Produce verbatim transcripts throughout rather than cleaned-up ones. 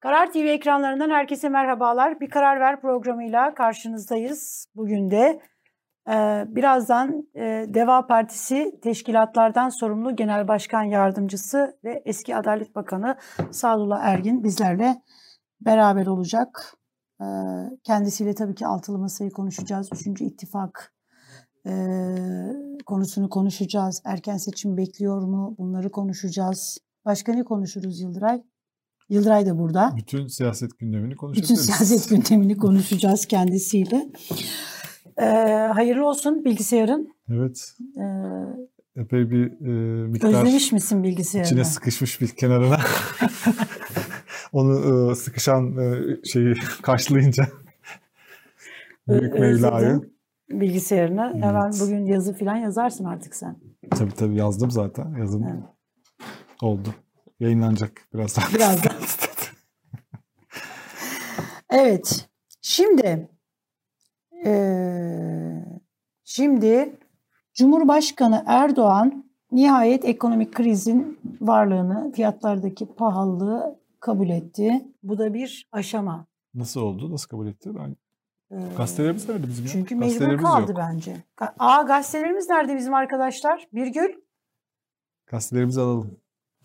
Karar T V ekranlarından herkese merhabalar. Bir Karar Ver programıyla karşınızdayız. Bugün de e, birazdan e, Deva Partisi Teşkilatlardan Sorumlu Genel Başkan Yardımcısı ve eski Adalet Bakanı Sadullah Ergin bizlerle beraber olacak. E, kendisiyle tabii ki altılı masayı konuşacağız. Üçüncü ittifak e, konusunu konuşacağız. Erken seçim bekliyor mu? Bunları konuşacağız. Başka ne konuşuruz Yıldıray? Yıldıray da burada. Bütün siyaset gündemini konuşacağız. Bütün siyaset gündemini konuşacağız kendisiyle. Ee, hayırlı olsun bilgisayarın. Evet. Ee, Epey bir e, miktar... Özlemiş misin bilgisayarını? İçine sıkışmış bir kenarına. Onu e, sıkışan e, şeyi karşılayınca. Büyük Mevla'yı. Bilgisayarına. Evet. Hemen bugün yazı falan yazarsın artık sen. Tabii tabii yazdım zaten. Yazım evet. Oldu. Yayınlanacak birazdan. Birazdan. Evet. Şimdi ee, şimdi Cumhurbaşkanı Erdoğan nihayet ekonomik krizin varlığını, fiyatlardaki pahalılığı kabul etti. Bu da bir aşama. Nasıl oldu? Nasıl kabul etti? Ben ee, gazetelerimiz nerede bizim? Çünkü mecbur kaldı yok. Bence. Aa gazetelerimiz nerede bizim arkadaşlar? Birgül. Gazetelerimizi alalım.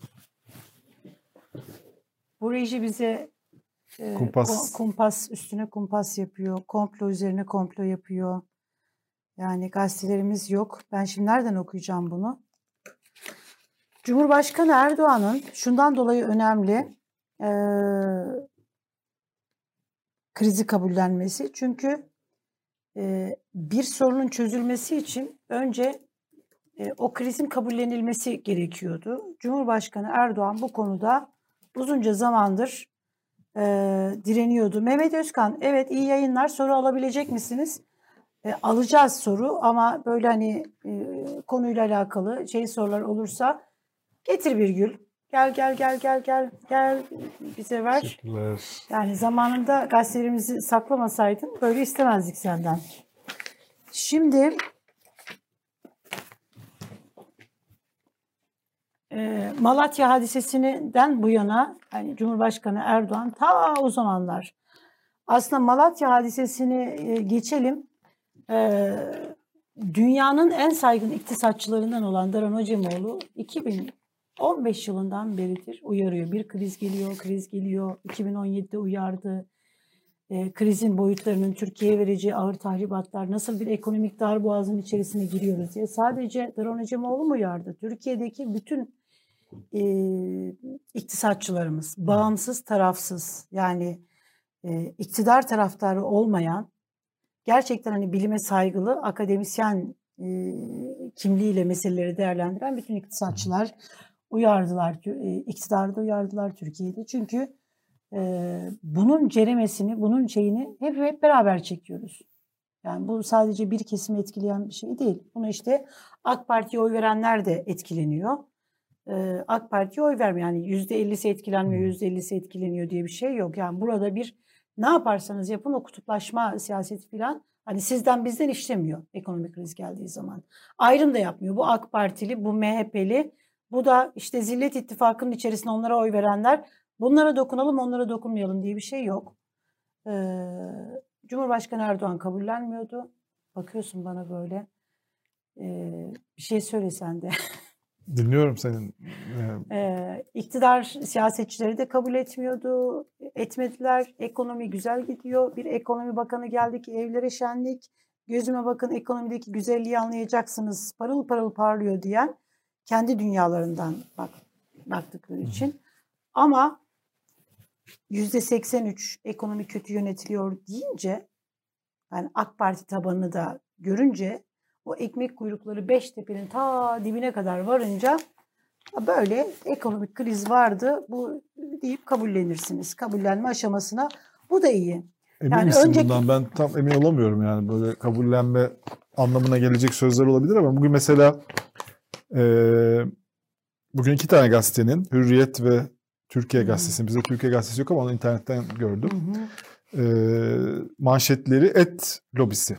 Bu reji bize e, kumpas. kumpas üstüne kumpas yapıyor. Komplo üzerine komplo yapıyor. Yani gazetelerimiz yok. Ben şimdi nereden okuyacağım bunu? Cumhurbaşkanı Erdoğan'ın şundan dolayı önemli e, krizi kabullenmesi. Çünkü e, bir sorunun çözülmesi için önce e, o krizin kabullenilmesi gerekiyordu. Cumhurbaşkanı Erdoğan bu konuda uzunca zamandır e, direniyordu. Mehmet Özkan, evet iyi yayınlar, soru alabilecek misiniz? E, alacağız soru ama böyle hani e, konuyla alakalı şey sorular olursa getir Birgül. Gel gel gel gel gel gel bize ver. Teşekkürler. Yani zamanında gazetelerimizi saklamasaydın böyle istemezdik senden. Şimdi e, Malatya hadisesinden bu yana yani Cumhurbaşkanı Erdoğan ta o zamanlar aslında Malatya hadisesini e, geçelim. E, dünyanın en saygın iktisatçılarından olan Daron Acemoğlu iki bin on beş yılından beridir uyarıyor. Bir kriz geliyor, kriz geliyor. iki bin on yedide uyardı. E, krizin boyutlarının Türkiye'ye vereceği ağır tahribatlar, nasıl bir ekonomik darboğazın içerisine giriyoruz diye. Sadece Daron Acemoğlu mu uyardı? Türkiye'deki bütün e, iktisatçılarımız, bağımsız, tarafsız, yani e, iktidar taraftarı olmayan, gerçekten hani bilime saygılı, akademisyen e, kimliğiyle meseleleri değerlendiren bütün iktisatçılar uyardılar, e, iktidarı da uyardılar Türkiye'de. Çünkü e, bunun ceremesini, bunun şeyini hep hep beraber çekiyoruz. Yani bu sadece bir kesimi etkileyen bir şey değil. Bunu işte AK Parti'ye oy verenler de etkileniyor. E, AK Parti'ye oy vermiyor. Yani yüzde ellisi etkilenmiyor, yüzde ellisi etkileniyor diye bir şey yok. Yani burada bir ne yaparsanız yapın o kutuplaşma siyaseti falan hani sizden bizden işlemiyor ekonomik kriz geldiği zaman. Ayrım da yapmıyor. Bu AK Partili, bu M H P'li, bu da işte Zillet İttifakı'nın içerisinde onlara oy verenler, bunlara dokunalım onlara dokunmayalım diye bir şey yok. Ee, Cumhurbaşkanı Erdoğan kabullenmiyordu. Bakıyorsun bana böyle. Ee, bir şey söylesen de. Dinliyorum senin. Ee, iktidar siyasetçileri de kabul etmiyordu, etmediler. Ekonomi güzel gidiyor. Bir ekonomi bakanı geldi ki evlere şenlik. Gözüme bakın ekonomideki güzelliği anlayacaksınız. Parıl parıl parlıyor diyen kendi dünyalarından bak, baktıkları için. Ama yüzde seksen üç ekonomi kötü yönetiliyor deyince yani AK Parti tabanını da görünce o ekmek kuyrukları Beştepe'nin ta dibine kadar varınca böyle ekonomik kriz vardı bu deyip kabullenirsiniz. Kabullenme aşamasına bu da iyi. Emin yani misin önceki... bundan? Ben tam emin olamıyorum yani böyle kabullenme anlamına gelecek sözler olabilir ama bugün mesela e, bugün iki tane gazetenin Hürriyet ve Türkiye Gazetesi'nin, bize Türkiye Gazetesi yok ama onu internetten gördüm. Hı hı. E, manşetleri et lobisi.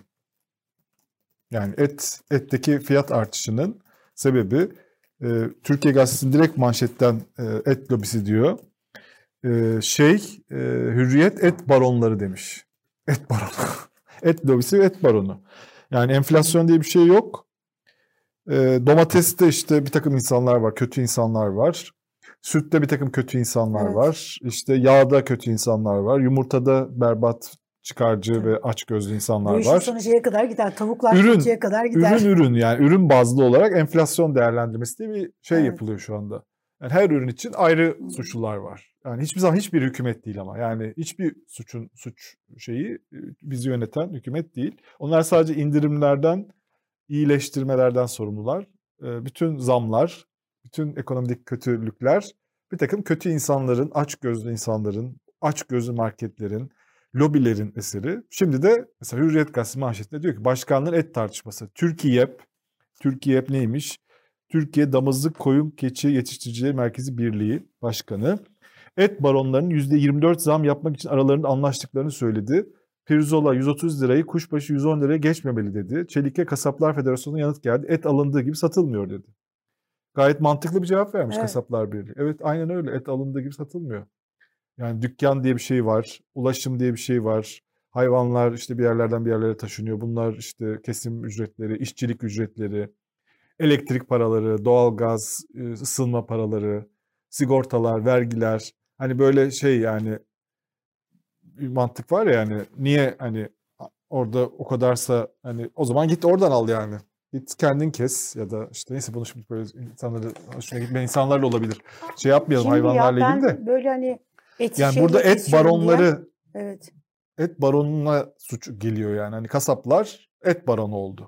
Yani et etteki fiyat artışının sebebi e, Türkiye Gazetesi'nin direkt manşetten e, et lobisi diyor. Ee, şey e, Hürriyet et baronları demiş. Et baronu. Et lobisi ve et baronu. Yani enflasyon diye bir şey yok. E, domateste işte bir takım insanlar var. Kötü insanlar var. Sütte bir takım kötü insanlar Evet. var. İşte yağda kötü insanlar var. Yumurtada berbat, çıkarcı Evet. ve açgözlü insanlar Bu işin var. sonu şeye kadar gider. Tavuklar Ürün, kötüye kadar gider. ürün ürün yani ürün bazlı olarak enflasyon değerlendirmesi diye bir şey Evet. yapılıyor şu anda. Yani her ürün için ayrı suçlular var. Yani hiçbir zaman hiçbir hükümet değil ama. Yani hiçbir suçun suç şeyi bizi yöneten hükümet değil. Onlar sadece indirimlerden, iyileştirmelerden sorumlular. Bütün zamlar, bütün ekonomik kötülükler bir takım kötü insanların, açgözlü insanların, açgözlü marketlerin, lobilerin eseri. Şimdi de mesela Hürriyet Gazetesi manşetinde diyor ki başkanların et tartışması. TÜRKİYEP, TÜRKİYEP neymiş? Türkiye Damızlık Koyun Keçi Yetiştiricileri Merkezi Birliği Başkanı et baronlarının yüzde yirmi dört zam yapmak için aralarında anlaştıklarını söyledi. Pirzola yüz otuz lirayı kuşbaşı yüz on liraya geçmemeli dedi. Çelike Kasaplar Federasyonu'na yanıt geldi. Et alındığı gibi satılmıyor dedi. Gayet mantıklı bir cevap vermiş Evet. Kasaplar Birliği. Evet aynen öyle, et alındığı gibi satılmıyor. Yani dükkan diye bir şey var, ulaşım diye bir şey var. Hayvanlar işte bir yerlerden bir yerlere taşınıyor. Bunlar işte kesim ücretleri, işçilik ücretleri, elektrik paraları, doğalgaz, ısınma paraları, sigortalar, vergiler. Hani böyle şey yani bir mantık var ya yani niye hani orada o kadarsa hani o zaman git oradan al yani. Git kendin kes ya da işte neyse bunu şimdi böyle insanları hoşuna gitmeyen insanlarla olabilir. Şey yapmayalım Şimdi ya hayvanlarla ilgili de. ben böyle hani et Yani şeyle burada et kesiyorum diye. baronları Evet. et baronuna suç geliyor yani. Hani kasaplar et baronu oldu.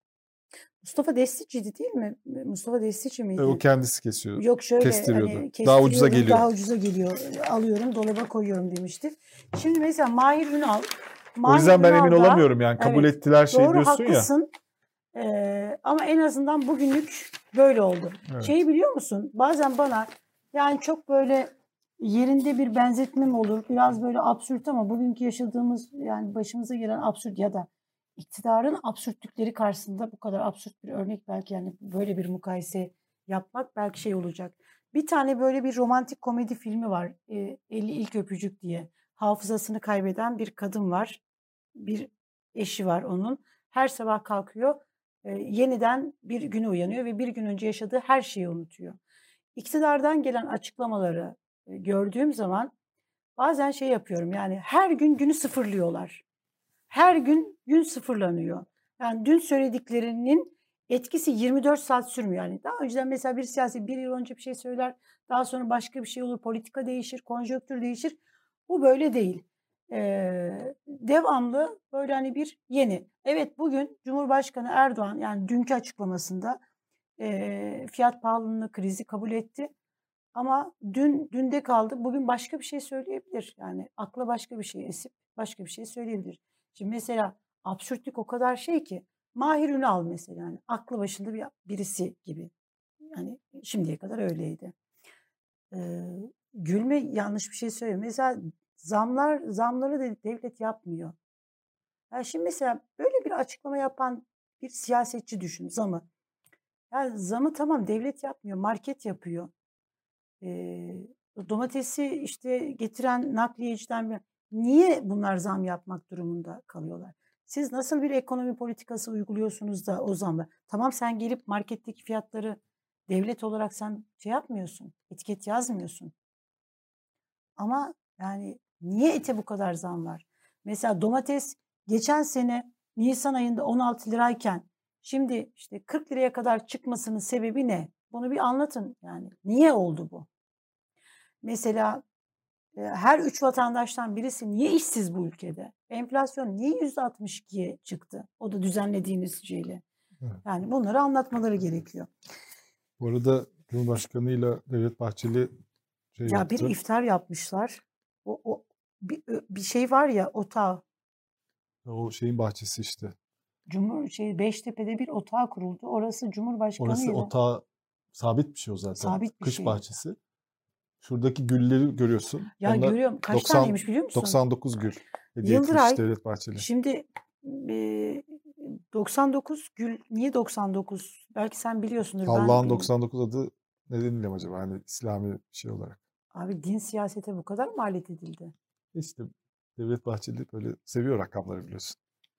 Mustafa Destici'ydi değil mi? Mustafa Destici E, miydi? o kendisi kesiyor. Yok şöyle Kestiriyordu. hani Daha ucuza kestiriyorum, geliyor. daha ucuza geliyor. Alıyorum, dolaba koyuyorum demişti. Şimdi mesela Mahir Ünal. O Mahir yüzden ben emin Ünal da olamıyorum yani kabul evet, ettiler şey doğru diyorsun ya. haklısın. Ee, ama en azından bugünlük böyle oldu. Evet. Şeyi biliyor musun? Bazen bana yani çok böyle yerinde bir benzetmem olur. Biraz böyle absürt ama bugünkü yaşadığımız yani başımıza gelen absürt ya da iktidarın absürtlükleri karşısında bu kadar absürt bir örnek belki yani böyle bir mukayese yapmak belki şey olacak. Bir tane böyle bir romantik komedi filmi var. E, elli İlk Öpücük diye. Hafızasını kaybeden bir kadın var. Bir eşi var onun. Her sabah kalkıyor. E, yeniden bir güne uyanıyor ve bir gün önce yaşadığı her şeyi unutuyor. İktidardan gelen açıklamaları e, gördüğüm zaman bazen şey yapıyorum yani her gün günü sıfırlıyorlar. Her gün gün sıfırlanıyor. Yani dün söylediklerinin etkisi yirmi dört saat sürmüyor. Yani daha önceden mesela bir siyasi bir yıl önce bir şey söyler, daha sonra başka bir şey olur, politika değişir, konjonktür değişir. Bu böyle değil. Ee, devamlı böyle hani bir yeni. Evet bugün Cumhurbaşkanı Erdoğan yani dünkü açıklamasında e, fiyat pahalılığını krizi kabul etti. Ama dün dünde kaldı. Bugün başka bir şey söyleyebilir. Yani akla başka bir şey esip başka bir şey söyleyebilir. Şimdi mesela absürtlük o kadar şey ki Mahir Ünal mesela yani aklı başında bir birisi gibi. Yani şimdiye kadar öyleydi. Ee, gülme yanlış bir şey söylüyor. Mesela zamlar zamları da devlet yapmıyor. Yani şimdi mesela böyle bir açıklama yapan bir siyasetçi düşün zamı. Yani zamı tamam devlet yapmıyor, market yapıyor. Eee, domatesi, işte, getiren nakliyeciden bir niye bunlar zam yapmak durumunda kalıyorlar? Siz nasıl bir ekonomi politikası uyguluyorsunuz da o zamla? Tamam sen gelip marketteki fiyatları devlet olarak sen şey yapmıyorsun, etiket yazmıyorsun. Ama yani niye ete bu kadar zam var? Mesela domates geçen sene nisan ayında on altı lirayken şimdi işte kırk liraya kadar çıkmasının sebebi ne? Bunu bir anlatın yani. Niye oldu bu? Mesela e, her üç vatandaştan birisi niye işsiz bu ülkede? Enflasyon niye yüzde altmış ikiye çıktı? O da düzenlediğiniz şeyle. Evet. Yani bunları anlatmaları gerekiyor. Bu arada Cumhurbaşkanı'yla Devlet Bahçeli şey Ya bir yaptı. iftar yapmışlar. O, o bir, bir şey var ya otağı. O şeyin bahçesi işte. Cumhur şey Beştepe'de bir otağı kuruldu. Orası Cumhurbaşkanı Orası ile otağı sabit bir şey o zaten. sabit bir Kış şey. bahçesi. Şuradaki gülleri görüyorsun. Ya Onlar görüyorum. Kaç doksan taneymiş biliyor musun? doksan dokuz gül hediye etmiş Yıldıray. Devlet Bahçeli. Şimdi e, doksan dokuz gül niye doksan dokuz? Belki sen biliyorsundur. Ben Allah'ın bilmiyorum. doksan dokuz adı nedeniyle mi acaba? Hani İslami bir şey olarak. Abi din siyasete bu kadar mı alet edildi? İşte Devlet Bahçeli böyle seviyor rakamları biliyorsun.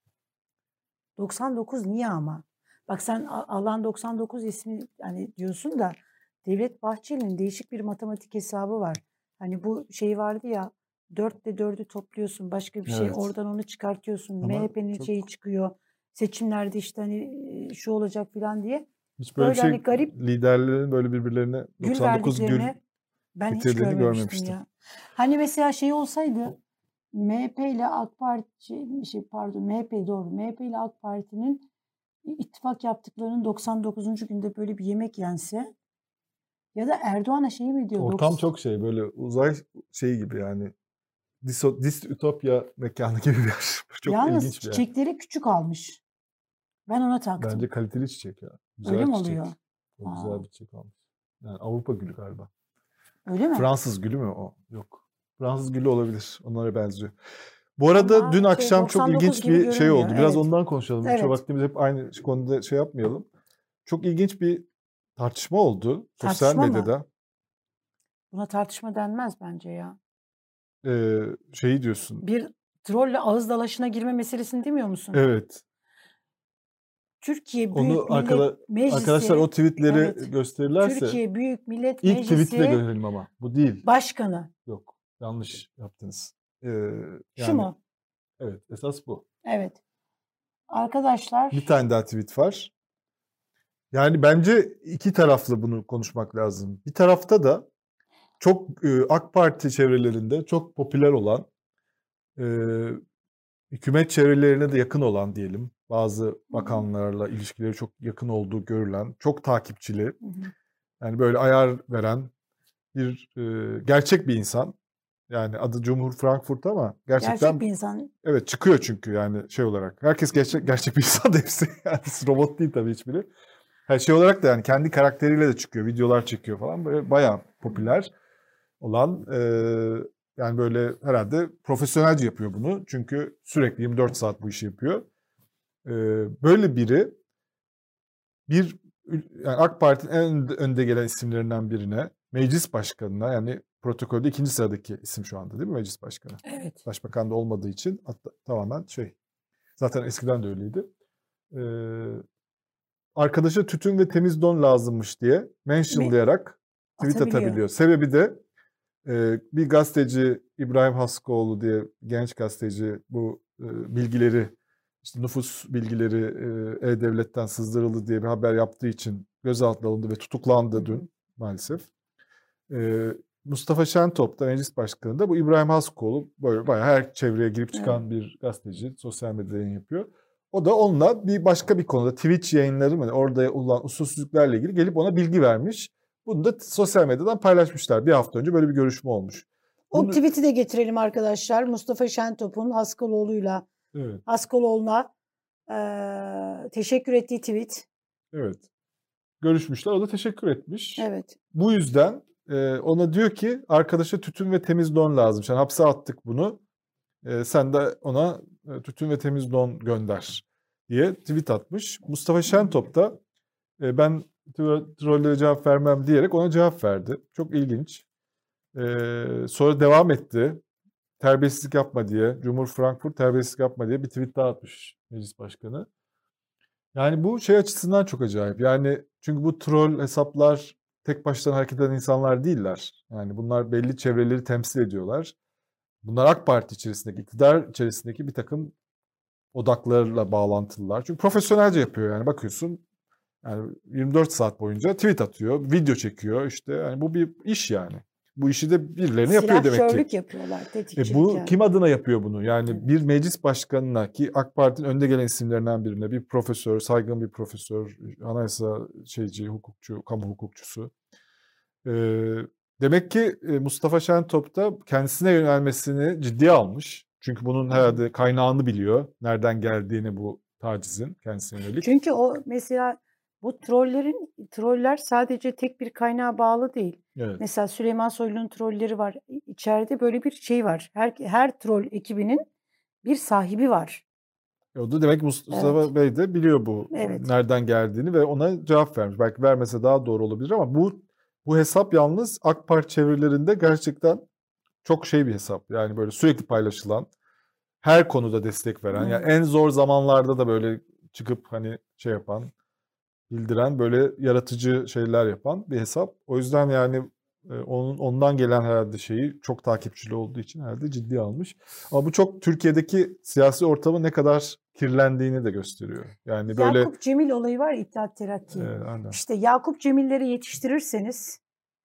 doksan dokuz niye ama? Bak sen alan doksan dokuz ismi hani diyorsun da Devlet Bahçeli'nin değişik bir matematik hesabı var. Hani bu şey vardı ya, dört ile dördü topluyorsun, başka bir şey Evet. oradan onu çıkartıyorsun. Ama M H P'nin çok- şeyi çıkıyor. Seçimlerde işte hani e, şu olacak falan diye. Hiç böyle bir Böyle şey, hani garip liderlerin böyle birbirlerine gül doksan dokuz gül verdiklerini ben hiç getirdiğini görmemiştim görmemiştim. ya. Hani mesela şey olsaydı M H P ile AK Parti şey, şey pardon M H P doğru M H P ile AK Parti'nin ittifak yaptıklarının doksan dokuzuncu günde böyle bir yemek yense ya da Erdoğan'a şey mi diyor? Ortam doks- çok şey böyle uzay şeyi gibi yani. Diso, distopya mekanı gibi bir yer. Çok Yalnız ilginç bir yer. çiçekleri küçük almış. Ben ona taktım. Bence kaliteli çiçek ya. Güzel Öyle mi çiçek. oluyor? Çok Aa. güzel bir çiçek almış. Yani Avrupa gülü galiba. Öyle mi? Fransız gülü mü o? Yok. Fransız gülü olabilir. Onlara benziyor. Bu arada Ama dün şey, akşam çok doksan dokuz ilginç gibi bir şey görünmüyor. oldu. Biraz Evet. ondan konuşalım. Evet. Çok vaktimiz hep aynı konuda şey yapmayalım. Çok ilginç bir tartışma oldu sosyal Tartışma mı? medyada. Buna tartışma denmez bence ya. Ee, şeyi diyorsun. Bir trolle ağız dalaşına girme meselesini demiyor musun? Evet. Türkiye Büyük Onu Millet arkada, Meclisi arkadaşlar o tweetleri evet, gösterirlerse Türkiye Büyük Millet ilk tweet'i de Meclisi görelim ama. Bu değil. Başkanı. Yok. Yanlış yaptınız. Ee, Şu yani, mu? Evet. Esas bu. Evet. Arkadaşlar Bir tane daha tweet var. Yani bence iki taraflı bunu konuşmak lazım. Bir tarafta da çok e, AK Parti çevrelerinde çok popüler olan, e, hükümet çevrelerine de yakın olan diyelim, bazı bakanlarla ilişkileri çok yakın olduğu görülen, çok takipçili, Hı hı. yani böyle ayar veren bir e, gerçek bir insan. Yani adı Cumhur Frankfurt ama gerçekten gerçek bir insan. evet çıkıyor çünkü yani şey olarak. Herkes gerçek gerçek bir insan da hepsi. Yani robot değil tabii hiçbiri. Her şey olarak da yani kendi karakteriyle de çıkıyor, videolar çekiyor falan. Böyle bayağı popüler olan e, yani böyle herhalde profesyonelce yapıyor bunu. Çünkü sürekli yirmi dört saat bu işi yapıyor. E, böyle biri bir yani AK Parti'nin en önde gelen isimlerinden birine, meclis başkanına, yani protokolde ikinci sıradaki isim şu anda değil mi meclis başkanı? Evet. Başbakan da olmadığı için hatta tamamen şey, zaten eskiden de öyleydi. Ee, arkadaşa tütün ve temiz don lazımmış diye mentionlayarak tweet Atabiliyor. atabiliyor. Sebebi de e, bir gazeteci İbrahim Haskoğlu diye genç gazeteci bu e, bilgileri, işte nüfus bilgileri e, E-Devlet'ten sızdırıldı diye bir haber yaptığı için gözaltına alındı ve tutuklandı dün maalesef. E, Mustafa Şentop da meclis başkanı da bu İbrahim Haskoğlu böyle bayağı her çevreye girip çıkan evet. bir gazeteci, sosyal medya yayın yapıyor. O da onunla bir başka bir konuda Twitch yayınları mı orada olan usulsüzlüklerle ilgili gelip ona bilgi vermiş. Bunu da sosyal medyadan paylaşmışlar. Bir hafta önce böyle bir görüşme olmuş. O Bunu... tweet'i de getirelim arkadaşlar. Mustafa Şentop'un Haskaloğlu'yla evet. Haskaloğlu'na e, teşekkür ettiği tweet. Evet. Görüşmüşler. O da teşekkür etmiş. Evet. Bu yüzden e, ona diyor ki arkadaşa tütün ve temiz don lazım. Yani hapse attık bunu. E, sen de ona e, tütün ve temiz don gönder diye tweet atmış. Mustafa Şentop da e, ben trollere cevap vermem diyerek ona cevap verdi. Çok ilginç. E, sonra devam etti. Terbiyesizlik yapma diye, Cumhur Frankfurt terbiyesizlik yapma diye bir tweet daha atmış meclis başkanı. Yani bu şey açısından çok acayip. Yani çünkü bu troll hesaplar tek başlarına hareket eden insanlar değiller. Yani bunlar belli çevreleri temsil ediyorlar. Bunlar AK Parti içerisindeki, iktidar içerisindeki bir takım odaklarla bağlantılılar. Çünkü profesyonelce yapıyor yani bakıyorsun. Yani yirmi dört saat boyunca tweet atıyor, video çekiyor işte. Yani bu bir iş yani. Bu işi de birilerine yapıyor demek ki. Silahşörlük yapıyorlar, tetikçilik E bu yani. kim adına yapıyor bunu? Yani evet. bir meclis başkanına ki AK Parti'nin önde gelen isimlerinden birine bir profesör, saygın bir profesör, anayasa şeyci, hukukçu, kamu hukukçusu. E, demek ki Mustafa Şentop da kendisine yönelmesini ciddiye almış. Çünkü bunun herhalde kaynağını biliyor. Nereden geldiğini bu tacizin kendisine yönelik. Çünkü o mesela bu trollerin troller sadece tek bir kaynağa bağlı değil. Evet. Mesela Süleyman Soylu'nun trolleri var. İçeride böyle bir şey var. Her her troll ekibinin bir sahibi var. E o da demek ki Mustafa evet. Bey de biliyor bu evet. nereden geldiğini ve ona cevap vermiş. Belki vermese daha doğru olabilir ama bu Bu hesap yalnız AK Parti çevrelerinde gerçekten çok şey bir hesap. Yani böyle sürekli paylaşılan, her konuda destek veren, yani en zor zamanlarda da böyle çıkıp hani şey yapan, bildiren, böyle yaratıcı şeyler yapan bir hesap. O yüzden yani onun ondan gelen herhalde şeyi çok takipçili olduğu için herhalde ciddiye almış. Ama bu çok Türkiye'deki siyasi ortamın ne kadar kirlendiğini de gösteriyor. Yani böyle Yakup Cemil olayı var ya, İttihat Terakki. Evet, İşte Yakup Cemilleri yetiştirirseniz,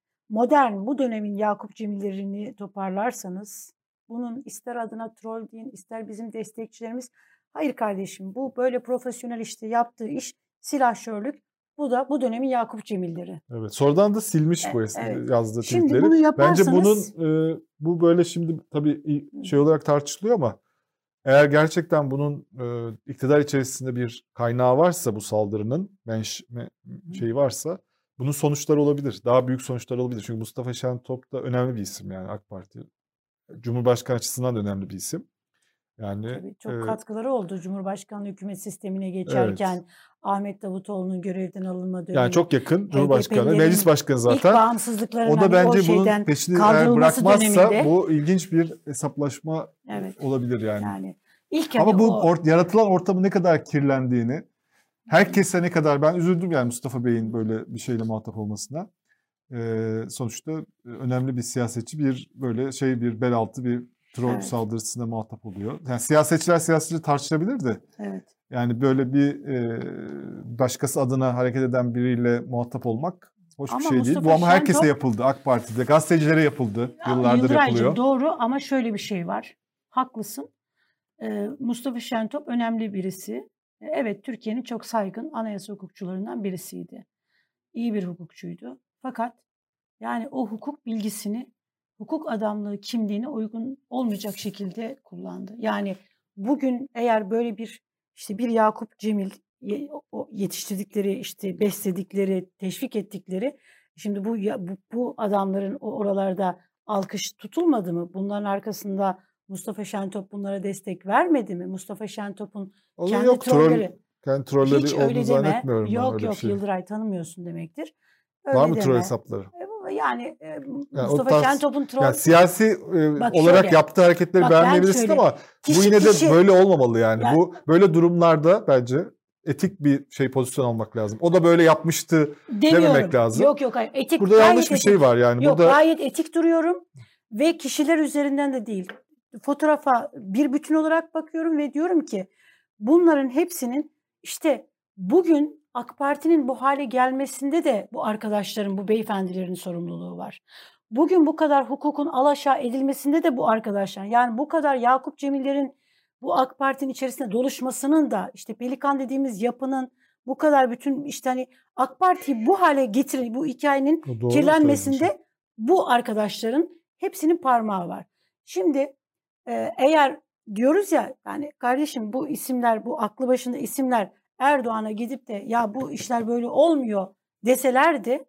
modern bu dönemin Yakup Cemillerini toparlarsanız, bunun ister adına troll deyin, ister bizim destekçilerimiz, hayır kardeşim, bu böyle profesyonel işte yaptığı iş silahşörlük. Bu da bu dönemin Yakup Cemilleri. Evet. Sonradan da silmiş bu evet. yazdığı Şimdi tweetleri. bunu yaparsanız... Bence bunun e, bu böyle şimdi tabii şey olarak tartışılıyor ama eğer gerçekten bunun e, iktidar içerisinde bir kaynağı varsa, bu saldırının menş, me, şeyi varsa, bunun sonuçları olabilir. Daha büyük sonuçlar olabilir. Çünkü Mustafa Şentop da önemli bir isim yani AK Parti. Cumhurbaşkanı açısından da önemli bir isim. Yani Tabii çok e, katkıları oldu Cumhurbaşkanlığı hükümet sistemine geçerken, evet. Ahmet Davutoğlu'nun görevden alınma dönemi. Yani çok yakın Cumhurbaşkanı, meclis başkanı zaten. İlk bağımsızlıkların o da hani bence o bunun peşini eğer bırakmazsa döneminde, bu ilginç bir hesaplaşma evet. olabilir yani. yani ilk Ama hani bu o... or, yaratılan ortamın ne kadar kirlendiğini, herkese ne kadar, ben üzüldüm yani Mustafa Bey'in böyle bir şeyle muhatap olmasına. Ee, sonuçta önemli bir siyasetçi bir böyle şey bir bel altı bir troll evet. saldırısına muhatap oluyor. Yani siyasetçiler siyasetçi tartışabilir de. Evet. Yani böyle bir e, başkası adına hareket eden biriyle muhatap olmak hoş ama bir şey Mustafa değil. Bu ama herkese Şentop, yapıldı. AK Parti'de, gazetecilere yapıldı. Yıllardır yapılıyor. Doğru ama şöyle bir şey var. Haklısın. Ee, Mustafa Şentop önemli birisi. Evet, Türkiye'nin çok saygın anayasa hukukçularından birisiydi. İyi bir hukukçuydu. Fakat yani o hukuk bilgisini, hukuk adamlığı kimliğine uygun olmayacak şekilde kullandı. Yani bugün eğer böyle bir işte bir Yakup Cemil yetiştirdikleri, işte besledikleri, teşvik ettikleri, şimdi bu bu, bu adamların oralarda alkış tutulmadı mı? Bunların arkasında Mustafa Şentop bunlara destek vermedi mi? Mustafa Şentop'un kendi yok, trolleri troll, kendi trolleri hiç olduğunu zannetmiyorum. Yok yok şey. Yıldıray tanımıyorsun demektir. Öyle var mı deme. troll hesapları? Yani, e, yani Mustafa tarz, Şentop'un troll... Yani siyasi e, bak olarak şöyle, yaptığı hareketleri bak beğenmeyebilirsin şöyle, ama kişi, bu yine de kişi, böyle olmamalı yani. yani. Bu böyle durumlarda bence etik bir şey pozisyon almak lazım. O da böyle yapmıştı demiyorum. Dememek lazım. Yok yok hayır. Etik, burada yanlış bir etik. şey var yani. Yok burada... gayet etik duruyorum ve kişiler üzerinden de değil. Fotoğrafa bir bütün olarak bakıyorum ve diyorum ki bunların hepsinin işte bugün AK Parti'nin bu hale gelmesinde de bu arkadaşların, bu beyefendilerin sorumluluğu var. Bugün bu kadar hukukun alaşağı edilmesinde de bu arkadaşlar, yani bu kadar Yakup Cemiller'in bu AK Parti'nin içerisinde doluşmasının da, işte Pelikan dediğimiz yapının bu kadar bütün işte hani AK Parti'yi bu hale getiren, bu hikayenin Doğru kirlenmesinde bu arkadaşların hepsinin parmağı var. Şimdi e, eğer diyoruz ya yani kardeşim bu isimler, bu aklı başında isimler Erdoğan'a gidip de ya bu işler böyle olmuyor deselerdi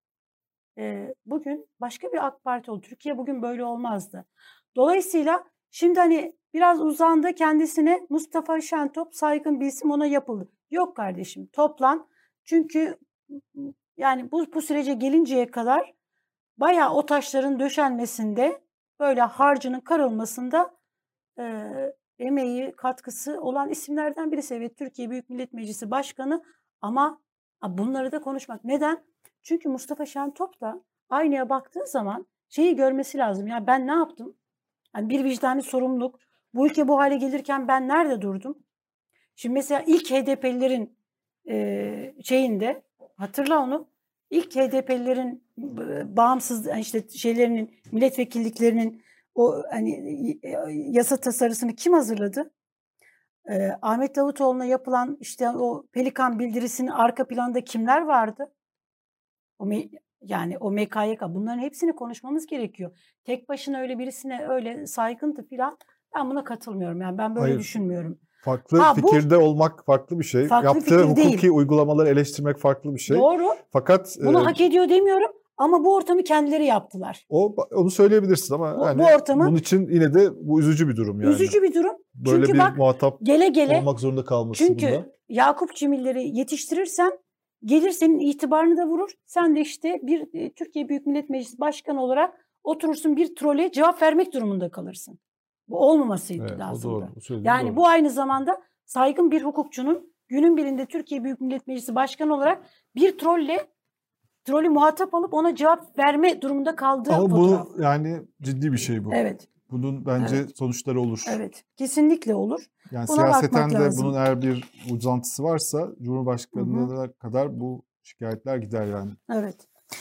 e, bugün başka bir AK Parti oldu. Türkiye bugün böyle olmazdı. Dolayısıyla şimdi hani biraz uzandı kendisine, Mustafa Şentop saygın bir isim, ona yapıldı. Yok kardeşim, toplan. Çünkü yani bu, bu sürece gelinceye kadar bayağı o taşların döşenmesinde, böyle harcının karılmasında e, emeği, katkısı olan isimlerden birisi. Evet, Türkiye Büyük Millet Meclisi Başkanı ama bunları da konuşmak. Neden? Çünkü Mustafa Şentop da aynaya baktığı zaman şeyi görmesi lazım. Ya ben ne yaptım? Yani bir vicdani sorumluluk. Bu ülke bu hale gelirken ben nerede durdum? Şimdi mesela ilk H D P'lilerin e, şeyinde, hatırla onu. İlk H D P'lilerin bağımsız işte şeylerinin, milletvekilliklerinin o hani yasa tasarısını kim hazırladı? Ee, Ahmet Davutoğlu'na yapılan işte o Pelikan bildirisinin arka planda kimler vardı? O yani o M K Y K, bunların hepsini konuşmamız gerekiyor. Tek başına öyle birisine öyle saygındı filan, ben buna katılmıyorum. Yani ben böyle Hayır. düşünmüyorum. Farklı ha, fikirde bu, olmak farklı bir şey. Farklı Yaptığı hukuki değil. uygulamaları eleştirmek farklı bir şey. Doğru. Fakat bunu e, hak ediyor demiyorum. Ama bu ortamı kendileri yaptılar. O onu söyleyebilirsin ama bu, hani bu ortamı, bunun için yine de bu üzücü bir durum yani. Üzücü bir durum. Böyle çünkü bir bak, muhatap gele gele, olmak zorunda kalması çünkü bunda. Yakup Cemilleri yetiştirirsen gelir senin itibarını da vurur. Sen de işte bir e, Türkiye Büyük Millet Meclisi Başkanı olarak oturursun bir trole cevap vermek durumunda kalırsın. Bu olmamasıydı Evet, lazım. o doğru. O yani doğru. Bu aynı zamanda saygın bir hukukçunun günün birinde Türkiye Büyük Millet Meclisi Başkanı olarak bir trolle trolü muhatap alıp ona cevap verme durumunda kaldığı Ama fotoğraf. bu yani ciddi bir şey bu. Evet. Bunun bence Evet. sonuçları olur. Evet. Kesinlikle olur. Yani Buna siyaseten de lazım. bunun eğer bir uzantısı varsa Cumhurbaşkanlığına kadar bu şikayetler gider yani. Evet.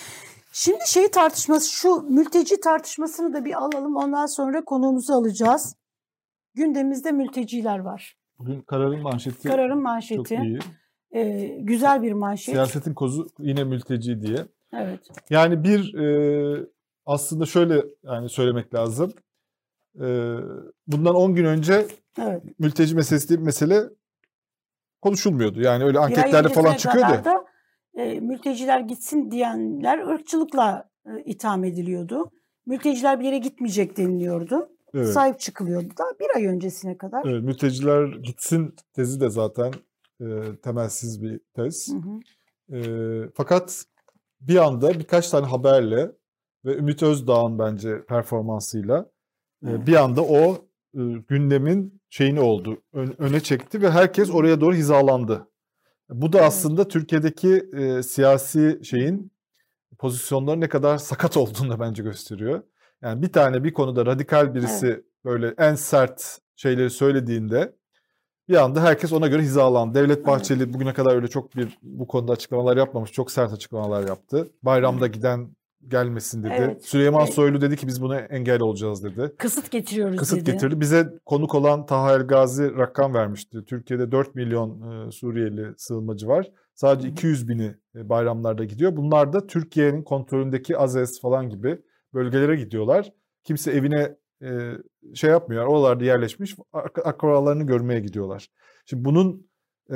Şimdi şey tartışması, şu mülteci tartışmasını da bir alalım. Ondan sonra konuğumuzu alacağız. Gündemimizde mülteciler var. Bugün Karar'ın manşeti, Karar'ın manşeti çok iyi. E, güzel bir manşet. Siyasetin kozu yine mülteci diye. Evet. Yani bir e, aslında şöyle yani söylemek lazım. E, bundan on gün önce evet. mülteci meselesi diye bir mesele konuşulmuyordu. Yani öyle anketlerde falan çıkıyordu. Da, e, mülteciler gitsin diyenler ırkçılıkla e, itham ediliyordu. Mülteciler bir yere gitmeyecek deniliyordu. Evet. Sahip çıkılıyordu da bir ay öncesine kadar. Evet, mülteciler gitsin tezi de zaten e, temelsiz bir tez. Hı hı. E, fakat bir anda birkaç tane haberle ve Ümit Özdağ'ın bence performansıyla evet. e, bir anda o e, gündemin şeyini oldu, ön, öne çekti ve herkes oraya doğru hizalandı. Bu da evet. aslında Türkiye'deki e, siyasi şeyin pozisyonları ne kadar sakat olduğunu da bence gösteriyor. Yani bir tane bir konuda radikal birisi evet. böyle en sert şeyleri söylediğinde bir anda herkes ona göre hizalandı. Devlet Bahçeli evet. bugüne kadar öyle çok bir bu konuda açıklamalar yapmamış. Çok sert açıklamalar yaptı. Bayramda evet. giden gelmesin dedi. Evet. Süleyman evet. Soylu dedi ki biz buna engel olacağız dedi. Kısıt getiriyoruz Kısıt dedi. Kısıt getirdi. Bize konuk olan Taha El Gazi rakam vermişti. Türkiye'de dört milyon e, Suriyeli sığınmacı var. Sadece iki yüz bini bayramlarda gidiyor. Bunlar da Türkiye'nin kontrolündeki Azez falan gibi bölgelere gidiyorlar. Kimse evine e, şey yapmıyor. Oralarda yerleşmiş akrabalarını görmeye gidiyorlar. Şimdi bunun e,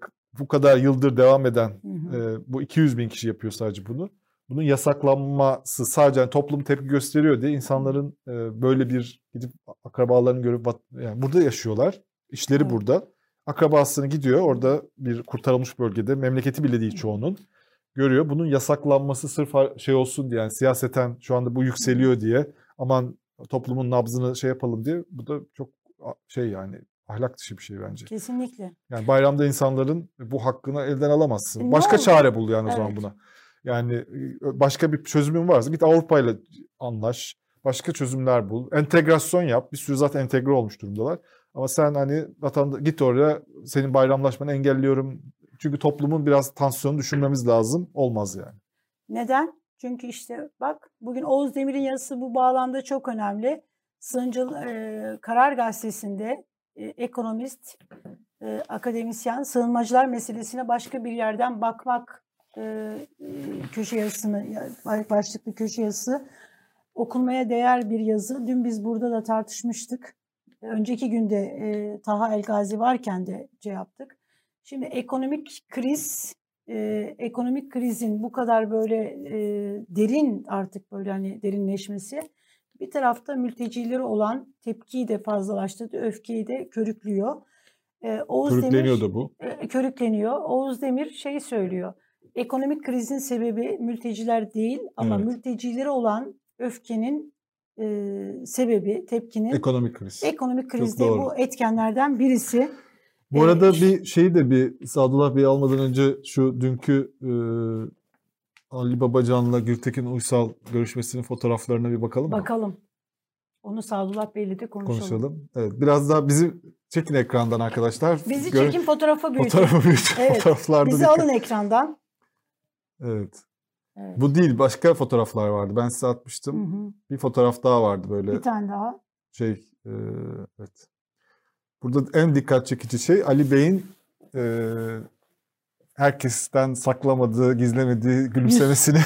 bu kadar yıldır devam eden hı hı. E, bu iki yüz bin kişi yapıyor sadece bunu. Bunun yasaklanması sadece yani toplum tepki gösteriyor diye insanların e, böyle bir gidip akrabalarını görüp yani burada yaşıyorlar. İşleri evet. burada. Akrabasını gidiyor orada bir kurtarılmış bölgede memleketi bile değil çoğunun görüyor. Bunun yasaklanması sırf şey olsun diye yani siyaseten şu anda bu yükseliyor diye aman toplumun nabzını şey yapalım diye bu da çok şey yani ahlak dışı bir şey bence. Kesinlikle. Yani bayramda insanların bu hakkını elden alamazsın. E, başka çare bul yani evet. o zaman buna. Yani başka bir çözümün varsa git Avrupa ile anlaş. Başka çözümler bul. Entegrasyon yap. Bir sürü zaten entegre olmuş durumdalar. Ama sen hani vatanda git oraya senin bayramlaşmanı engelliyorum. Çünkü toplumun biraz tansiyonu düşürmemiz lazım. Olmaz yani. Neden? Çünkü işte bak bugün Oğuz Demir'in yazısı bu bağlamda çok önemli. Sığıncıl e, Karar Gazetesi'nde e, ekonomist, e, akademisyen sığınmacılar meselesine başka bir yerden bakmak e, köşe yazısını, başlıklı köşe yazısı okunmaya değer bir yazı. Dün biz burada da tartışmıştık. Önceki günde e, Taha El Gazi varken de şey yaptık. Şimdi ekonomik kriz, e, ekonomik krizin bu kadar böyle e, derin artık böyle hani derinleşmesi bir tarafta mültecileri olan tepkiyi de fazlalaştırdı, öfkeyi de körüklüyor. E, Oğuz Körükleniyor Demir, da bu. E, körükleniyor. Oğuz Demir şeyi söylüyor. Ekonomik krizin sebebi mülteciler değil ama evet. mültecileri olan öfkenin e, sebebi, tepkinin ekonomik kriz. Ekonomik kriz de bu etkenlerden birisi. Bu arada ee, bir şeyi de bir Sadullah Bey almadan önce şu dünkü e, Ali Babacan'la Gültekin Uysal görüşmesinin fotoğraflarına bir bakalım mı? Bakalım. Onu Sadullah Bey'le de konuşalım. Konuşalım. Evet, biraz daha bizi çekin ekrandan arkadaşlar. Bizi Gör- çekin fotoğrafı büyütün. Fotoğrafı büyütün. Evet. Fotoğraflarda bizi dikkat. alın ekrandan. Evet. Evet. Bu değil, başka fotoğraflar vardı. Ben size atmıştım. Hı hı. Bir fotoğraf daha vardı böyle. Bir tane daha. Şey, e, evet. Burada en dikkat çekici şey Ali Bey'in e, herkesten saklamadığı, gizlemediği gülümsemesini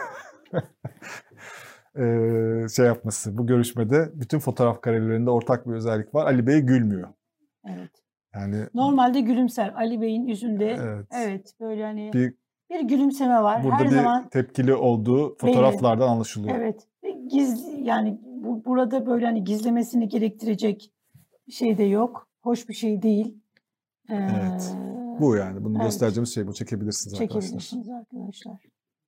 e, şey yapması. Bu görüşmede bütün fotoğraf karelerinde ortak bir özellik var. Ali Bey gülmüyor. Evet. Yani normalde gülümser. Ali Bey'in yüzünde evet, evet böyle hani bir, bir gülümseme var. Burada her bir zaman tepkili olduğu fotoğraflardan belli. Anlaşılıyor. Evet. Giz yani bu, burada böyle hani gizlemesini gerektirecek bir şey de yok. Hoş bir şey değil. Ee, evet. Bu yani. Bunu evet. göstereceğimiz şey bu. Çekebilirsiniz arkadaşlar. Çekebilirsiniz arkadaşlar.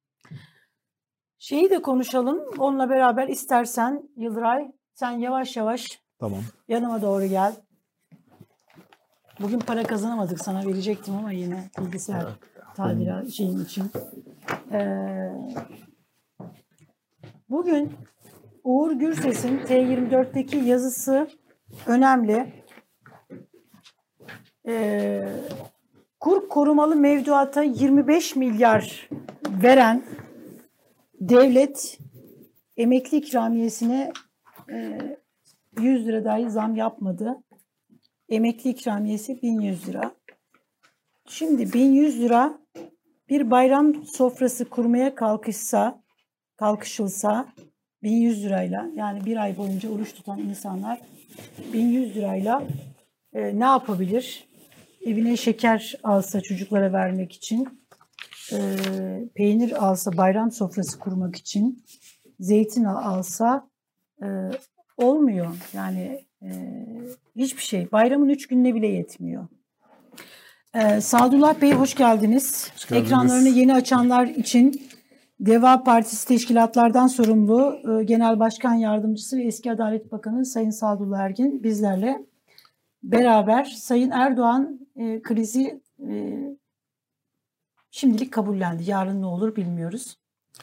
Şeyi de konuşalım. Onunla beraber istersen Yıldıray sen yavaş yavaş Tamam. yanıma doğru gel. Bugün para kazanamadık. Sana verecektim ama yine bilgisayar evet. tadilat şeyin için. Ee, bugün Uğur Gürses'in T yirmi dörtteki yazısı önemli. Ee, kur korumalı mevduata yirmi beş milyar veren devlet emekli ikramiyesine e, yüz lira dahi zam yapmadı. Emekli ikramiyesi bin yüz lira. Şimdi bin yüz lira bir bayram sofrası kurmaya kalkışsa, kalkışılsa bin yüz lirayla yani bir ay boyunca oruç tutan insanlar bin yüz lirayla e, ne yapabilir? Evine şeker alsa çocuklara vermek için, e, peynir alsa bayram sofrası kurmak için, zeytin alsa e, olmuyor. Yani e, hiçbir şey. Bayramın üç gününe bile yetmiyor. E, Sadullah Bey hoş geldiniz. Hoş geldiniz. Ekranlarını yeni açanlar için Deva Partisi teşkilatlardan sorumlu e, Genel Başkan Yardımcısı ve eski Adalet Bakanı Sayın Sadullah Ergin bizlerle beraber. Sayın Erdoğan e, krizi e, şimdilik kabullendi. Yarın ne olur bilmiyoruz.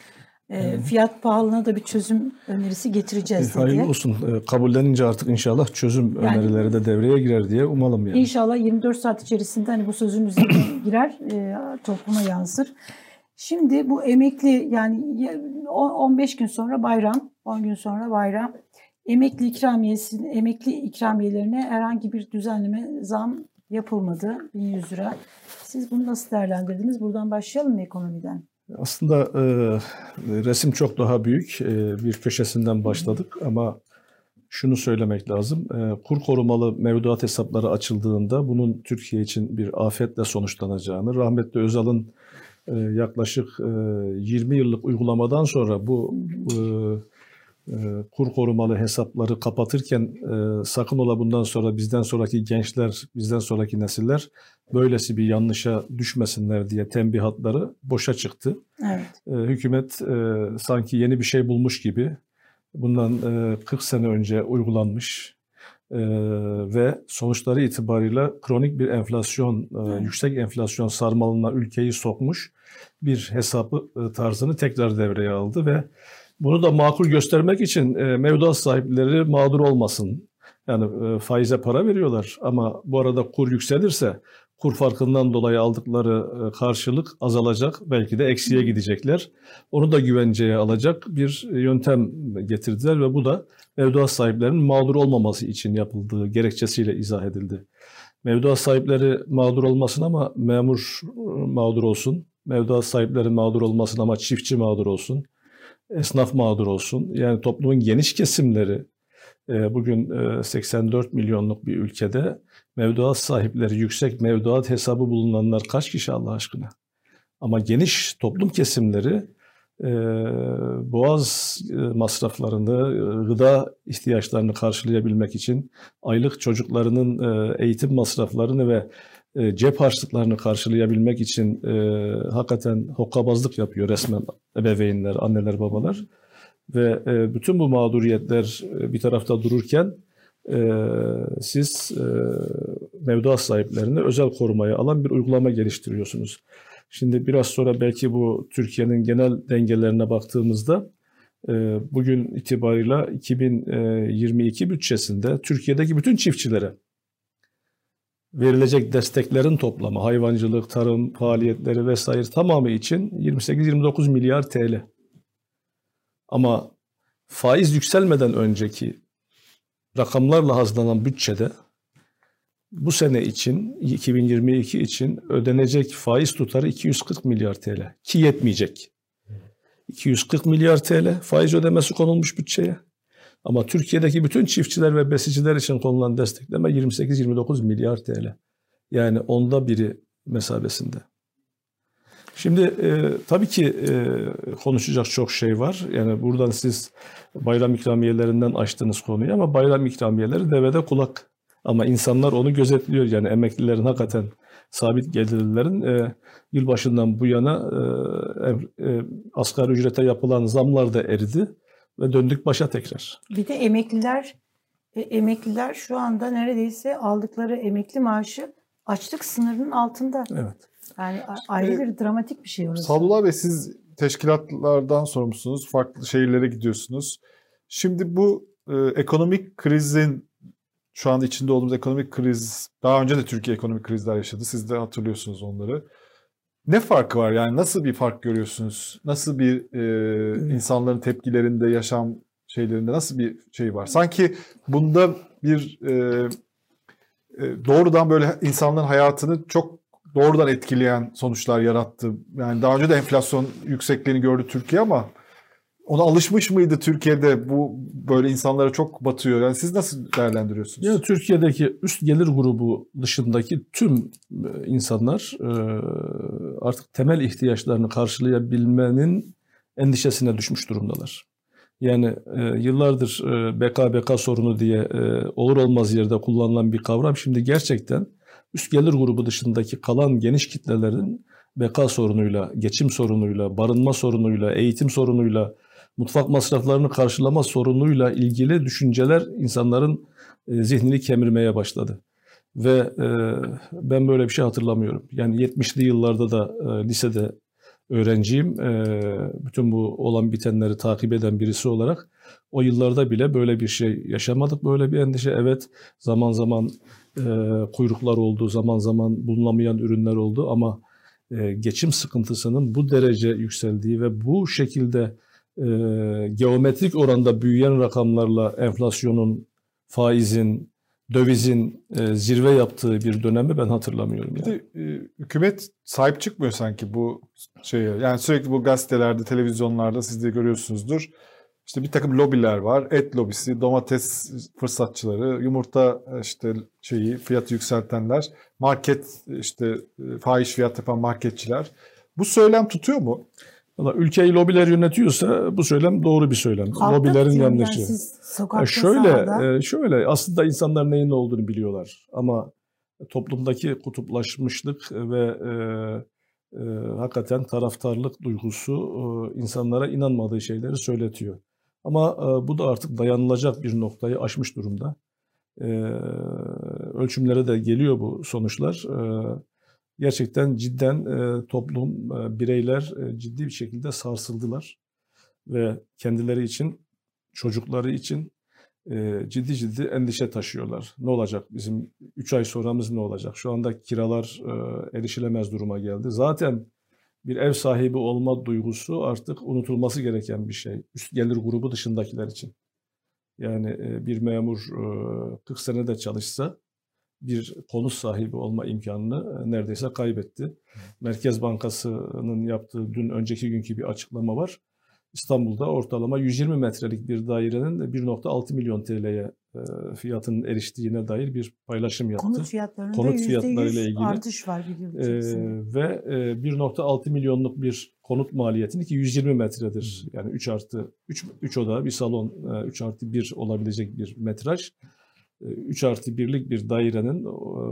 E, fiyat pahalılığına da bir çözüm önerisi getireceğiz dedi. Hayırlı olsun. E, kabullenince artık inşallah çözüm yani, önerileri de devreye girer diye umalım yani. İnşallah yirmi dört saat içerisinde hani bu sözün üzerine girer, e, topluma yansır. Şimdi bu emekli yani on beş gün sonra bayram, on gün sonra bayram. Emekli ikramiyesi, emekli ikramiyelerine herhangi bir düzenleme zam yapılmadı. bin yüz lira. Siz bunu nasıl değerlendirdiniz? Buradan başlayalım mı ekonomiden? Aslında e, resim çok daha büyük. E, bir köşesinden başladık ama şunu söylemek lazım. E, kur korumalı mevduat hesapları açıldığında bunun Türkiye için bir afetle sonuçlanacağını, rahmetli Özal'ın e, yaklaşık e, yirmi yıllık uygulamadan sonra bu e, e, kur korumalı hesapları kapatırken e, sakın ola bundan sonra bizden sonraki gençler, bizden sonraki nesiller böylesi bir yanlışa düşmesinler diye tembihatları boşa çıktı. Evet. E, hükümet e, sanki yeni bir şey bulmuş gibi bundan e, kırk sene önce uygulanmış e, ve sonuçları itibarıyla kronik bir enflasyon, e, evet. yüksek enflasyon sarmalına ülkeyi sokmuş bir hesabı e, tarzını tekrar devreye aldı ve bunu da makul göstermek için e, mevduat sahipleri mağdur olmasın. Yani e, faize para veriyorlar ama bu arada kur yükselirse kur farkından dolayı aldıkları e, karşılık azalacak. Belki de eksiye gidecekler. Onu da güvenceye alacak bir yöntem getirdiler ve bu da mevduat sahiplerinin mağdur olmaması için yapıldığı gerekçesiyle izah edildi. Mevduat sahipleri mağdur olmasın ama memur mağdur olsun. Mevduat sahipleri mağdur olmasın ama çiftçi mağdur olsun. Esnaf mağdur olsun. Yani toplumun geniş kesimleri bugün seksen dört milyonluk bir ülkede mevduat sahipleri, yüksek mevduat hesabı bulunanlar kaç kişi Allah aşkına? Ama geniş toplum kesimleri boğaz masraflarını, gıda ihtiyaçlarını karşılayabilmek için aylık çocuklarının eğitim masraflarını ve cep harçlıklarını karşılayabilmek için e, hakikaten hokkabazlık yapıyor resmen ebeveynler, anneler, babalar. Ve e, bütün bu mağduriyetler e, bir tarafta dururken e, siz e, mevduat sahiplerini özel korumaya alan bir uygulama geliştiriyorsunuz. Şimdi biraz sonra belki bu Türkiye'nin genel dengelerine baktığımızda e, bugün itibarıyla iki bin yirmi iki bütçesinde Türkiye'deki bütün çiftçilere verilecek desteklerin toplamı, hayvancılık, tarım faaliyetleri vesaire tamamı için yirmi sekiz yirmi dokuz milyar T L. Ama faiz yükselmeden önceki rakamlarla hazırlanan bütçede bu sene için, iki bin yirmi iki için ödenecek faiz tutarı iki yüz kırk milyar T L ki yetmeyecek. iki yüz kırk milyar T L faiz ödemesi konulmuş bütçeye. Ama Türkiye'deki bütün çiftçiler ve besiciler için konulan destekleme yirmi sekiz yirmi dokuz milyar T L. Yani onda biri mesabesinde. Şimdi e, tabii ki e, konuşacak çok şey var. Yani buradan siz bayram ikramiyelerinden açtınız konuyu ama bayram ikramiyeleri devede kulak Ama insanlar onu gözetliyor. Yani emeklilerin hakikaten sabit gelirlilerin e, yılbaşından bu yana e, e, asgari ücrete yapılan zamlar da eridi ve döndük başa tekrar. Bir de emekliler e, emekliler şu anda neredeyse aldıkları emekli maaşı açlık sınırının altında. Evet. Yani ayrı bir dramatik bir şey orası. Sadullah Bey, siz teşkilatlardan sorumlusunuz. Farklı şehirlere gidiyorsunuz. Şimdi bu e, ekonomik krizin, şu anda içinde olduğumuz ekonomik kriz, daha önce de Türkiye ekonomik krizler yaşadı. Siz de hatırlıyorsunuz onları. Ne farkı var? Yani nasıl bir fark görüyorsunuz? Nasıl bir e, insanların tepkilerinde, yaşam şeylerinde nasıl bir şey var? Sanki bunda bir e, e, doğrudan böyle insanların hayatını çok doğrudan etkileyen sonuçlar yarattı. Yani daha önce de enflasyon yüksekliğini gördü Türkiye ama ona alışmış mıydı Türkiye'de? Bu böyle insanlara çok batıyor. Yani siz nasıl değerlendiriyorsunuz? Yani Türkiye'deki üst gelir grubu dışındaki tüm insanlar artık temel ihtiyaçlarını karşılayabilmenin endişesine düşmüş durumdalar. Yani yıllardır B K B K sorunu diye olur olmaz yerde kullanılan bir kavram şimdi gerçekten üst gelir grubu dışındaki kalan geniş kitlelerin B K sorunuyla, geçim sorunuyla, barınma sorunuyla, eğitim sorunuyla, mutfak masraflarını karşılama sorunuyla ilgili düşünceler insanların e, zihnini kemirmeye başladı. Ve e, ben böyle bir şey hatırlamıyorum. Yani yetmişli yıllarda da e, lisede öğrenciyim. E, bütün bu olan bitenleri takip eden birisi olarak o yıllarda bile böyle bir şey yaşamadık. Böyle bir endişe, evet, zaman zaman e, kuyruklar oldu, zaman zaman bulunamayan ürünler oldu ama e, geçim sıkıntısının bu derece yükseldiği ve bu şekilde e, geometrik oranda büyüyen rakamlarla enflasyonun, faizin, dövizin e, zirve yaptığı bir dönemi ben hatırlamıyorum. Bir Yani. de e, hükümet sahip çıkmıyor sanki bu şeye. Yani sürekli bu gazetelerde, televizyonlarda siz de görüyorsunuzdur. İşte bir takım lobiler var. Et lobisi, domates fırsatçıları, yumurta işte şeyi fiyatı yükseltenler, market işte fahiş fiyat yapan marketçiler. Bu söylem tutuyor mu? Valla ülkeyi lobiler yönetiyorsa bu söylem doğru bir söylem. Halkta Lobilerin yani yanlışı. siz sokakta, E şöyle, sahada... e, şöyle aslında insanlar neyin ne olduğunu biliyorlar. Ama toplumdaki kutuplaşmışlık ve e, e, hakikaten taraftarlık duygusu e, insanlara inanmadığı şeyleri söyletiyor. Ama e, bu da artık dayanılacak bir noktayı aşmış durumda. E, ölçümlere de geliyor bu sonuçlar. E, gerçekten cidden e, toplum, e, bireyler e, ciddi bir şekilde sarsıldılar. Ve kendileri için, çocukları için e, ciddi ciddi endişe taşıyorlar. Ne olacak? Bizim üç ay sonramız ne olacak? Şu anda kiralar e, erişilemez duruma geldi. Zaten bir ev sahibi olma duygusu artık unutulması gereken bir şey. Üst gelir grubu dışındakiler için. Yani e, bir memur e, kırk sene de çalışsa bir konut sahibi olma imkanını e, neredeyse kaybetti. Merkez Bankası'nın yaptığı dün önceki günkü bir açıklama var. İstanbul'da ortalama yüz yirmi metrelik bir dairenin bir nokta altı milyon T L'ye e, fiyatının eriştiğine dair bir paylaşım yaptı. Konut fiyatlarında Konut yüzde fiyatlarıyla yüz ilgili artış var biliyorsunuz. e, ve e, bir nokta altı milyonluk bir konut maliyetini ki yüz yirmi metredir. Yani üç artı üç, üç oda bir salon, e, üç artı bir olabilecek bir metraj. E, üç artı birlik bir dairenin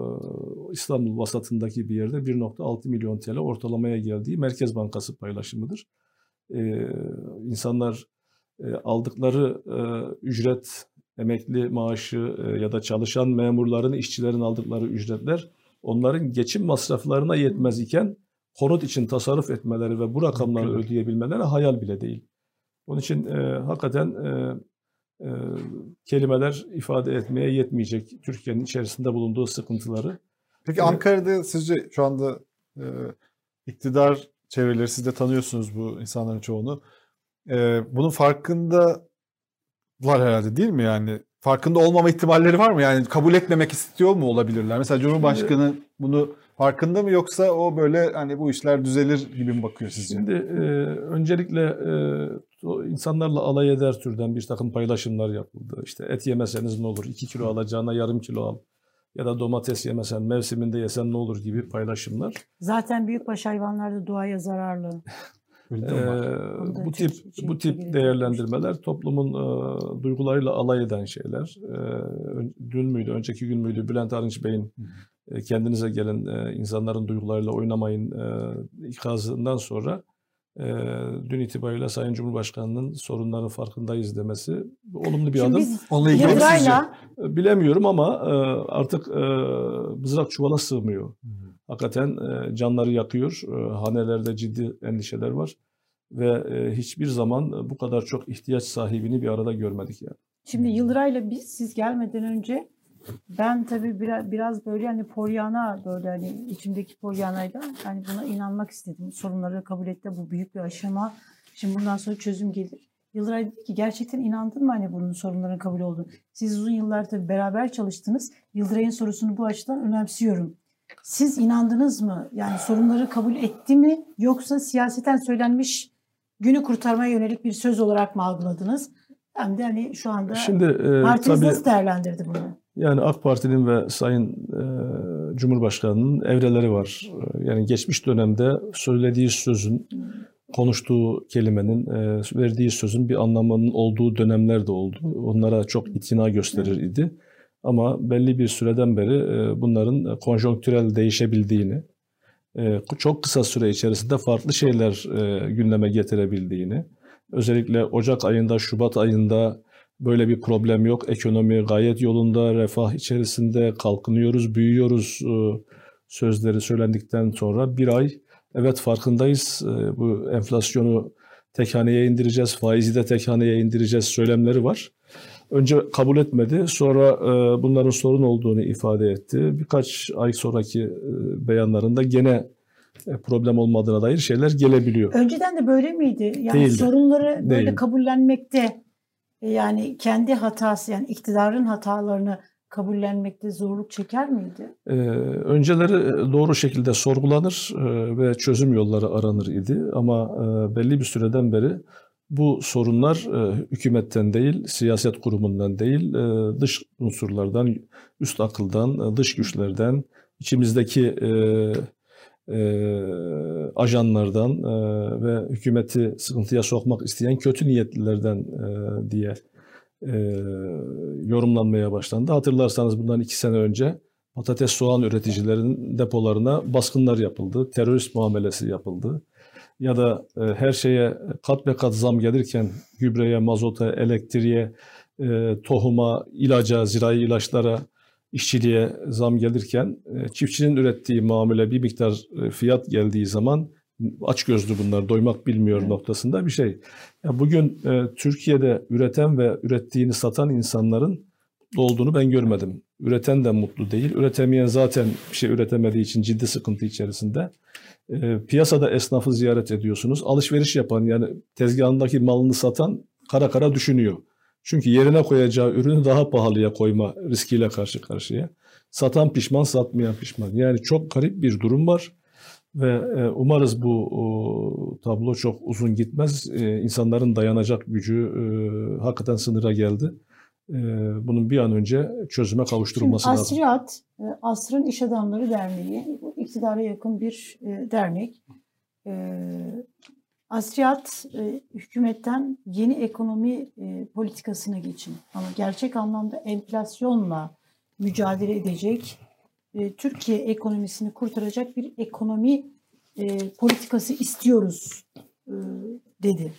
e, İstanbul vasatındaki bir yerde bir nokta altı milyon T L ortalamaya geldiği Merkez Bankası paylaşımıdır. Ee, insanlar e, aldıkları e, ücret, emekli maaşı e, ya da çalışan memurların, işçilerin aldıkları ücretler onların geçim masraflarına yetmez iken konut için tasarruf etmeleri ve bu rakamları Mümkün. ödeyebilmeleri hayal bile değil. Onun için e, hakikaten e, e, kelimeler ifade etmeye yetmeyecek Türkiye'nin içerisinde bulunduğu sıkıntıları. Peki Ankara'da sizce şu anda e, iktidar çevreleri, siz de tanıyorsunuz bu insanların çoğunu. Ee, bunun farkındalar herhalde, değil mi yani? Farkında olmama ihtimalleri var mı? Yani kabul etmemek istiyor mu olabilirler? Mesela Cumhurbaşkanı şimdi, bunu farkında mı, yoksa o böyle hani bu işler düzelir gibi mi bakıyor sizce? Şimdi e, öncelikle e, insanlarla alay eder türden bir takım paylaşımlar yapıldı. İşte et yemeseniz ne olur? iki kilo alacağına yarım kilo al. Ya da domates yemesen, mevsiminde yesen ne olur gibi paylaşımlar. Zaten büyükbaş hayvanlar da doğaya zararlı. Öyle de mi var? Ee, bu tip bu tip değerlendirmeler toplumun e, duygularıyla alay eden şeyler. E, dün müydü, önceki gün müydü Bülent Arınç Bey'in e, kendinize gelin, e, insanların duygularıyla oynamayın e, ikazından sonra e, dün itibariyle Sayın Cumhurbaşkanı'nın sorunların farkındayız demesi olumlu bir Şimdi adım. Onunla ilgili Yıldıray'la bilemiyorum ama e, artık e, mızrak çuvala sığmıyor. Hmm. Hakikaten e, canları yakıyor. E, hanelerde ciddi endişeler var. Ve e, hiçbir zaman bu kadar çok ihtiyaç sahibini bir arada görmedik yani. Şimdi Yıldıray'la biz siz gelmeden önce ben tabii biraz, biraz böyle hani Pollyanna, böyle hani içimdeki Pollyanna'yla hani buna inanmak istedim. Sorunları kabul etti. Bu büyük bir aşama. Şimdi bundan sonra çözüm gelir. Yıldıray dedi ki gerçekten inandın mı hani bunun sorunların kabul olduğunu? Siz uzun yıllar tabii beraber çalıştınız. Yıldıray'ın sorusunu bu açıdan önemsiyorum. Siz inandınız mı? Yani sorunları kabul etti mi? Yoksa siyaseten söylenmiş günü kurtarmaya yönelik bir söz olarak mı algıladınız? Hem de hani şu anda Şimdi, e, partiniz tabii, nasıl değerlendirdi bunu? Yani AK Parti'nin ve Sayın e, Cumhurbaşkanı'nın evreleri var. Yani geçmiş dönemde söylediği sözün, konuştuğu kelimenin, e, verdiği sözün bir anlamının olduğu dönemler de oldu. Onlara çok itina gösterir idi. Ama belli bir süreden beri e, bunların konjonktürel değişebildiğini, e, çok kısa süre içerisinde farklı şeyler e, gündeme getirebildiğini, özellikle Ocak ayında, Şubat ayında böyle bir problem yok, ekonomi gayet yolunda, refah içerisinde kalkınıyoruz, büyüyoruz e, sözleri söylendikten sonra bir ay, evet farkındayız, e, bu enflasyonu tek haneye indireceğiz, faizi de tek haneye indireceğiz söylemleri var. Önce kabul etmedi, sonra e, bunların sorun olduğunu ifade etti. Birkaç ay sonraki e, beyanlarında gene e, problem olmadığına dair şeyler gelebiliyor. Önceden de böyle miydi? Yani Değildi. sorunları böyle Değildi. kabullenmekte, yani kendi hatası, yani iktidarın hatalarını kabullenmekte zorluk çeker miydi? Ee, önceleri doğru şekilde sorgulanır e, ve çözüm yolları aranır idi. Ama e, belli bir süreden beri bu sorunlar e, hükümetten değil, siyaset kurumundan değil, e, dış unsurlardan, üst akıldan, e, dış güçlerden, içimizdeki e, e, ajanlardan e, ve hükümeti sıkıntıya sokmak isteyen kötü niyetlilerden e, diye e, yorumlanmaya başlandı. Hatırlarsanız bundan iki sene önce patates soğan üreticilerinin depolarına baskınlar yapıldı, terörist muamelesi yapıldı. Ya da e, her şeye kat be kat zam gelirken gübreye, mazota, elektriğe, e, tohuma, ilaca, zirai ilaçlara, işçiliğe zam gelirken e, çiftçinin ürettiği mamule bir miktar e, fiyat geldiği zaman açgözlü bunlar, doymak bilmiyor evet. noktasında bir şey. Ya bugün e, Türkiye'de üreten ve ürettiğini satan insanların olduğunu ben görmedim. Üreten de mutlu değil. Üretemeyen zaten bir şey üretemediği için ciddi sıkıntı içerisinde. E, piyasada esnafı ziyaret ediyorsunuz. Alışveriş yapan, yani tezgahındaki malını satan kara kara düşünüyor. Çünkü yerine koyacağı ürünü daha pahalıya koyma riskiyle karşı karşıya. Satan pişman, satmayan pişman. Yani çok garip bir durum var. Ve umarız bu o, tablo çok uzun gitmez. E, insanların dayanacak gücü e, hakikaten sınıra geldi. E, bunun bir an önce çözüme kavuşturulması Şimdi lazım. Asriyat, Asrın İş Adamları Derneği, iktidara yakın bir e, dernek. E, Asriyat e, hükümetten yeni ekonomi e, politikasına geçin. Ama gerçek anlamda enflasyonla mücadele edecek, e, Türkiye ekonomisini kurtaracak bir ekonomi e, politikası istiyoruz e, dedi.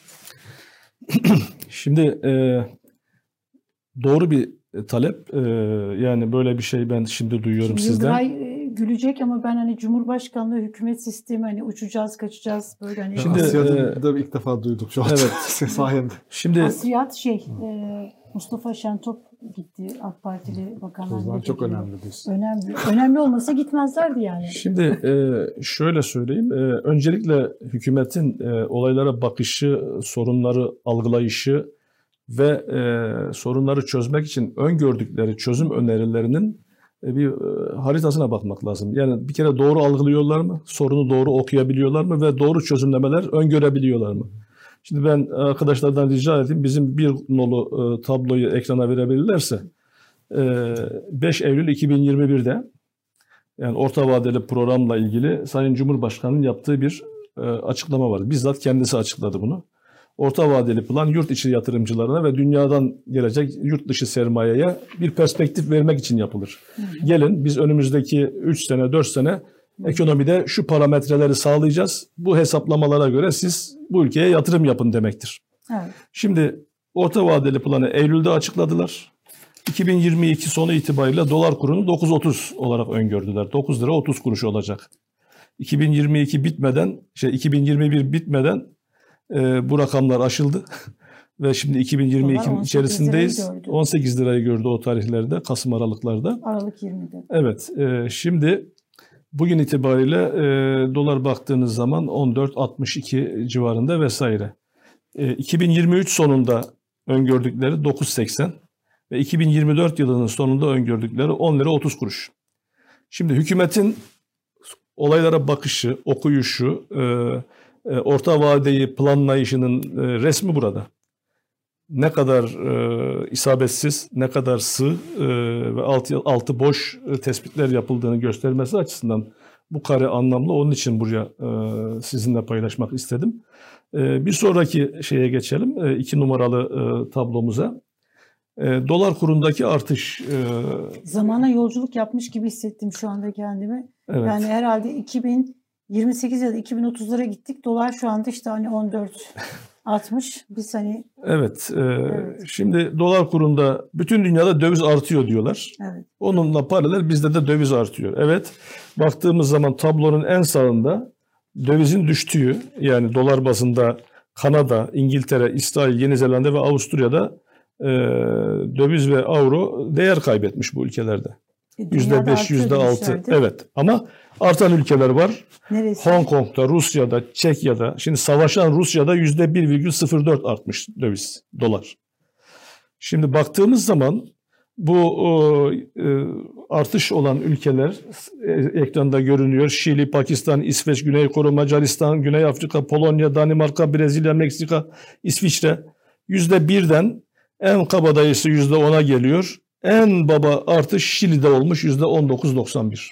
Şimdi e, doğru bir talep. E, yani böyle bir şey ben şimdi duyuyorum şimdi sizden. Yıldıray e, gülecek ama ben hani Cumhurbaşkanlığı hükümet sistemi, hani uçacağız, kaçacağız böyle hani. Şimdi Asriyat'ı ilk defa duyduk şu an. Evet. Sayende. Şimdi Asriyat şey e, Mustafa Şentop gitti, AK Partili bakanlar. O zaman çok önemli diyorsun. Önemli. Önemli olmasa gitmezlerdi yani. Şimdi e, şöyle söyleyeyim. E, öncelikle hükümetin e, olaylara bakışı, sorunları algılayışı ve e, sorunları çözmek için öngördükleri çözüm önerilerinin e, bir e, haritasına bakmak lazım. Yani bir kere doğru algılıyorlar mı? Sorunu doğru okuyabiliyorlar mı? Ve doğru çözümlemeler öngörebiliyorlar mı? Şimdi ben arkadaşlardan rica edeyim, bizim bir nolu e, tabloyu ekrana verebilirlerse, e, beş Eylül iki bin yirmi bir'de yani orta vadeli programla ilgili Sayın Cumhurbaşkanı'nın yaptığı bir e, açıklama var. Bizzat kendisi açıkladı bunu. Orta vadeli plan yurt içi yatırımcılarına ve dünyadan gelecek yurt dışı sermayeye bir perspektif vermek için yapılır. Hı hı. Gelin biz önümüzdeki üç sene, dört sene ekonomide şu parametreleri sağlayacağız. Bu hesaplamalara göre siz bu ülkeye yatırım yapın demektir. Evet. Şimdi orta vadeli planı Eylül'de açıkladılar. iki bin yirmi iki sonu itibariyle dolar kurunu dokuz otuz olarak öngördüler. dokuz lira otuz kuruş olacak. iki bin yirmi iki bitmeden, şey iki bin yirmi bir bitmeden e, bu rakamlar aşıldı. Ve şimdi iki bin yirmi iki içerisindeyiz. on sekiz lirayı gördü o tarihlerde, Kasım Aralıklarda. Aralık yirmide. Evet, e, şimdi bugün itibariyle e, dolar baktığınız zaman on dört altmış iki civarında vesaire. E, iki bin yirmi üç sonunda öngördükleri dokuz seksen ve iki bin yirmi dört yılının sonunda öngördükleri on lira otuz kuruş. Şimdi hükümetin olaylara bakışı, okuyuşu, e, e, orta vadeyi planlayışının e, resmi burada. Ne kadar e, isabetsiz, ne kadar sığ e, ve altı, altı boş e, tespitler yapıldığını göstermesi açısından bu kare anlamlı. Onun için buraya e, sizinle paylaşmak istedim. E, bir sonraki şeye geçelim. E, iki numaralı e, tablomuza. E, dolar kurundaki artış. E, Zamana yolculuk yapmış gibi hissettim şu anda kendimi. Evet. Yani herhalde iki bin yirmi sekiz ya da iki bin otuzlara gittik. Dolar şu anda işte hani on dört altmış. Biz hani Evet, e, evet. Şimdi dolar kurunda bütün dünyada döviz artıyor diyorlar. Evet. Onunla paralel bizde de döviz artıyor. Evet. Baktığımız zaman tablonun en sağında dövizin düştüğü, yani dolar bazında Kanada, İngiltere, İsrail, Yeni Zelanda ve Avusturya'da e, döviz ve avro değer kaybetmiş bu ülkelerde. yüzde beş, yüzde altı. Evet. Ama artan ülkeler var. Neresi? Hong Kong'da, Rusya'da, Çekya'da. Şimdi savaşan Rusya'da yüzde bir virgül sıfır dört artmış döviz, dolar. Şimdi baktığımız zaman bu e, artış olan ülkeler e, ekranda görünüyor. Şili, Pakistan, İsveç, Güney Kore, Macaristan, Güney Afrika, Polonya, Danimarka, Brezilya, Meksika, İsviçre. yüzde birden en kabadayısı yüzde ona geliyor. En baba artış Şili'de olmuş yüzde on dokuz virgül doksan bir.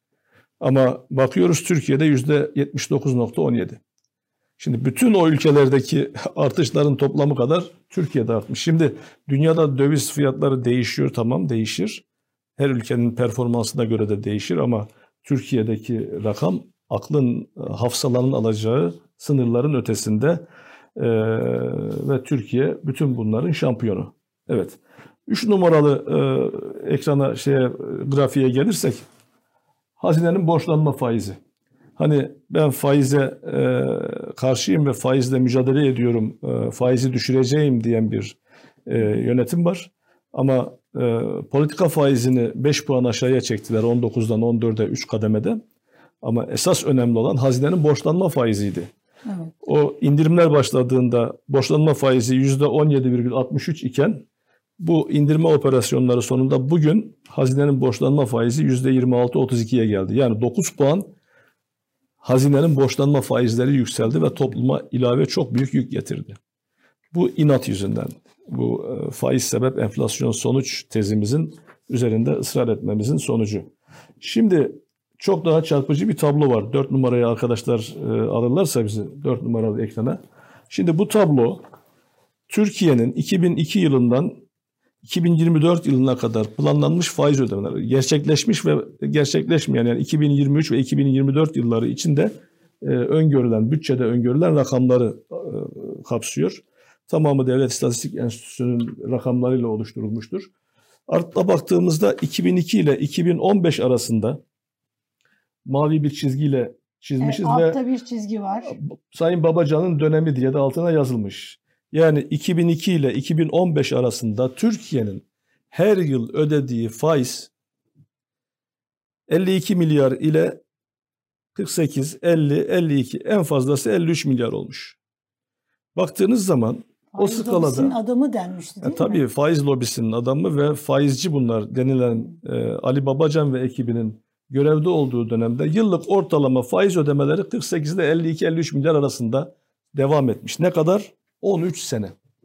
Ama bakıyoruz Türkiye'de yüzde yetmiş dokuz virgül on yedi. Şimdi bütün o ülkelerdeki artışların toplamı kadar Türkiye'de artmış. Şimdi dünyada döviz fiyatları değişiyor, tamam değişir. Her ülkenin performansına göre de değişir ama Türkiye'deki rakam aklın, hafsalanın alacağı sınırların ötesinde ee, ve Türkiye bütün bunların şampiyonu. Evet. Üç numaralı e, ekrana şeye grafiğe gelirsek hazinenin borçlanma faizi. Hani ben faize e, karşıyım ve faizle mücadele ediyorum, e, faizi düşüreceğim diyen bir e, yönetim var. Ama e, politika faizini beş puan aşağıya çektiler, on dokuzdan on dörde üç kademede. Ama esas önemli olan hazinenin borçlanma faiziydi. Evet. O indirimler başladığında borçlanma faizi yüzde on yedi virgül altmış üç iken bu indirme operasyonları sonunda bugün hazinenin borçlanma faizi yüzde yirmi altı virgül otuz ikiye geldi. Yani dokuz puan hazinenin borçlanma faizleri yükseldi ve topluma ilave çok büyük yük getirdi. Bu inat yüzünden, bu faiz sebep enflasyon sonuç tezimizin üzerinde ısrar etmemizin sonucu. Şimdi çok daha çarpıcı bir tablo var. Dört numarayı arkadaşlar e, alırlarsa bizi dört numaralı ekrana. Şimdi bu tablo Türkiye'nin iki bin iki yılından iki bin yirmi dört yılına kadar planlanmış faiz ödemeleri, gerçekleşmiş ve gerçekleşmeyen, yani iki bin yirmi üç ve iki bin yirmi dört yılları içinde e, öngörülen, bütçede öngörülen rakamları e, kapsıyor. Tamamı Devlet İstatistik Enstitüsü'nün rakamlarıyla oluşturulmuştur. Artta baktığımızda iki bin iki ile iki bin on beş arasında mavi bir çizgiyle çizmişiz. E, altta bir çizgi var. Sayın Babacan'ın dönemi diye de altına yazılmış. Yani iki bin iki ile iki bin on beş arasında Türkiye'nin her yıl ödediği faiz elli iki milyar ile kırk sekiz, elli, elli iki, en fazlası elli üç milyar olmuş. Baktığınız zaman faiz o skalada... lobisinin adamı denmişti değil e, tabii, mi? Tabii faiz lobisinin adamı ve faizci bunlar denilen e, Ali Babacan ve ekibinin görevde olduğu dönemde yıllık ortalama faiz ödemeleri kırk sekiz ile elli iki elli üç milyar arasında devam etmiş. Ne kadar? on üç sene.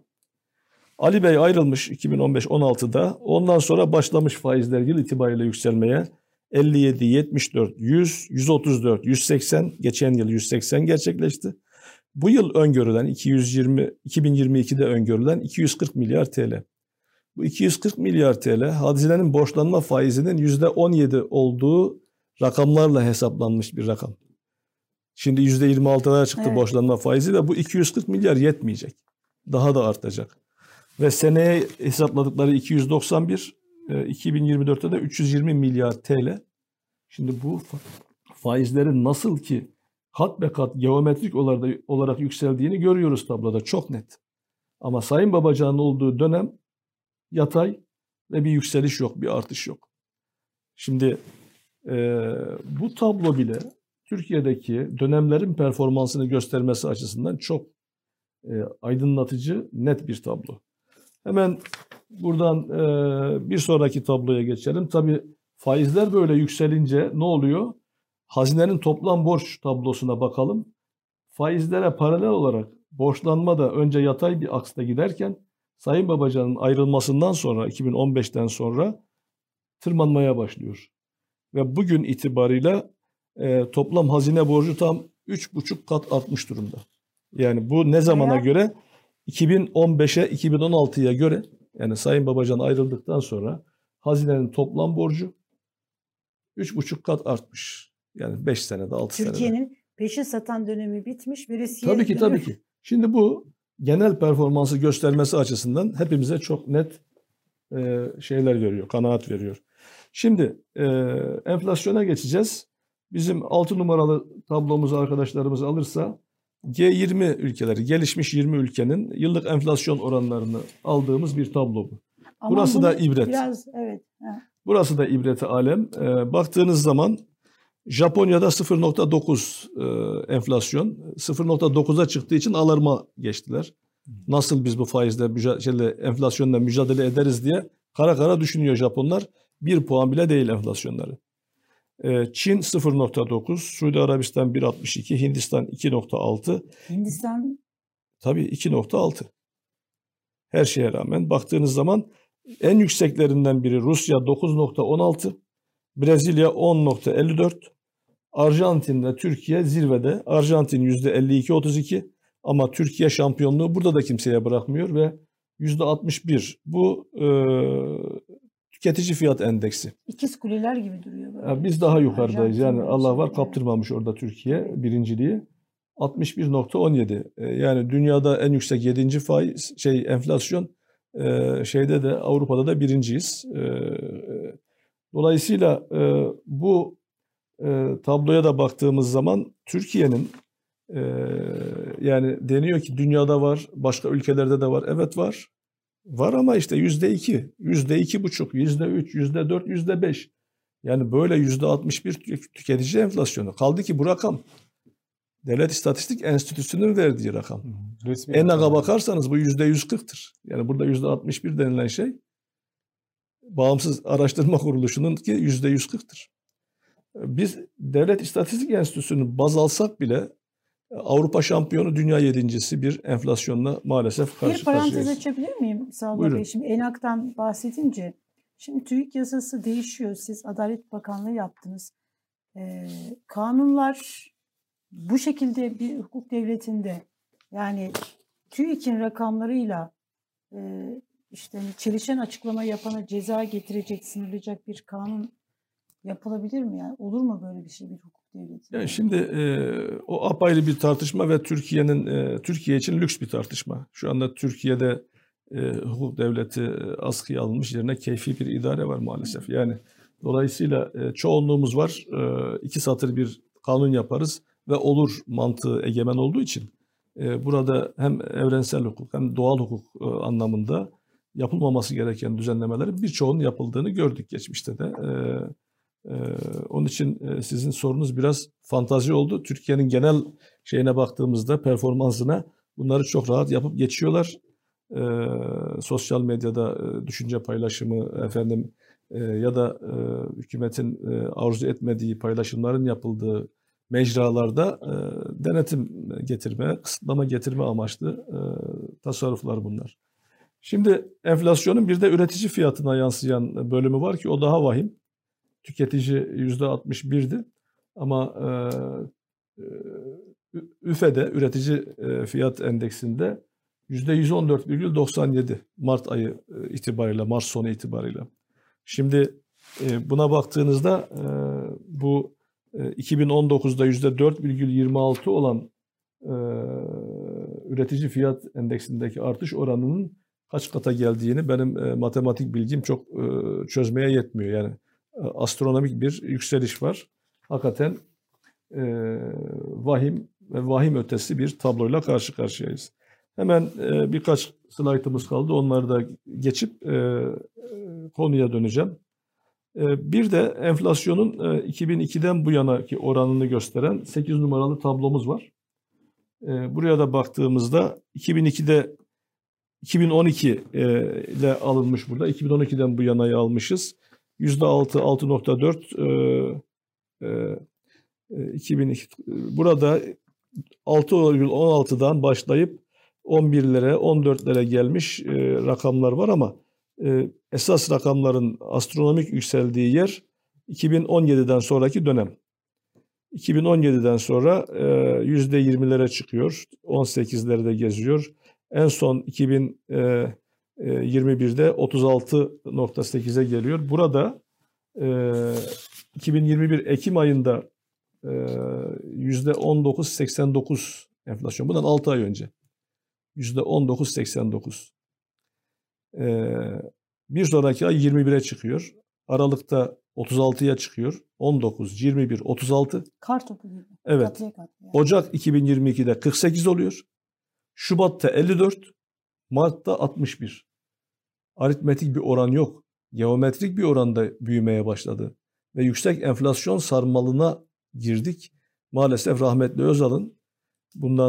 Ali Bey ayrılmış iki bin on beş on altıda. Ondan sonra başlamış faizler yıl itibariyle yükselmeye. elli yedi, yetmiş dört, yüz, yüz otuz dört, yüz seksen, geçen yıl yüz seksen gerçekleşti. Bu yıl öngörülen iki yüz yirmi, iki bin yirmi ikide öngörülen iki yüz kırk milyar T L. Bu iki yüz kırk milyar T L hazinenin borçlanma faizinin yüzde on yedi olduğu rakamlarla hesaplanmış bir rakam. Şimdi yüzde yirmi altılara çıktı evet. borçlanma faizi ve bu iki yüz kırk milyar yetmeyecek. Daha da artacak. Ve seneye hesapladıkları iki yüz doksan bir, iki bin yirmi dörtte de üç yüz yirmi milyar T L. Şimdi bu faizlerin nasıl ki kat be kat geometrik olarak yükseldiğini görüyoruz tabloda çok net. Ama Sayın Babacan'ın olduğu dönem yatay ve bir yükseliş yok, bir artış yok. Şimdi e, bu tablo bile Türkiye'deki dönemlerin performansını göstermesi açısından çok e, aydınlatıcı, net bir tablo. Hemen buradan e, bir sonraki tabloya geçelim. Tabii faizler böyle yükselince ne oluyor? Hazinenin toplam borç tablosuna bakalım. Faizlere paralel olarak borçlanma da önce yatay bir aksta giderken Sayın Babacan'ın ayrılmasından sonra iki bin on beşten sonra tırmanmaya başlıyor. Ve bugün itibarıyla e, toplam hazine borcu tam üç buçuk kat artmış durumda. Yani bu ne zamana Veya... göre? iki bin on beşe iki bin on altıya göre, yani Sayın Babacan ayrıldıktan sonra hazinenin toplam borcu üç buçuk kat artmış. Yani beş senede, altı senede. Türkiye'nin peşin satan dönemi bitmiş, veresiye Tabii ki, tabii ki. Şimdi bu genel performansı göstermesi açısından hepimize çok net e, şeyler veriyor, kanaat veriyor. Şimdi e, enflasyona geçeceğiz. Bizim altı numaralı tablomuzu arkadaşlarımız alırsa G yirmi ülkeleri, gelişmiş yirmi ülkenin yıllık enflasyon oranlarını aldığımız bir tablo bu. Ama Burası da ibret. Biraz, evet. Burası da ibreti alem. E, baktığınız zaman Japonya'da sıfır nokta dokuz e, enflasyon, sıfır nokta dokuza çıktığı için alarma geçtiler. Nasıl biz bu faizle, mücadele, enflasyonla mücadele ederiz diye kara kara düşünüyor Japonlar. Bir puan bile değil enflasyonları. E, Çin sıfır nokta dokuz, Suudi Arabistan bir nokta altmış iki, Hindistan iki nokta altı. Hindistan? Tabii iki nokta altı. Her şeye rağmen baktığınız zaman en yükseklerinden biri Rusya dokuz nokta on altı, Brezilya on nokta elli dört, Arjantin'de Türkiye zirvede. Arjantin yüzde elli iki otuz iki ama Türkiye şampiyonluğu burada da kimseye bırakmıyor ve yüzde altmış bir. Bu e, tüketici fiyat endeksi. İkiz kuleler gibi duruyor. Böyle. Yani biz daha yukarıdayız. Yani Allah var kaptırmamış orada Türkiye birinciliği. altmış bir nokta on yedi. Yani dünyada en yüksek yedinci faiz şey enflasyon, e, şeyde de Avrupa'da da birinciyiz. E, dolayısıyla e, bu e, tabloya da baktığımız zaman Türkiye'nin e, yani deniyor ki dünyada var, başka ülkelerde de var. Evet var. Var ama işte yüzde iki, yüzde iki buçuk, yüzde üç, yüzde dört, yüzde beş. Yani böyle yüzde altmış bir tüketici enflasyonu. Kaldı ki bu rakam Devlet İstatistik Enstitüsü'nün verdiği rakam. ENAG'a bakarsanız bu yüzde yüz kırktır. Yani burada yüzde altmış bir denilen şey Bağımsız Araştırma Kuruluşu'nun ki yüzde yüz kırktır. Biz Devlet İstatistik Enstitüsü'nü baz alsak bile Avrupa şampiyonu, dünya yedincisi bir enflasyonla maalesef karşı karşıyayız. Bir parantez açabilir miyim Salva Bey? Şimdi ENAG'dan bahsedince, şimdi TÜİK yasası değişiyor. Siz Adalet Bakanlığı yaptınız. Ee, kanunlar bu şekilde bir hukuk devletinde, yani TÜİK'in rakamlarıyla e, işte çelişen açıklama yapana ceza getirecek, sınırlayacak bir kanun yapılabilir mi? Yani olur mu böyle bir şey bir hukuk devletinde? Yani şimdi e, o apayrı bir tartışma ve Türkiye'nin e, Türkiye için lüks bir tartışma. Şu anda Türkiye'de e, hukuk devleti e, askıya alınmış, yerine keyfi bir idare var maalesef. Yani dolayısıyla e, çoğunluğumuz var. E, iki satır bir kanun yaparız ve olur mantığı egemen olduğu için e, burada hem evrensel hukuk hem doğal hukuk e, anlamında yapılmaması gereken düzenlemelerin birçoğunun yapıldığını gördük geçmişte de. E, e, onun için e, sizin sorunuz biraz fantazi oldu. Türkiye'nin genel şeyine baktığımızda, performansına bunları çok rahat yapıp geçiyorlar. E, sosyal medyada e, düşünce paylaşımı efendim e, ya da e, hükümetin e, arzu etmediği paylaşımların yapıldığı mecralarda e, denetim getirme, kısıtlama getirme amaçlı e, tasarruflar bunlar. Şimdi enflasyonun bir de üretici fiyatına yansıyan bölümü var ki o daha vahim. tüketici yüzde altmış birdi ama e, ÜFE'de, üretici fiyat endeksinde yüzde yüz on dört virgül doksan yedi Mart ayı itibariyle, Mart sonu itibariyle. Şimdi buna baktığınızda bu iki bin on dokuzda yüzde dört virgül yirmi altı olan üretici fiyat endeksindeki artış oranının kaç kata geldiğini benim matematik bilgim çok çözmeye yetmiyor. Yani astronomik bir yükseliş var. Hakikaten vahim ve vahim ötesi bir tabloyla karşı karşıyayız. Hemen birkaç slaytımız kaldı. Onları da geçip konuya döneceğim. Bir de enflasyonun iki bin ikiden bu yanaki oranını gösteren sekiz numaralı tablomuz var. Buraya da baktığımızda iki bin ikide iki bin on iki ile alınmış burada. iki bin on ikiden bu yanayı almışız. yüzde altı, altı nokta dört iki bin iki burada altı virgül on altıdan başlayıp on birlere, on dörtlere gelmiş rakamlar var ama esas rakamların astronomik yükseldiği yer iki bin on yediden sonraki dönem. iki bin on yediden sonra yüzde yirmilere çıkıyor, on sekizlerde geziyor. En son iki bin yirmi birde otuz altı nokta sekize geliyor. Burada iki bin yirmi bir Ekim ayında yüzde on dokuz virgül seksen dokuz enflasyon. Bundan altı ay önce. yüzde on dokuz virgül seksen dokuz. Bir sonraki ay yirmi bire çıkıyor. Aralıkta otuz altıya çıkıyor. on dokuz, yirmi bir, otuz altı. Kar topu gibi. Evet. Katlıya katlıya. Ocak iki bin yirmi ikide kırk sekiz oluyor. Şubat'ta elli dört. Mart'ta altmış bir. Aritmetik bir oran yok. Geometrik bir oranda büyümeye başladı. Ve yüksek enflasyon sarmalına girdik. Maalesef rahmetli Özal'ın bundan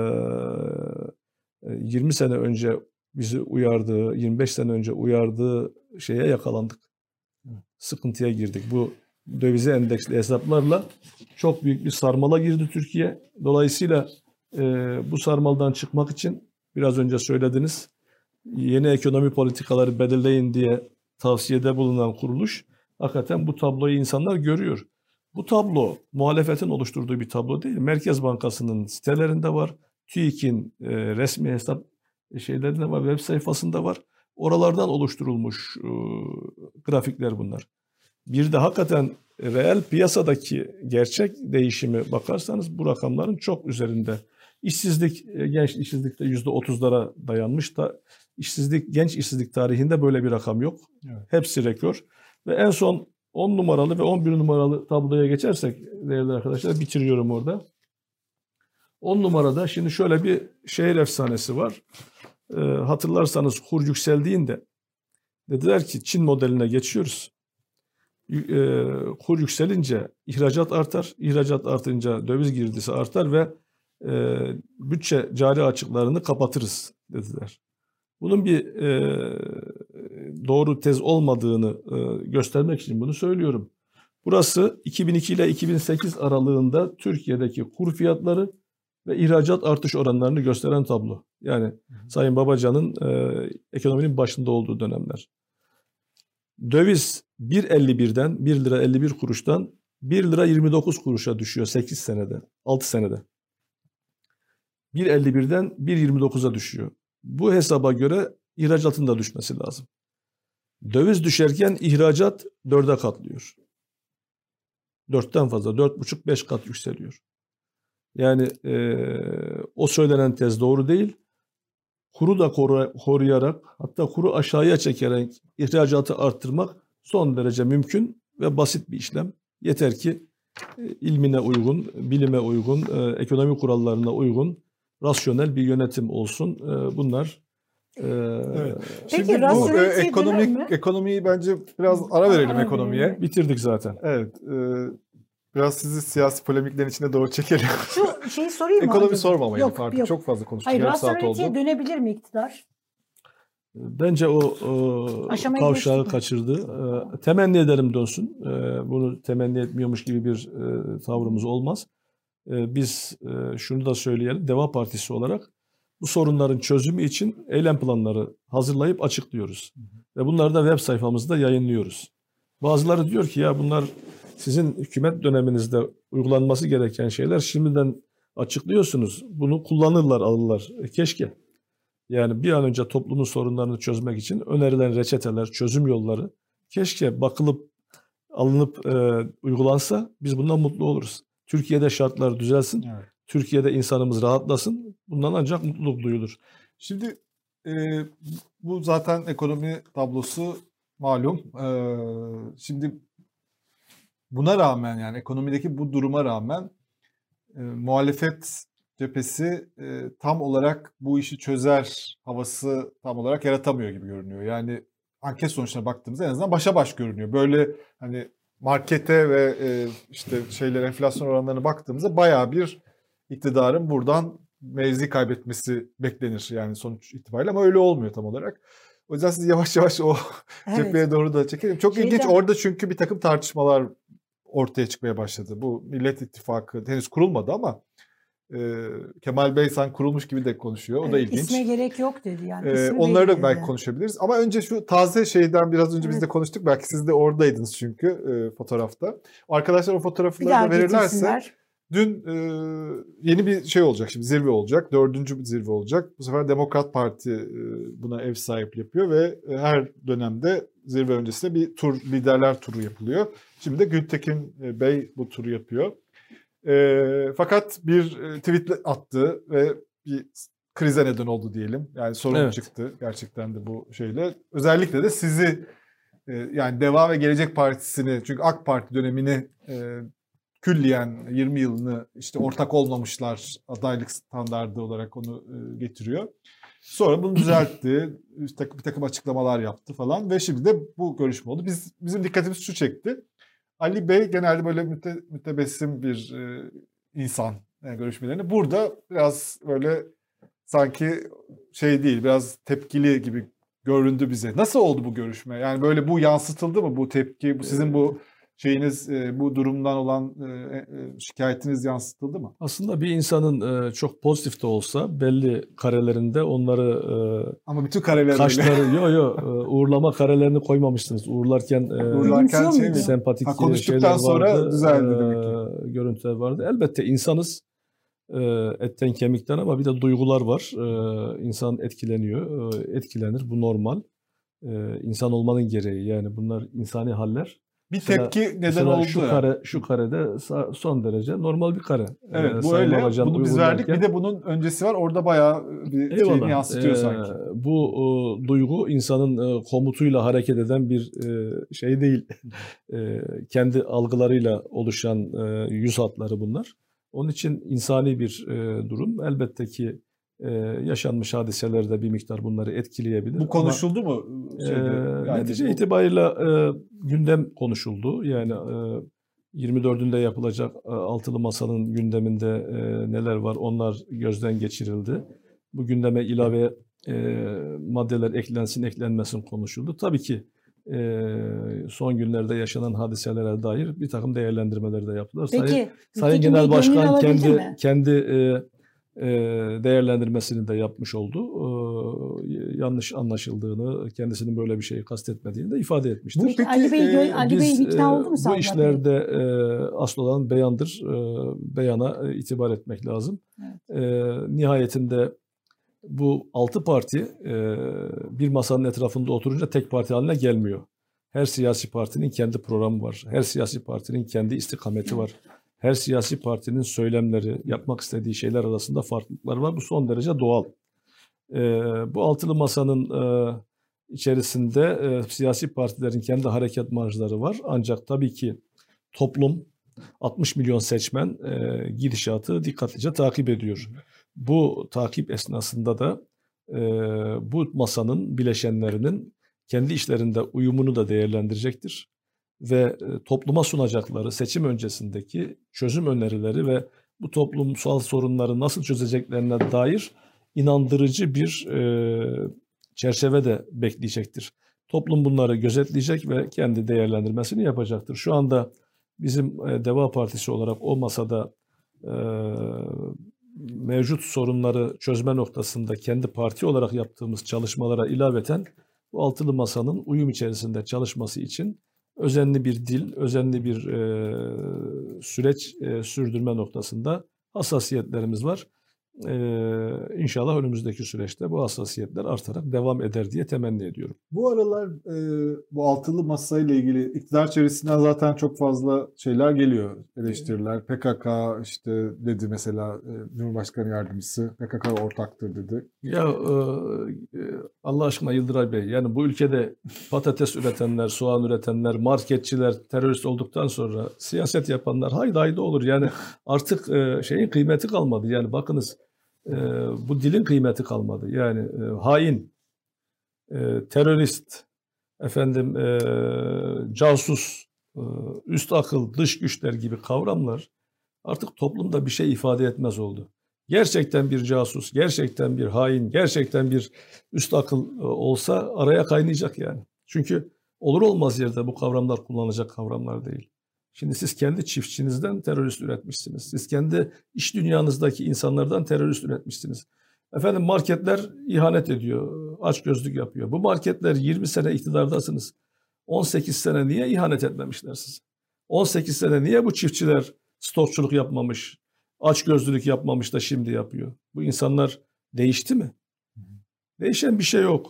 yirmi sene önce bizi uyardığı, yirmi beş sene önce uyardığı şeye yakalandık. Sıkıntıya girdik. Bu dövize endeksli hesaplarla çok büyük bir sarmala girdi Türkiye. Dolayısıyla e, bu sarmaldan çıkmak için biraz önce söylediniz, yeni ekonomi politikaları belirleyin diye tavsiyede bulunan kuruluş hakikaten bu tabloyu insanlar görüyor. Bu tablo muhalefetin oluşturduğu bir tablo değil. Merkez Bankası'nın sitelerinde var. TÜİK'in e, resmi hesap şeylerinde var, web sayfasında var. Oralardan oluşturulmuş e, grafikler bunlar. Bir de hakikaten reel piyasadaki gerçek değişimi bakarsanız bu rakamların çok üzerinde. İşsizlik, genç işsizlikte yüzde otuzlara dayanmış da işsizlik, genç işsizlik tarihinde böyle bir rakam yok. Evet. Hepsi rekor. Ve en son on numaralı ve on bir numaralı tabloya geçersek değerli arkadaşlar, bitiriyorum orada. on numarada şimdi şöyle bir şehir efsanesi var. Ee, hatırlarsanız kur yükseldiğinde dediler ki Çin modeline geçiyoruz. Ee, kur yükselince ihracat artar. İhracat artınca döviz girdisi artar ve e, bütçe cari açıklarını kapatırız dediler. Bunun bir e, doğru tez olmadığını e, göstermek için bunu söylüyorum. Burası iki bin iki ile iki bin sekiz aralığında Türkiye'deki kur fiyatları ve ihracat artış oranlarını gösteren tablo. Yani hı hı. Sayın Babacan'ın e, ekonominin başında olduğu dönemler. Döviz bir elli birden, bir lira elli bir kuruştan bir lira yirmi dokuz kuruşa düşüyor sekiz senede, altı senede. bir elli birden bir yirmi dokuza düşüyor. Bu hesaba göre ihracatın da düşmesi lazım. Döviz düşerken ihracat dörde katlıyor. Dörtten fazla, dört buçuk beş kat yükseliyor. Yani e, o söylenen tez doğru değil. Kuru da koru, koruyarak, hatta kuru aşağıya çekerek ihracatı arttırmak son derece mümkün ve basit bir işlem. Yeter ki e, ilmine uygun, bilime uygun, e, ekonomi kurallarına uygun, rasyonel bir yönetim olsun. E, bunlar. E, evet. Peki, şimdi bu e, ekonomik ekonomiyi bence biraz ara verelim ara ekonomiye. Verelim. Bitirdik zaten. Evet. E, biraz sizi siyasi polemiklerin içine doğru çekelim. Şu şeyi sorayım mı? Ekonomi sormamayalım artık. Yok. Çok fazla konuştuk. Hayır, rasyoneliteye dönebilir mi iktidar? Bence o e, kavşağı kaçırdı. E, temenni ederim dönsün. E, bunu temenni etmiyormuş gibi bir e, tavrımız olmaz. E, biz e, şunu da söyleyelim. Deva Partisi olarak bu sorunların çözümü için eylem planları hazırlayıp açıklıyoruz. Hı hı. Ve bunları da web sayfamızda yayınlıyoruz. Bazıları diyor ki ya bunlar sizin hükümet döneminizde uygulanması gereken şeyler, şimdiden açıklıyorsunuz. Bunu kullanırlar, alırlar. E, keşke. Yani bir an önce toplumun sorunlarını çözmek için önerilen reçeteler, çözüm yolları keşke bakılıp, alınıp e, uygulansa biz bundan mutlu oluruz. Türkiye'de şartlar düzelsin. Evet. Türkiye'de insanımız rahatlasın. Bundan ancak mutluluk duyulur. Şimdi e, bu zaten ekonomi tablosu malum. E, şimdi buna rağmen, yani ekonomideki bu duruma rağmen e, muhalefet cephesi e, tam olarak bu işi çözer havası tam olarak yaratamıyor gibi görünüyor. Yani anket sonuçlarına baktığımızda en azından başa baş görünüyor. Böyle hani markete ve e, işte şeyler, enflasyon oranlarına baktığımızda bayağı bir iktidarın buradan mevzi kaybetmesi beklenir yani sonuç itibariyle, ama öyle olmuyor tam olarak. O yüzden siz yavaş yavaş o evet. cepheye doğru da çekelim. Çok Şeyden... ilginç orada, çünkü bir takım tartışmalar ortaya çıkmaya başladı. Bu Millet İttifakı henüz kurulmadı ama e, Kemal Bey sanki kurulmuş gibi de konuşuyor. O evet, da ilginç. İsme gerek yok dedi yani. E, onları da belki konuşabiliriz. Ama önce şu taze şeyden biraz önce evet. biz de konuştuk. Belki siz de oradaydınız çünkü e, fotoğrafta. Arkadaşlar o fotoğrafları da verirlerse... Dün e, yeni bir şey olacak, şimdi zirve olacak. Dördüncü bir zirve olacak. Bu sefer Demokrat Parti e, buna ev sahipliği yapıyor ve e, her dönemde zirve öncesinde bir tur, liderler turu yapılıyor. Şimdi de Gültekin e, Bey bu turu yapıyor. E, fakat bir e, tweet attı ve bir krize neden oldu diyelim. Yani sorun evet. çıktı gerçekten de bu şeyle. Özellikle de sizi e, yani Deva ve Gelecek Partisi'ni, çünkü AK Parti dönemini e, külliyen yirmi yılını işte ortak olmamışlar adaylık standardı olarak onu getiriyor. Sonra bunu düzeltti, işte bir takım açıklamalar yaptı falan ve şimdi de bu görüşme oldu. Biz bizim dikkatimiz şu çekti. Ali Bey genelde böyle müte, mütebessim bir e, insan yani görüşmelerinde. Burada biraz böyle sanki şey değil, biraz tepkili gibi göründü bize. Nasıl oldu bu görüşme? Yani böyle bu yansıtıldı mı, bu tepki, bu sizin bu şeyiniz, bu durumdan olan şikayetiniz yansıtıldı mı? Aslında bir insanın çok pozitif de olsa belli karelerinde onları ama bütün kareler kaşları yo yo uğurlama karelerini koymamışsınız. Uğurlarken, Uğurlarken şey mi? Sempatik ha, konuştuktan şeyler sonra vardı, düzeldi demek ki. Görüntüler vardı. Elbette insanız, etten kemikten, ama bir de duygular var. İnsan etkileniyor, etkilenir. Bu normal. İnsan olmanın gereği, yani bunlar insani haller. Bir tepki mesela, neden oldu. Şu yani. kare, şu karede son derece normal bir kare. Evet, bu Sayın öyle. Babacan bunu biz verdik. Bir de bunun öncesi var. Orada bayağı bir eyvallah. Şeyini yansıtıyor ee, sanki. Bu e, duygu insanın e, komutuyla hareket eden bir e, şey değil. e, kendi algılarıyla oluşan e, yüz hatları bunlar. Onun için insani bir e, durum. Elbette ki Ee, yaşanmış hadiselerde bir miktar bunları etkileyebilir. Bu konuşuldu ama, mu? Şeyde, e, yani netice bu... itibariyle e, gündem konuşuldu. Yani e, yirmi dördünde yapılacak e, altılı masanın gündeminde e, neler var, onlar gözden geçirildi. Bu gündeme ilave e, maddeler eklensin eklenmesin konuşuldu. Tabii ki e, son günlerde yaşanan hadiselere dair bir takım değerlendirmeler de yaptılar. Peki, Sayın, Sayın Genel Başkan kendi kendi e, değerlendirmesini de yapmış oldu. Yanlış anlaşıldığını, kendisinin böyle bir şeyi kastetmediğini de ifade etmiştir. Bu, peki, Ali Bey, Ali Bey ikna oldu mu bu işlerde e, asıl olan beyandır. E, beyana itibar etmek lazım. Evet. E, nihayetinde bu altı parti e, bir masanın etrafında oturunca tek parti haline gelmiyor. Her siyasi partinin kendi programı var. Her siyasi partinin kendi istikameti var. Her siyasi partinin söylemleri, yapmak istediği şeyler arasında farklılıklar var. Bu son derece doğal. Ee, bu altılı masanın e, içerisinde e, siyasi partilerin kendi hareket marjları var. Ancak tabii ki toplum, altmış milyon seçmen e, gidişatı dikkatlice takip ediyor. Bu takip esnasında da e, bu masanın bileşenlerinin kendi işlerinde uyumunu da değerlendirecektir. Ve topluma sunacakları seçim öncesindeki çözüm önerileri ve bu toplumsal sorunları nasıl çözeceklerine dair inandırıcı bir e, çerçeve de bekleyecektir. Toplum bunları gözetleyecek ve kendi değerlendirmesini yapacaktır. Şu anda bizim e, Deva Partisi olarak o masada e, mevcut sorunları çözme noktasında kendi parti olarak yaptığımız çalışmalara ilaveten bu altılı masanın uyum içerisinde çalışması için özenli bir dil, özenli bir e, süreç e, sürdürme noktasında hassasiyetlerimiz var. Ee, inşallah önümüzdeki süreçte bu hassasiyetler artarak devam eder diye temenni ediyorum. Bu aralar e, bu altılı masayla ilgili iktidar çevresinden zaten çok fazla şeyler geliyor, eleştiriler. P K K işte dedi mesela e, Cumhurbaşkanı Yardımcısı P K K ortaktır dedi. Ya e, Allah aşkına Yıldıray Bey, yani bu ülkede patates üretenler, soğan üretenler, marketçiler terörist olduktan sonra siyaset yapanlar haydi haydi olur. Yani artık e, şeyin kıymeti kalmadı. Yani bakınız, e, bu dilin kıymeti kalmadı. Yani e, hain, e, terörist, efendim e, casus, e, üst akıl, dış güçler gibi kavramlar artık toplumda bir şey ifade etmez oldu. Gerçekten bir casus, gerçekten bir hain, gerçekten bir üst akıl olsa araya kaynayacak yani. Çünkü olur olmaz yerde bu kavramlar kullanılacak kavramlar değil. Şimdi siz kendi çiftçinizden terörist üretmişsiniz. Siz kendi iş dünyanızdaki insanlardan terörist üretmişsiniz. Efendim marketler ihanet ediyor, açgözlük yapıyor. Bu marketler yirmi sene iktidardasınız. on sekiz sene niye ihanet etmemişler size? on sekiz sene niye bu çiftçiler stokçuluk yapmamış, açgözlülük yapmamış da şimdi yapıyor? Bu insanlar değişti mi? Değişen bir şey yok.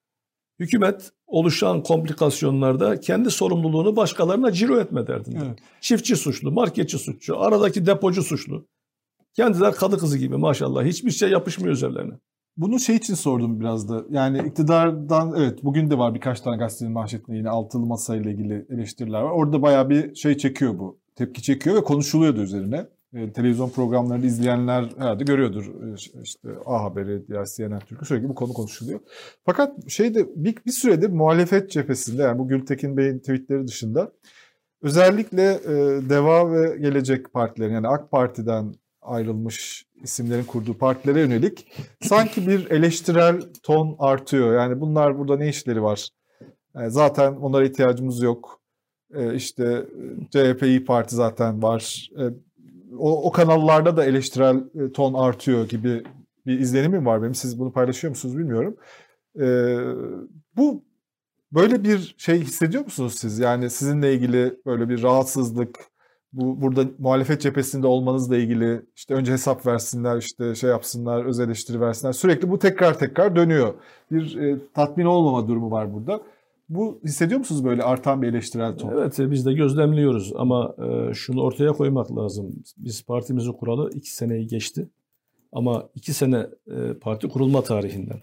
Hükümet oluşan komplikasyonlarda kendi sorumluluğunu başkalarına ciro etme derdinde. Evet. Çiftçi suçlu, marketçi suçlu, aradaki depocu suçlu. Kendiler kadı kızı gibi maşallah. Hiçbir şey yapışmıyor üzerlerine. Bunu şey için sordum biraz da. Yani iktidardan evet bugün de var birkaç tane gazetenin manşetinde yine altılı masayla ilgili eleştiriler var. Orada bayağı bir şey çekiyor bu. Tepki çekiyor ve konuşuluyordu üzerine. E, televizyon programlarını izleyenler herhalde görüyordur. E, işte A Haber'i, diğer C N N Türk'ü sürekli bu konu konuşuluyor. Fakat şeyde bir, bir süredir muhalefet cephesinde yani bu Gültekin Bey'in tweetleri dışında özellikle e, Deva ve Gelecek partilerin yani AK Parti'den ayrılmış isimlerin kurduğu partilere yönelik sanki bir eleştirel ton artıyor. Yani bunlar burada ne işleri var? Yani zaten onlara ihtiyacımız yok. Ee, işte C H P, İYİ Parti zaten var. Ee, o, o kanallarda da eleştirel ton artıyor gibi bir izlenimim var benim. Siz bunu paylaşıyor musunuz bilmiyorum. Ee, bu böyle bir şey hissediyor musunuz siz? Yani sizinle ilgili böyle bir rahatsızlık, bu burada muhalefet cephesinde olmanızla ilgili işte önce hesap versinler, işte şey yapsınlar, öz eleştiri versinler. Sürekli bu tekrar tekrar dönüyor. Bir e, tatmin olmama durumu var burada. Bu hissediyor musunuz böyle artan bir eleştirel ton? Evet, biz de gözlemliyoruz ama e, şunu ortaya koymak lazım. Biz partimizi kuralı iki seneyi geçti. Ama iki sene e, parti kurulma tarihinden.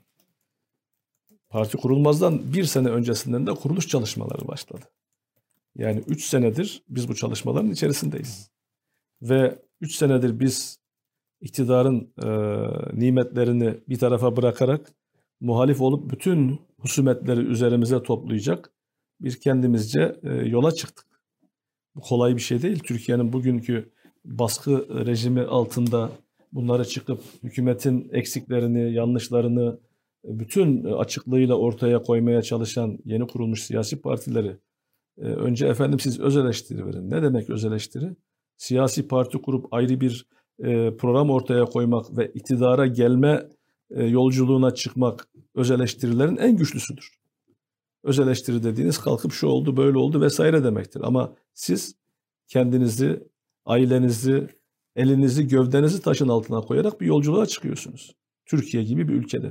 Parti kurulmazdan bir sene öncesinden de kuruluş çalışmaları başladı. Yani üç senedir biz bu çalışmaların içerisindeyiz. Ve üç senedir biz iktidarın e, nimetlerini bir tarafa bırakarak muhalif olup bütün husumetleri üzerimize toplayacak bir kendimizce e, yola çıktık. Bu kolay bir şey değil. Türkiye'nin bugünkü baskı rejimi altında bunları çıkıp hükümetin eksiklerini, yanlışlarını bütün açıklığıyla ortaya koymaya çalışan yeni kurulmuş siyasi partileri önce efendim siz öz eleştiri verin. Ne demek öz eleştiri? Siyasi parti kurup ayrı bir e, program ortaya koymak ve iktidara gelme e, yolculuğuna çıkmak öz eleştirilerin en güçlüsüdür. Öz eleştiri dediğiniz kalkıp şu oldu, böyle oldu vesaire demektir. Ama siz kendinizi, ailenizi, elinizi, gövdenizi taşın altına koyarak bir yolculuğa çıkıyorsunuz. Türkiye gibi bir ülkede.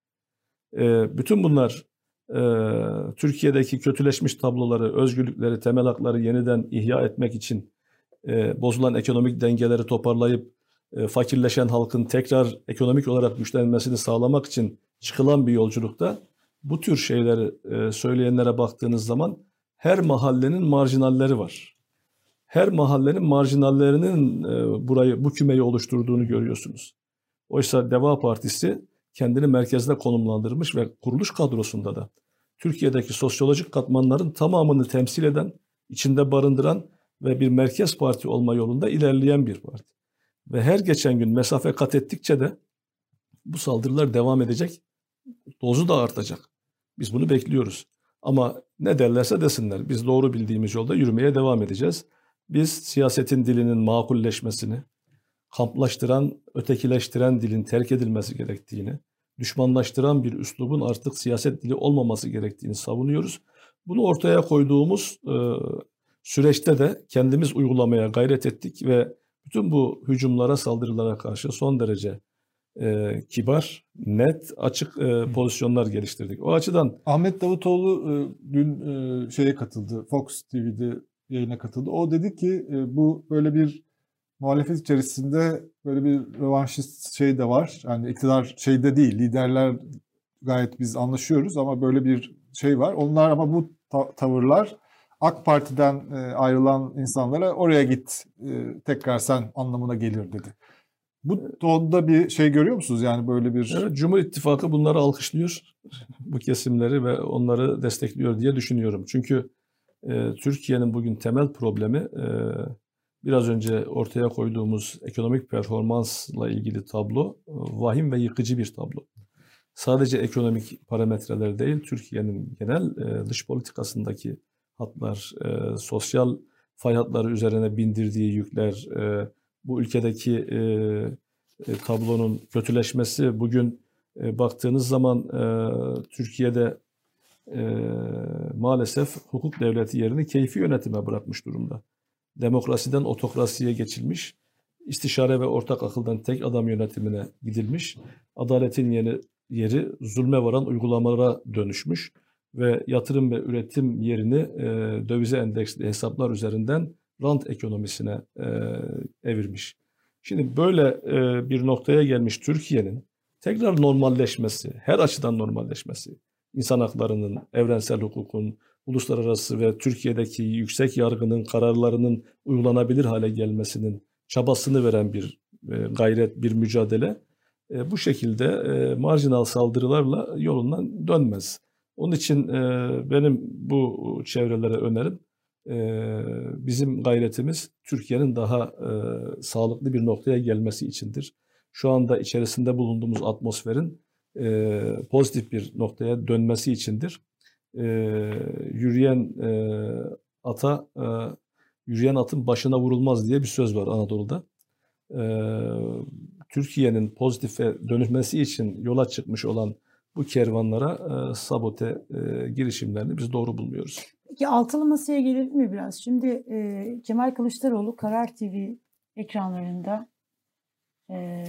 E, bütün bunlar Ee, Türkiye'deki kötüleşmiş tabloları, özgürlükleri, temel hakları yeniden ihya etmek için e, bozulan ekonomik dengeleri toparlayıp e, fakirleşen halkın tekrar ekonomik olarak güçlenmesini sağlamak için çıkılan bir yolculukta bu tür şeyleri e, söyleyenlere baktığınız zaman her mahallenin marjinalleri var. Her mahallenin marjinallerinin e, burayı, bu kümeyi oluşturduğunu görüyorsunuz. Oysa Deva Partisi kendini merkezde konumlandırmış ve kuruluş kadrosunda da Türkiye'deki sosyolojik katmanların tamamını temsil eden, içinde barındıran ve bir merkez parti olma yolunda ilerleyen bir parti. Ve her geçen gün mesafe kat ettikçe de bu saldırılar devam edecek, dozu da artacak. Biz bunu bekliyoruz. Ama ne derlerse desinler, biz doğru bildiğimiz yolda yürümeye devam edeceğiz. Biz siyasetin dilinin makulleşmesini, kamplaştıran, ötekileştiren dilin terk edilmesi gerektiğini, düşmanlaştıran bir üslubun artık siyaset dili olmaması gerektiğini savunuyoruz. Bunu ortaya koyduğumuz e, süreçte de kendimiz uygulamaya gayret ettik ve bütün bu hücumlara, saldırılara karşı son derece e, kibar, net, açık e, pozisyonlar geliştirdik. O açıdan Ahmet Davutoğlu e, dün e, şeye katıldı, Fox T V'de yayına katıldı. O dedi ki e, bu böyle bir muhalefet içerisinde böyle bir rövanşist şey de var. Yani iktidar şeyde değil, liderler gayet biz anlaşıyoruz ama böyle bir şey var. Onlar ama bu ta- tavırlar AK Parti'den e, ayrılan insanlara oraya git e, tekrar sen anlamına gelir dedi. Bu tonda bir şey görüyor musunuz? Yani böyle bir... Evet, Cumhur İttifakı bunları alkışlıyor, bu kesimleri ve onları destekliyor diye düşünüyorum. Çünkü e, Türkiye'nin bugün temel problemi e, biraz önce ortaya koyduğumuz ekonomik performansla ilgili tablo e, vahim ve yıkıcı bir tablo. Sadece ekonomik parametreler değil, Türkiye'nin genel e, dış politikasındaki hatlar, e, sosyal fay hatları üzerine bindirdiği yükler, e, bu ülkedeki e, e, tablonun kötüleşmesi, bugün e, baktığınız zaman e, Türkiye'de e, maalesef hukuk devleti yerini keyfi yönetime bırakmış durumda. Demokrasiden otokrasiye geçilmiş, istişare ve ortak akıldan tek adam yönetimine gidilmiş, adaletin yeni yeri zulme varan uygulamalara dönüşmüş ve yatırım ve üretim yerini e, dövize endeksli hesaplar üzerinden rant ekonomisine e, evirmiş. Şimdi böyle e, bir noktaya gelmiş Türkiye'nin tekrar normalleşmesi, her açıdan normalleşmesi, insan haklarının, evrensel hukukun, uluslararası ve Türkiye'deki yüksek yargının kararlarının uygulanabilir hale gelmesinin çabasını veren bir e, gayret, bir mücadele e, bu şekilde e, marjinal saldırılarla yolundan dönmez. Onun için e, benim bu çevrelere önerim, e, bizim gayretimiz Türkiye'nin daha e, sağlıklı bir noktaya gelmesi içindir. Şu anda içerisinde bulunduğumuz atmosferin e, pozitif bir noktaya dönmesi içindir. E, yürüyen e, ata, e, yürüyen atın başına vurulmaz diye bir söz var Anadolu'da. E, Türkiye'nin pozitife dönüşmesi için yola çıkmış olan bu kervanlara e, sabote e, girişimlerini biz doğru bulmuyoruz. Peki altılı masaya gelelim mi biraz? Şimdi e, Kemal Kılıçdaroğlu Karar T V ekranlarında e,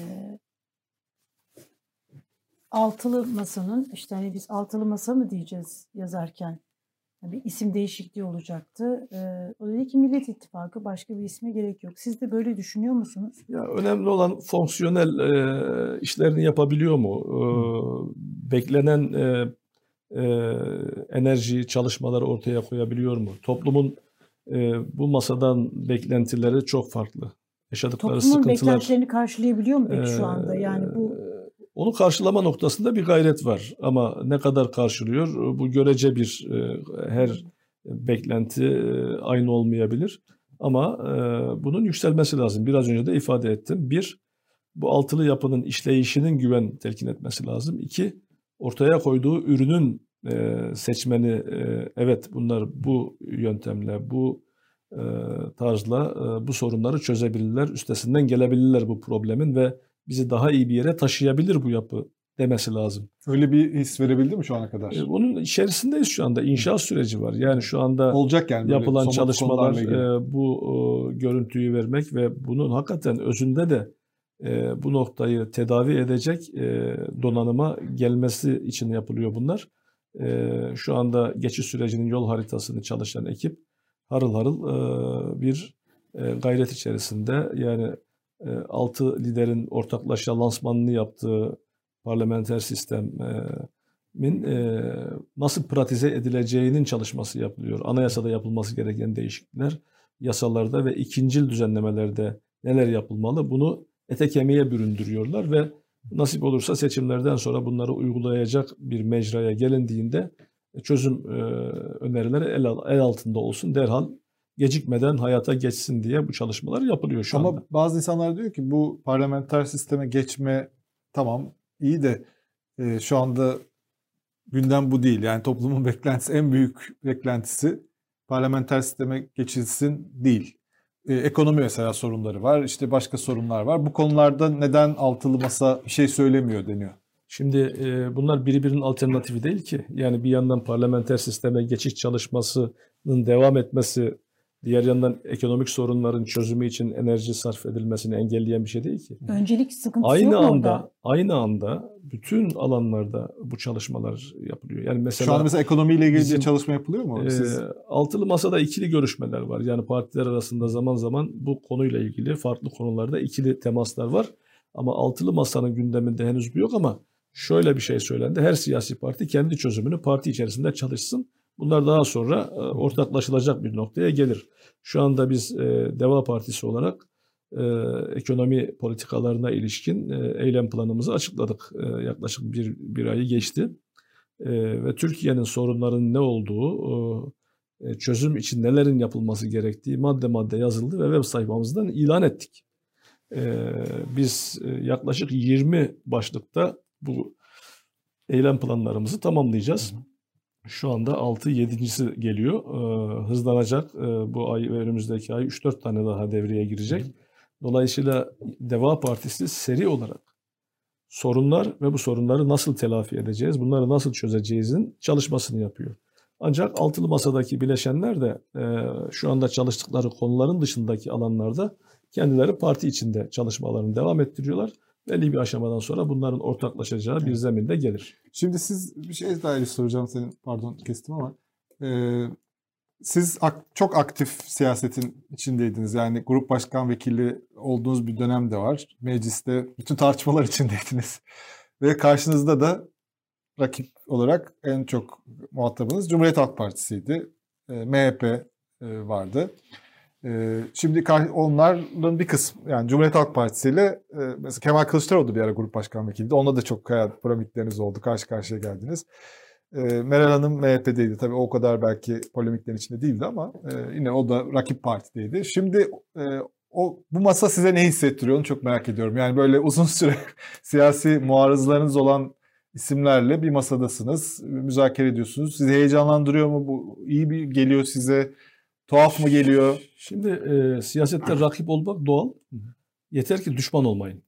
altılı masanın, işte hani biz altılı masa mı diyeceğiz yazarken, bir isim değişikliği olacaktı. Ee, o dedi ki Millet İttifakı, başka bir isme gerek yok. Siz de böyle düşünüyor musunuz? Ya önemli olan fonksiyonel e, işlerini yapabiliyor mu? E, beklenen e, e, enerji çalışmaları ortaya koyabiliyor mu? Toplumun e, bu masadan beklentileri çok farklı. Yaşadıkları Toplumun sıkıntılar. beklentilerini karşılayabiliyor mu peki şu anda? Yani bu Onu karşılama noktasında bir gayret var ama ne kadar karşılıyor bu görece bir, her beklenti aynı olmayabilir ama bunun yükselmesi lazım. Biraz önce de ifade ettim. Bir, bu altılı yapının işleyişinin güven telkin etmesi lazım. İki, ortaya koyduğu ürünün seçmeni, evet bunlar bu yöntemle, bu tarzla bu sorunları çözebilirler, üstesinden gelebilirler bu problemin ve bizi daha iyi bir yere taşıyabilir bu yapı demesi lazım. Öyle bir his verebildi mi şu ana kadar? E, bunun içerisindeyiz şu anda. İnşaat süreci var. Yani şu anda olacak yani yapılan çalışmalar e, bu e, görüntüyü vermek ve bunun hakikaten özünde de e, bu noktayı tedavi edecek e, donanıma gelmesi için yapılıyor bunlar. E, şu anda geçiş sürecinin yol haritasını çalışan ekip harıl harıl e, bir e, gayret içerisinde, yani altı liderin ortaklaşa lansmanını yaptığı parlamenter sistemin nasıl pratize edileceğinin çalışması yapılıyor. Anayasada yapılması gereken değişiklikler, yasalarda ve ikincil düzenlemelerde neler yapılmalı, bunu ete kemiğe büründürüyorlar ve nasip olursa seçimlerden sonra bunları uygulayacak bir mecraya gelindiğinde çözüm önerileri el, el altında olsun, derhal gecikmeden hayata geçsin diye bu çalışmalar yapılıyor şu Ama anda. Ama bazı insanlar diyor ki bu parlamenter sisteme geçme tamam iyi de e, şu anda gündem bu değil. Yani toplumun beklentisi, en büyük beklentisi parlamenter sisteme geçilsin değil. E, ekonomi mesela sorunları var, işte başka sorunlar var. Bu konularda neden altılı masa bir şey söylemiyor deniyor. Şimdi e, bunlar birbirinin alternatifi değil ki. Yani bir yandan parlamenter sisteme geçiş çalışmasının devam etmesi, diğer yandan ekonomik sorunların çözümü için enerji sarf edilmesini engelleyen bir şey değil ki. Öncelik sıkıntısı Aynı yok mu anda, orada? aynı anda bütün alanlarda bu çalışmalar yapılıyor. Yani mesela Şu an mesela ekonomiyle ilgili bizim, bir çalışma yapılıyor mu? E, Siz... Altılı Masa'da ikili görüşmeler var. Yani partiler arasında zaman zaman bu konuyla ilgili farklı konularda ikili temaslar var. Ama Altılı Masa'nın gündeminde henüz bu yok ama şöyle bir şey söylendi. Her siyasi parti kendi çözümünü parti içerisinde çalışsın. Bunlar daha sonra e, ortaklaşılacak bir noktaya gelir. Şu anda biz e, Deva Partisi olarak e, ekonomi politikalarına ilişkin e, eylem planımızı açıkladık. E, yaklaşık bir, bir ayı geçti. E, ve Türkiye'nin sorunlarının ne olduğu, e, çözüm için nelerin yapılması gerektiği madde madde yazıldı ve web sayfamızdan ilan ettik. E, biz e, yaklaşık yirmi başlıkta bu eylem planlarımızı tamamlayacağız. Şu anda altı yedincisi geliyor. Ee, hızlanacak. Ee, bu ay ve önümüzdeki ay üç dört tane daha devreye girecek. Dolayısıyla Deva Partisi seri olarak sorunlar ve bu sorunları nasıl telafi edeceğiz, bunları nasıl çözeceğizin çalışmasını yapıyor. Ancak Altılı Masa'daki bileşenler de e, şu anda çalıştıkları konuların dışındaki alanlarda kendileri parti içinde çalışmalarını devam ettiriyorlar. Belli bir aşamadan sonra bunların ortaklaşacağı bir zeminde gelir. Şimdi siz bir şey daha soracağım senin, pardon kestim ama e, siz ak- çok aktif siyasetin içindeydiniz. Yani grup başkan vekili olduğunuz bir dönem de var. Mecliste bütün tartışmalar içindeydiniz. Ve karşınızda da rakip olarak en çok muhatabınız Cumhuriyet Halk Partisi'ydi. E, M H P e, vardı. Şimdi onların bir kısmı, yani Cumhuriyet Halk Partisi ile mesela Kemal Kılıçdaroğlu bir ara grup başkan vekiliydi. Onunla da çok polemikleriniz oldu. Karşı karşıya geldiniz. Meral Hanım M H P'deydi. Tabii o kadar belki polemiklerin içinde değildi ama yine o da rakip partideydi. Şimdi o bu masa size ne hissettiriyor onu çok merak ediyorum. Yani böyle uzun süre siyasi muarızlarınız olan isimlerle bir masadasınız. Müzakere ediyorsunuz. Sizi heyecanlandırıyor mu? Bu iyi bir geliyor size? Tuhaf mı geliyor? Şimdi e, siyasette rakip olmak doğal. Yeter ki düşman olmayın.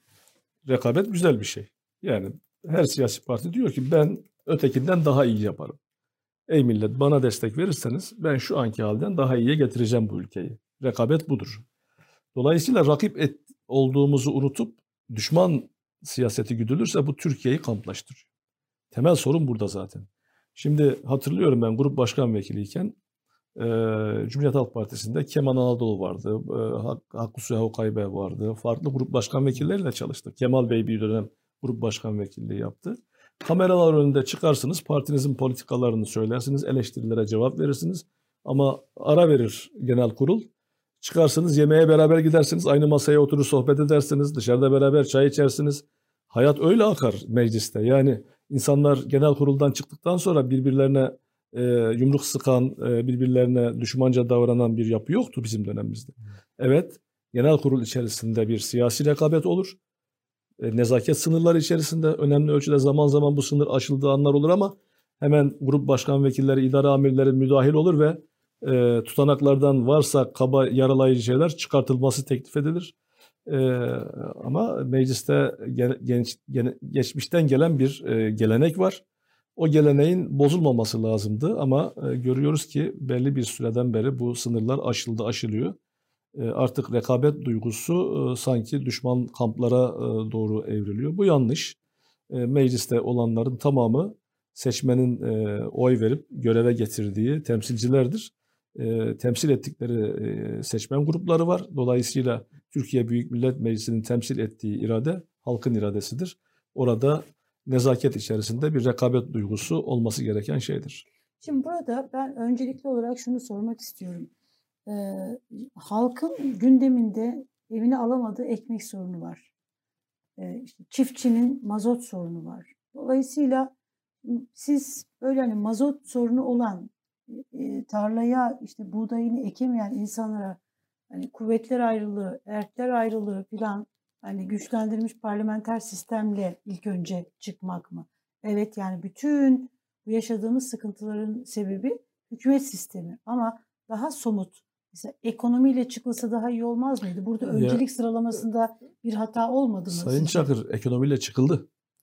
Rekabet güzel bir şey. Yani her siyasi parti diyor ki ben ötekinden daha iyi yaparım. Ey millet bana destek verirseniz ben şu anki halden daha iyiye getireceğim bu ülkeyi. Rekabet budur. Dolayısıyla rakip et, olduğumuzu unutup düşman siyaseti güdülürse bu Türkiye'yi kamplaştırıyor. Temel sorun burada zaten. Şimdi hatırlıyorum ben grup başkan vekiliyken Ee, Cumhuriyet Halk Partisi'nde Kemal Anadolu vardı, ee, Hakkı Suya Hokaybe vardı. Farklı grup başkan vekilleriyle çalıştık. Kemal Bey bir dönem grup başkan vekilliği yaptı. Kameralar önünde çıkarsınız, partinizin politikalarını söylersiniz, eleştirilere cevap verirsiniz. Ama ara verir genel kurul. Çıkarsınız, yemeğe beraber gidersiniz, aynı masaya oturur sohbet edersiniz, dışarıda beraber çay içersiniz. Hayat öyle akar mecliste. Yani insanlar genel kuruldan çıktıktan sonra birbirlerine E, yumruk sıkan, e, birbirlerine düşmanca davranan bir yapı yoktu bizim dönemimizde. Evet, genel kurul içerisinde bir siyasi rekabet olur. E, nezaket sınırları içerisinde önemli ölçüde zaman zaman bu sınır aşıldığı anlar olur ama hemen grup başkan vekilleri, idare amirleri müdahil olur ve e, tutanaklardan varsa kaba yaralayıcı şeyler çıkartılması teklif edilir. E, ama mecliste gen, genç, gen, geçmişten gelen bir e, gelenek var. O geleneğin bozulmaması lazımdı ama e, görüyoruz ki belli bir süreden beri bu sınırlar aşıldı, aşılıyor. E, artık rekabet duygusu e, sanki düşman kamplara e, doğru evriliyor. Bu yanlış. E, mecliste olanların tamamı seçmenin e, oy verip göreve getirdiği temsilcilerdir. E, temsil ettikleri e, seçmen grupları var. Dolayısıyla Türkiye Büyük Millet Meclisi'nin temsil ettiği irade halkın iradesidir. Orada nezaket içerisinde bir rekabet duygusu olması gereken şeydir. Şimdi burada ben öncelikli olarak şunu sormak istiyorum. Ee, halkın gündeminde evine alamadığı ekmek sorunu var. Ee, işte çiftçinin mazot sorunu var. Dolayısıyla siz böyle hani mazot sorunu olan e, tarlaya işte buğdayını ekemeyen insanlara hani kuvvetler ayrılığı, erkler ayrılığı falan hani güçlendirilmiş parlamenter sistemle ilk önce çıkmak mı? Evet yani bütün bu yaşadığımız sıkıntıların sebebi hükümet sistemi ama daha somut mesela ekonomiyle çıkılsa daha iyi olmaz mıydı? Burada öncelik ya, sıralamasında bir hata olmadı mı? Sayın Çakır ekonomiyle çıkıldı.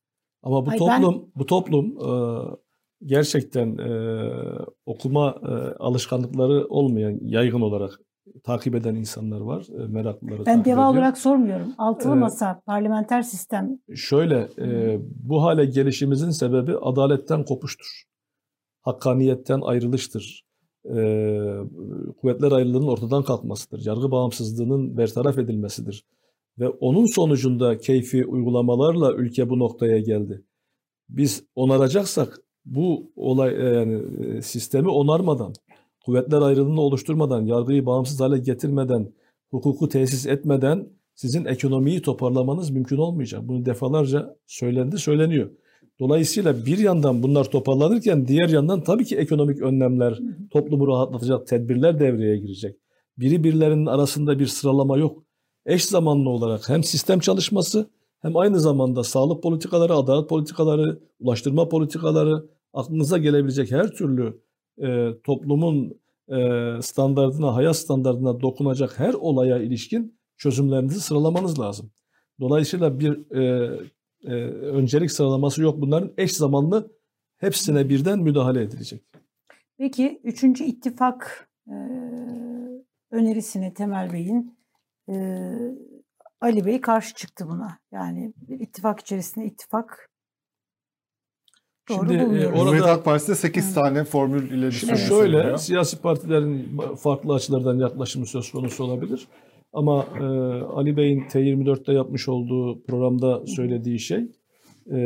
Ama bu Hayır, toplum ben... bu toplum e, gerçekten e, okuma e, alışkanlıkları olmayan, yaygın olarak takip eden insanlar var. E, meraklıları Ben takip deva ediyor. olarak sormuyorum. Altılı E, masa, parlamenter sistem. Şöyle, e, bu hale gelişimizin sebebi adaletten kopuştur. Hakkaniyetten ayrılıştır. E, kuvvetler ayrılığının ortadan kalkmasıdır. Yargı bağımsızlığının bertaraf edilmesidir. Ve onun sonucunda keyfi uygulamalarla ülke bu noktaya geldi. Biz onaracaksak bu olay yani sistemi onarmadan, kuvvetler ayrılığını oluşturmadan, yargıyı bağımsız hale getirmeden, hukuku tesis etmeden sizin ekonomiyi toparlamanız mümkün olmayacak. Bunu defalarca söylendi, söyleniyor. Dolayısıyla bir yandan bunlar toparlanırken diğer yandan tabii ki ekonomik önlemler, toplumu rahatlatacak tedbirler devreye girecek. Biri birilerinin arasında bir sıralama yok. Eş zamanlı olarak hem sistem çalışması hem aynı zamanda sağlık politikaları, adalet politikaları, ulaştırma politikaları, aklınıza gelebilecek her türlü e, toplumun e, standardına, hayat standardına dokunacak her olaya ilişkin çözümlerinizi sıralamanız lazım. Dolayısıyla bir e, e, öncelik sıralaması yok. Bunların eş zamanlı hepsine birden müdahale edilecek. Peki üçüncü ittifak e, önerisine Temel Bey'in e, Ali Bey karşı çıktı buna. Yani bir ittifak içerisinde ittifak doğru Şimdi, bulmuyoruz. e, orada, Cumhuriyet Halk Partisi'de sekiz tane formül ile şimdi düşünüyor. şöyle, Ya. siyasi partilerin farklı açılardan yaklaşımı söz konusu olabilir. Ama e, Ali Bey'in T yirmi dörtte yapmış olduğu programda söylediği şey, e,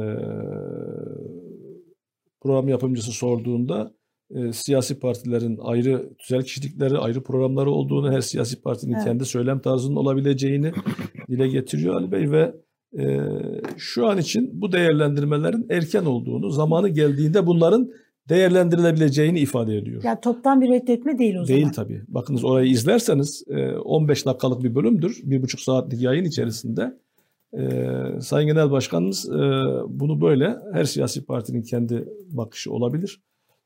program yapımcısı sorduğunda e, siyasi partilerin ayrı tüzel kişilikleri, ayrı programları olduğunu, her siyasi partinin Evet. kendi söylem tarzının olabileceğini dile getiriyor Ali Bey ve e, şu an için bu değerlendirmelerin erken olduğunu, zamanı geldiğinde bunların değerlendirilebileceğini ifade ediyor. Yani toptan bir reddetme değil o zaman. Değil tabii. Bakınız orayı izlerseniz on beş dakikalık bir bölümdür. Bir buçuk saatlik yayın içerisinde Sayın Genel Başkanımız bunu böyle, her siyasi partinin kendi bakışı olabilir.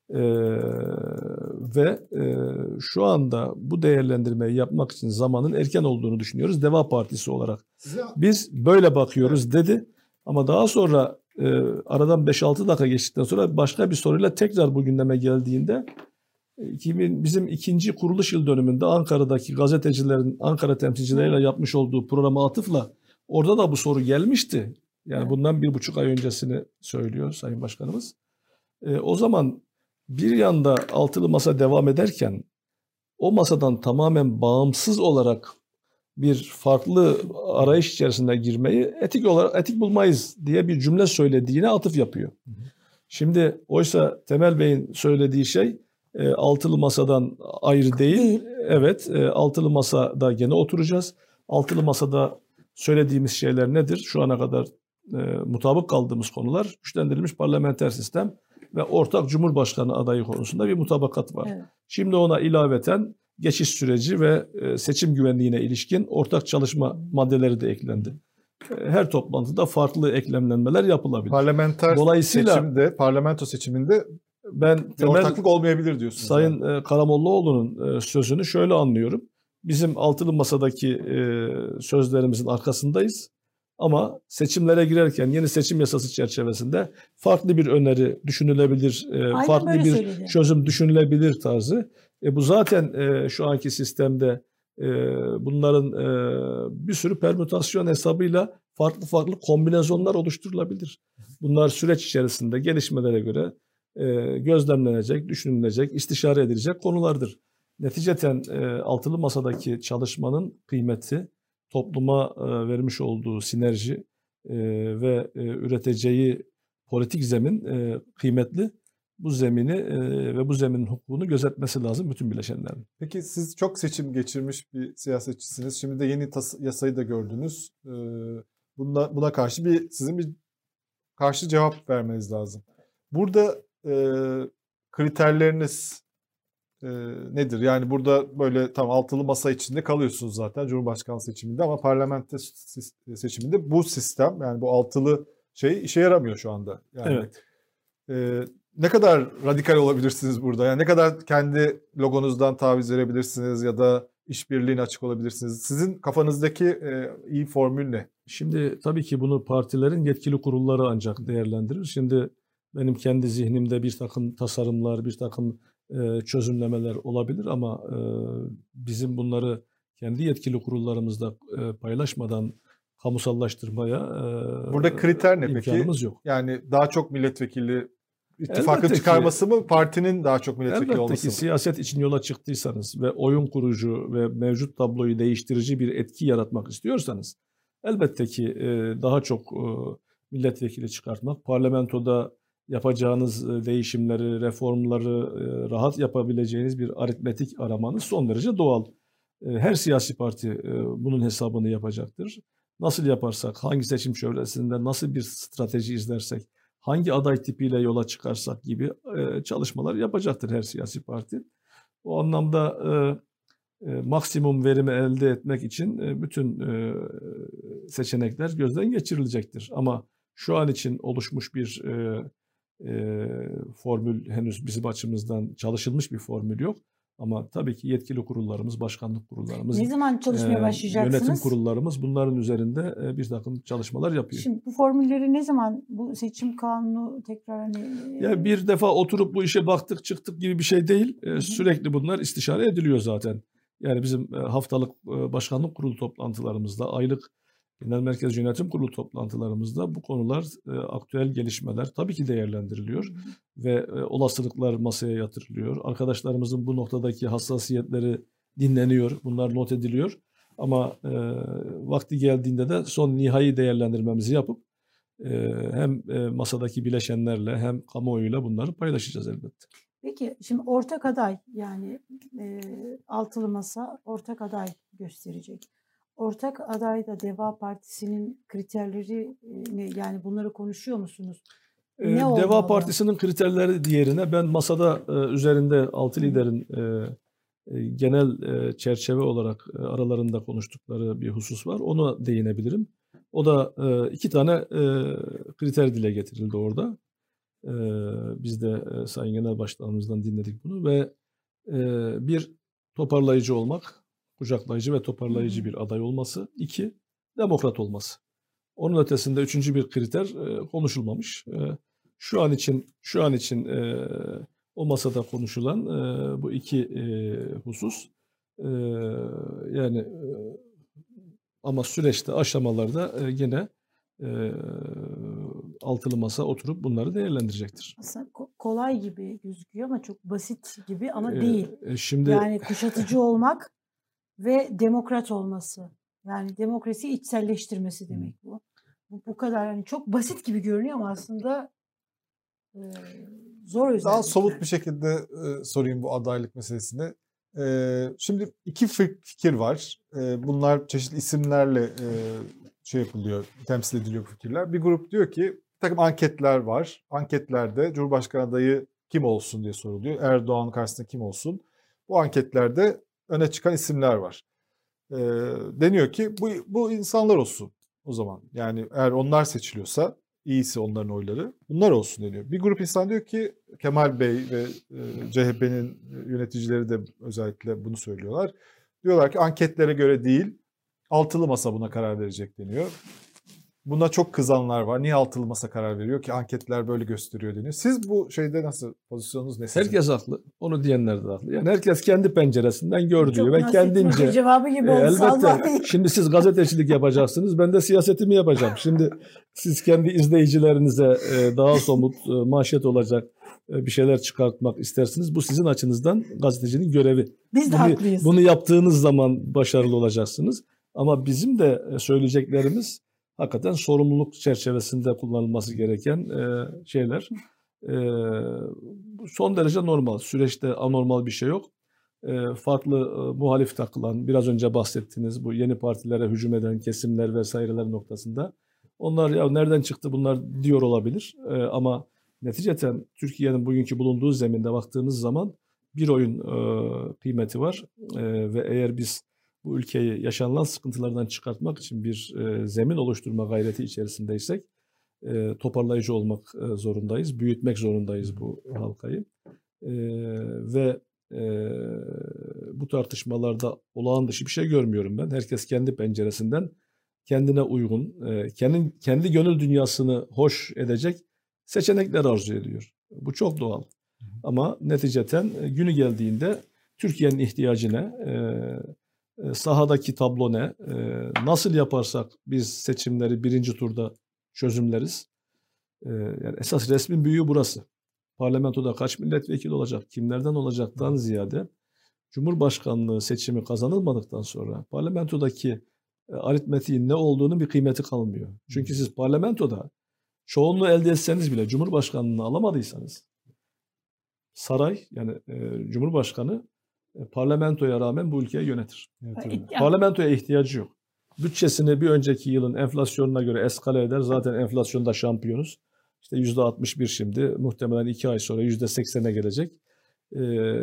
Ve şu anda bu değerlendirmeyi yapmak için zamanın erken olduğunu düşünüyoruz Deva Partisi olarak. Biz böyle bakıyoruz dedi ama daha sonra e, aradan beş altı dakika geçtikten sonra başka bir soruyla tekrar bu gündeme geldiğinde iki bin, bizim ikinci kuruluş yıl dönümünde Ankara'daki gazetecilerin Ankara temsilcileriyle yapmış olduğu programa atıfla orada da bu soru gelmişti. Yani bundan bir buçuk ay öncesini söylüyor Sayın Başkanımız. E, o zaman bir yanda altılı masa devam ederken o masadan tamamen bağımsız olarak bir farklı arayış içerisinde girmeyi etik olarak etik bulmayız diye bir cümle söylediğine atıf yapıyor. Hı hı. Şimdi oysa Temel Bey'in söylediği şey e, altılı masadan ayrı değil. değil. Evet, e, altılı masada gene oturacağız. Altılı masada söylediğimiz şeyler nedir? Şu ana kadar e, mutabık kaldığımız konular güçlendirilmiş parlamenter sistem ve ortak Cumhurbaşkanı adayı konusunda bir mutabakat var. Evet. Şimdi ona ilaveten geçiş süreci ve seçim güvenliğine ilişkin ortak çalışma maddeleri de eklendi. Her toplantıda farklı eklemlenmeler yapılabilir. Parlamenter Dolayısıyla, seçimde, parlamento seçiminde ben temel, ortaklık olmayabilir diyorsunuz. Sayın yani. Karamollaoğlu'nun sözünü şöyle anlıyorum. Bizim altılı masadaki sözlerimizin arkasındayız. Ama seçimlere girerken yeni seçim yasası çerçevesinde farklı bir öneri düşünülebilir, Aynen farklı bir söyledi. çözüm düşünülebilir tarzı. E bu zaten e, şu anki sistemde e, bunların e, bir sürü permütasyon hesabıyla farklı farklı kombinasyonlar oluşturulabilir. Bunlar süreç içerisinde gelişmelere göre e, gözlemlenecek, düşünülecek, istişare edilecek konulardır. Neticeten e, altılı masadaki çalışmanın kıymeti, topluma e, vermiş olduğu sinerji e, ve e, üreteceği politik zemin e, kıymetli. Bu zemini e, ve bu zeminin hukukunu gözetmesi lazım bütün bileşenlerin. Peki siz çok seçim geçirmiş bir siyasetçisiniz. Şimdi de yeni tas- yasayı da gördünüz. E, buna, buna karşı bir sizin bir karşı cevap vermeniz lazım. Burada e, kriterleriniz e, nedir? Yani burada böyle tam altılı masa içinde kalıyorsunuz zaten Cumhurbaşkanlığı seçiminde ama parlamento seçiminde bu sistem yani bu altılı şey işe yaramıyor şu anda. Yani, evet. E, ne kadar radikal olabilirsiniz burada? Yani ne kadar kendi logonuzdan taviz verebilirsiniz ya da işbirliğine açık olabilirsiniz? Sizin kafanızdaki e, iyi formül ne? Şimdi tabii ki bunu partilerin yetkili kurulları ancak değerlendirir. Şimdi benim kendi zihnimde bir takım tasarımlar, bir takım e, çözümlemeler olabilir ama e, bizim bunları kendi yetkili kurullarımızda e, paylaşmadan kamusallaştırmaya e, Burada kriter ne peki? imkanımız yok. Yani daha çok milletvekili ittifakın Elbette çıkarması ki, mı, partinin daha çok milletvekili elbette olması ki mı? siyaset için yola çıktıysanız ve oyun kurucu ve mevcut tabloyu değiştirici bir etki yaratmak istiyorsanız elbette ki e, daha çok e, milletvekili çıkartmak, parlamentoda yapacağınız e, değişimleri, reformları e, rahat yapabileceğiniz bir aritmetik aramanız son derece doğal. E, her siyasi parti e, bunun hesabını yapacaktır. Nasıl yaparsak, hangi seçim çevresinde nasıl bir strateji izlersek, hangi aday tipiyle yola çıkarsak gibi e, çalışmalar yapacaktır her siyasi parti. O anlamda e, e, maksimum verimi elde etmek için e, bütün e, seçenekler gözden geçirilecektir. Ama şu an için oluşmuş bir e, e, formül henüz bizim açımızdan çalışılmış bir formül yok. Ama tabii ki yetkili kurullarımız, başkanlık kurullarımız, Ne zaman çalışmaya e, başlayacaksınız? yönetim kurullarımız bunların üzerinde e, bir takım çalışmalar yapıyor. Şimdi bu formülleri ne zaman, bu seçim kanunu tekrar hani... Ya bir defa oturup bu işe baktık çıktık gibi bir şey değil. E, sürekli bunlar istişare ediliyor zaten. Yani bizim e, haftalık e, başkanlık kurulu toplantılarımızda, aylık genel merkez yönetim kurulu toplantılarımızda bu konular, e, aktüel gelişmeler tabii ki değerlendiriliyor. Hı hı. Ve e, olasılıklar masaya yatırılıyor. Arkadaşlarımızın bu noktadaki hassasiyetleri dinleniyor, bunlar not ediliyor. Ama e, vakti geldiğinde de son nihai değerlendirmemizi yapıp e, hem e, masadaki bileşenlerle hem kamuoyuyla bunları paylaşacağız elbette. Peki şimdi ortak aday, yani e, altılı masa ortak aday gösterecek. Ortak aday da Deva Partisi'nin kriterleri ne? Yani bunları konuşuyor musunuz? Ne Deva olmalı? Partisi'nin kriterleri diğerine ben masada e, üzerinde altı liderin e, e, genel e, çerçeve olarak e, aralarında konuştukları bir husus var. Ona değinebilirim. O da e, iki tane e, kriter dile getirildi orada. E, biz de e, Sayın Genel Başkanımızdan dinledik bunu ve e, bir toparlayıcı olmak, kucaklayıcı ve toparlayıcı hmm. bir aday olması. İki, demokrat olması. Onun ötesinde üçüncü bir kriter e, konuşulmamış. E, şu an için şu an için e, o masada konuşulan e, bu iki e, husus e, yani e, ama süreçte aşamalarda e, yine e, altılı masa oturup bunları değerlendirecektir. Aslında kolay gibi gözüküyor ama çok basit gibi ama e, değil. E, şimdi yani kuşatıcı olmak ve demokrat olması. Yani demokrasi içselleştirmesi demek bu. Bu, bu kadar yani çok basit gibi görünüyor ama aslında e, zor özellikler. Daha somut bir şekilde e, sorayım bu adaylık meselesini. E, şimdi iki fikir var. E, bunlar çeşitli isimlerle e, şey yapılıyor, temsil ediliyor bu fikirler. Bir grup diyor ki bir takım anketler var. Anketlerde Cumhurbaşkanı adayı kim olsun diye soruluyor. Erdoğan karşısında kim olsun? Bu anketlerde öne çıkan isimler var. E, deniyor ki bu, bu insanlar olsun o zaman. Yani eğer onlar seçiliyorsa, iyisi onların oyları, bunlar olsun deniyor. Bir grup insan diyor ki Kemal Bey ve e, C H P'nin yöneticileri de özellikle bunu söylüyorlar. Diyorlar ki anketlere göre değil, altılı masa buna karar verecek deniyor. Buna çok kızanlar var. Niye altılı masa karar veriyor ki anketler böyle gösteriyor deniyor. Siz bu şeyde nasıl, pozisyonunuz ne sizin? Herkes haklı. Onu diyenler de haklı. Yani herkes kendi penceresinden gördüğü çok ve kendince. Cevabı gibi e, oldu. elbette. Şimdi siz gazetecilik yapacaksınız. Ben de siyasetimi yapacağım. Şimdi siz kendi izleyicilerinize e, daha somut, e, manşet olacak e, bir şeyler çıkartmak istersiniz. Bu sizin açınızdan gazetecinin görevi. Biz de bunu, haklıyız. Bunu yaptığınız zaman başarılı olacaksınız. Ama bizim de söyleyeceklerimiz hakikaten sorumluluk çerçevesinde kullanılması gereken e, şeyler. E, son derece normal. Süreçte anormal bir şey yok. E, farklı e, muhalif takılan, biraz önce bahsettiğiniz bu yeni partilere hücum eden kesimler vesaireler noktasında. Onlar ya nereden çıktı bunlar diyor olabilir. E, ama neticeten Türkiye'nin bugünkü bulunduğu zeminde baktığınız zaman bir oyun e, kıymeti var. E, ve eğer biz bu ülkeyi yaşanılan sıkıntılardan çıkartmak için bir e, zemin oluşturma gayreti içerisindeysek e, toparlayıcı olmak e, zorundayız, büyütmek zorundayız bu halkayı. E, ve e, bu tartışmalarda olağan dışı bir şey görmüyorum ben. Herkes kendi penceresinden kendine uygun, kendi, kendi gönül dünyasını hoş edecek seçenekler arzu ediyor. Bu çok doğal. Ama neticeten günü geldiğinde Türkiye'nin ihtiyacına, sahadaki tablo ne, nasıl yaparsak biz seçimleri birinci turda çözümleriz. Yani esas resmin büyüğü burası. Parlamentoda kaç milletvekili olacak, kimlerden olacaktan ziyade Cumhurbaşkanlığı seçimi kazanılmadıktan sonra parlamentodaki aritmetiğin ne olduğunun bir kıymeti kalmıyor. Çünkü siz parlamentoda çoğunluğu elde etseniz bile Cumhurbaşkanlığını alamadıysanız saray yani e, Cumhurbaşkanı e, parlamentoya rağmen bu ülkeyi yönetir. Evet, parlamentoya ihtiyacı yok. Bütçesini bir önceki yılın enflasyonuna göre eskale eder. Zaten enflasyonda şampiyonuz. İşte yüzde altmış bir şimdi muhtemelen iki ay sonra yüzde seksene gelecek. Ee,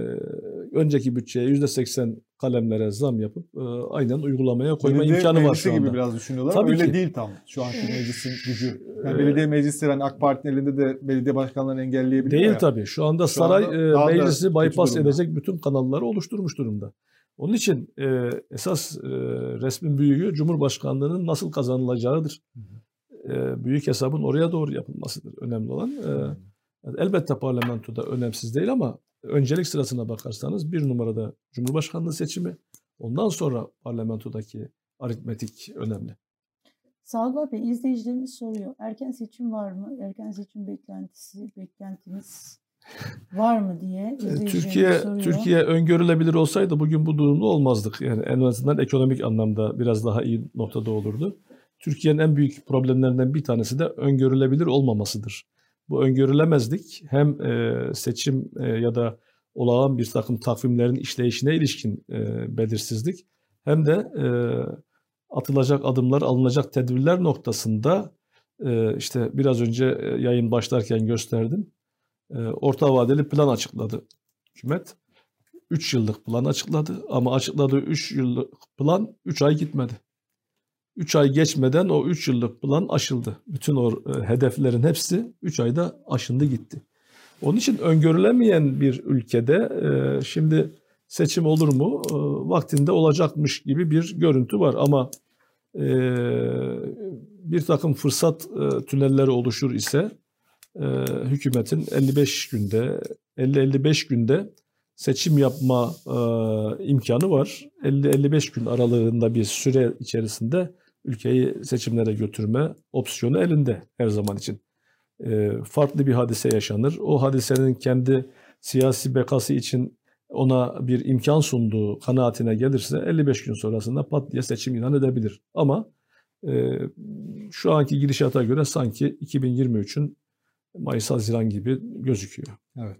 önceki bütçeye yüzde seksen kalemlere zam yapıp e, aynen uygulamaya koyma belediye imkanı var şu anda. Gibi biraz düşünüyorlar Tabii ama öyle ki. değil tam şu anki meclisin gücü. Yani belediye meclisleri hani AK Parti'nin elinde de belediye başkanlarını engelleyebiliyor değil ya. tabii. Şu anda şu saray anda e, meclisi bypass edecek bütün kanalları oluşturmuş durumda. Onun için e, esas e, resmin büyüğü Cumhurbaşkanlığının nasıl kazanılacağıdır. E, büyük hesabın oraya doğru yapılmasıdır önemli olan. E, yani elbette parlamentoda önemsiz değil ama öncelik sırasına bakarsanız bir numarada Cumhurbaşkanlığı seçimi, ondan sonra parlamentodaki aritmetik önemli. Sadullah Bey, izleyicilerimiz soruyor. Erken seçim var mı? Erken seçim beklentisi, beklentiniz var mı diye Türkiye soruyor. Türkiye öngörülebilir olsaydı bugün bu durumda olmazdık. Yani en azından ekonomik anlamda biraz daha iyi noktada olurdu. Türkiye'nin en büyük problemlerinden bir tanesi de öngörülebilir olmamasıdır. Bu öngörülemezlik hem e, seçim e, ya da olağan bir takım takvimlerin işleyişine ilişkin e, belirsizlik hem de e, atılacak adımlar, alınacak tedbirler noktasında e, işte biraz önce yayın başlarken gösterdim. E, orta vadeli plan açıkladı hükümet. üç yıllık plan açıkladı ama açıkladığı üç yıllık plan üç ay gitmedi. üç ay geçmeden o üç yıllık plan aşıldı. Bütün o e, hedeflerin hepsi üç ayda aşındı gitti. Onun için öngörülemeyen bir ülkede e, şimdi seçim olur mu? E, vaktinde olacakmış gibi bir görüntü var ama e, bir takım fırsat e, tünelleri oluşur ise e, hükümetin elli beş günde, elli elli beş günde seçim yapma e, imkanı var. elli elli beş gün aralığında bir süre içerisinde ülkeyi seçimlere götürme opsiyonu elinde her zaman için. E, farklı bir hadise yaşanır. O hadisenin kendi siyasi bekası için ona bir imkan sunduğu kanaatine gelirse elli beş gün sonrasında pat diye seçim ilan edebilir. Ama e, şu anki gidişata göre sanki iki bin yirmi üçün Mayıs-Haziran gibi gözüküyor. Evet.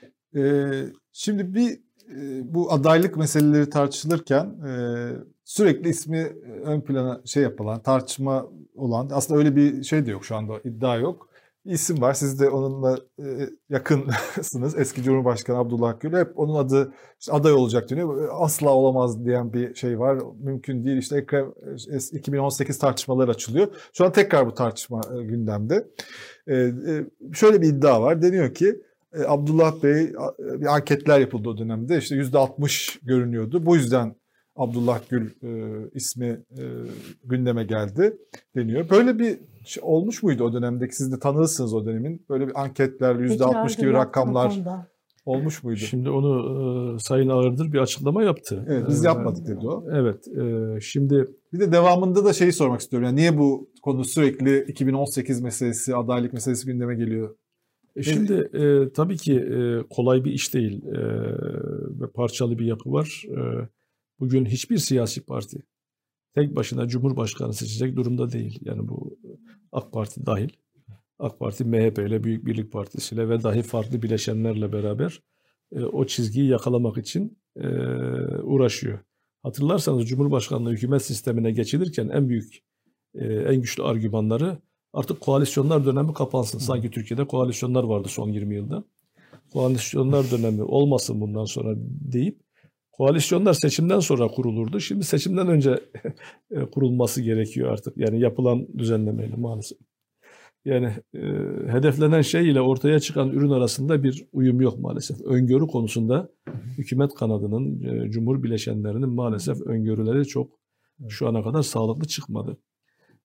Ee, şimdi bir e, bu adaylık meseleleri tartışılırken e, sürekli ismi ön plana şey yapılan, tartışma olan, aslında öyle bir şey de yok şu anda, iddia yok. Bir isim var, siz de onunla e, yakınsınız. Eski Cumhurbaşkanı Abdullah Gül, hep onun adı işte aday olacak diyor. Asla olamaz diyen bir şey var. Mümkün değil. İşte Ekrem iki bin on sekiz tartışmaları açılıyor. Şu an tekrar bu tartışma gündemde. E, e, şöyle bir iddia var. Deniyor ki Abdullah Bey, bir anketler yapıldı o dönemde. İşte yüzde altmış görünüyordu. Bu yüzden Abdullah Gül e, ismi e, gündeme geldi deniyor. Böyle bir şey olmuş muydu o dönemdeki? Siz de tanırsınız o dönemin. Böyle bir anketler, yüzde altmış gibi rakamlar olmuş muydu? Şimdi onu e, Sayın Ağırdır bir açıklama yaptı. Evet, biz yapmadık dedi o. Evet. E, şimdi bir de devamında da şeyi sormak istiyorum. Yani niye bu konu sürekli iki bin on sekiz meselesi, adaylık meselesi gündeme geliyor? E şimdi e, tabii ki e, kolay bir iş değil e, ve parçalı bir yapı var. E, bugün hiçbir siyasi parti tek başına Cumhurbaşkanı seçecek durumda değil. Yani bu AK Parti dahil. AK Parti M H P ile, Büyük Birlik Partisi ile ve dahi farklı bileşenlerle beraber e, o çizgiyi yakalamak için e, uğraşıyor. Hatırlarsanız Cumhurbaşkanlığı hükümet sistemine geçilirken en büyük, e, en güçlü argümanları artık koalisyonlar dönemi kapansın. Sanki Türkiye'de koalisyonlar vardı son yirmi yılda. Koalisyonlar dönemi olmasın bundan sonra deyip koalisyonlar seçimden sonra kurulurdu. Şimdi seçimden önce kurulması gerekiyor artık. Yani yapılan düzenlemeyle maalesef. Yani e, hedeflenen şey ile ortaya çıkan ürün arasında bir uyum yok maalesef. Öngörü konusunda hükümet kanadının, e, cumhur bileşenlerinin maalesef öngörüleri çok şu ana kadar sağlıklı çıkmadı.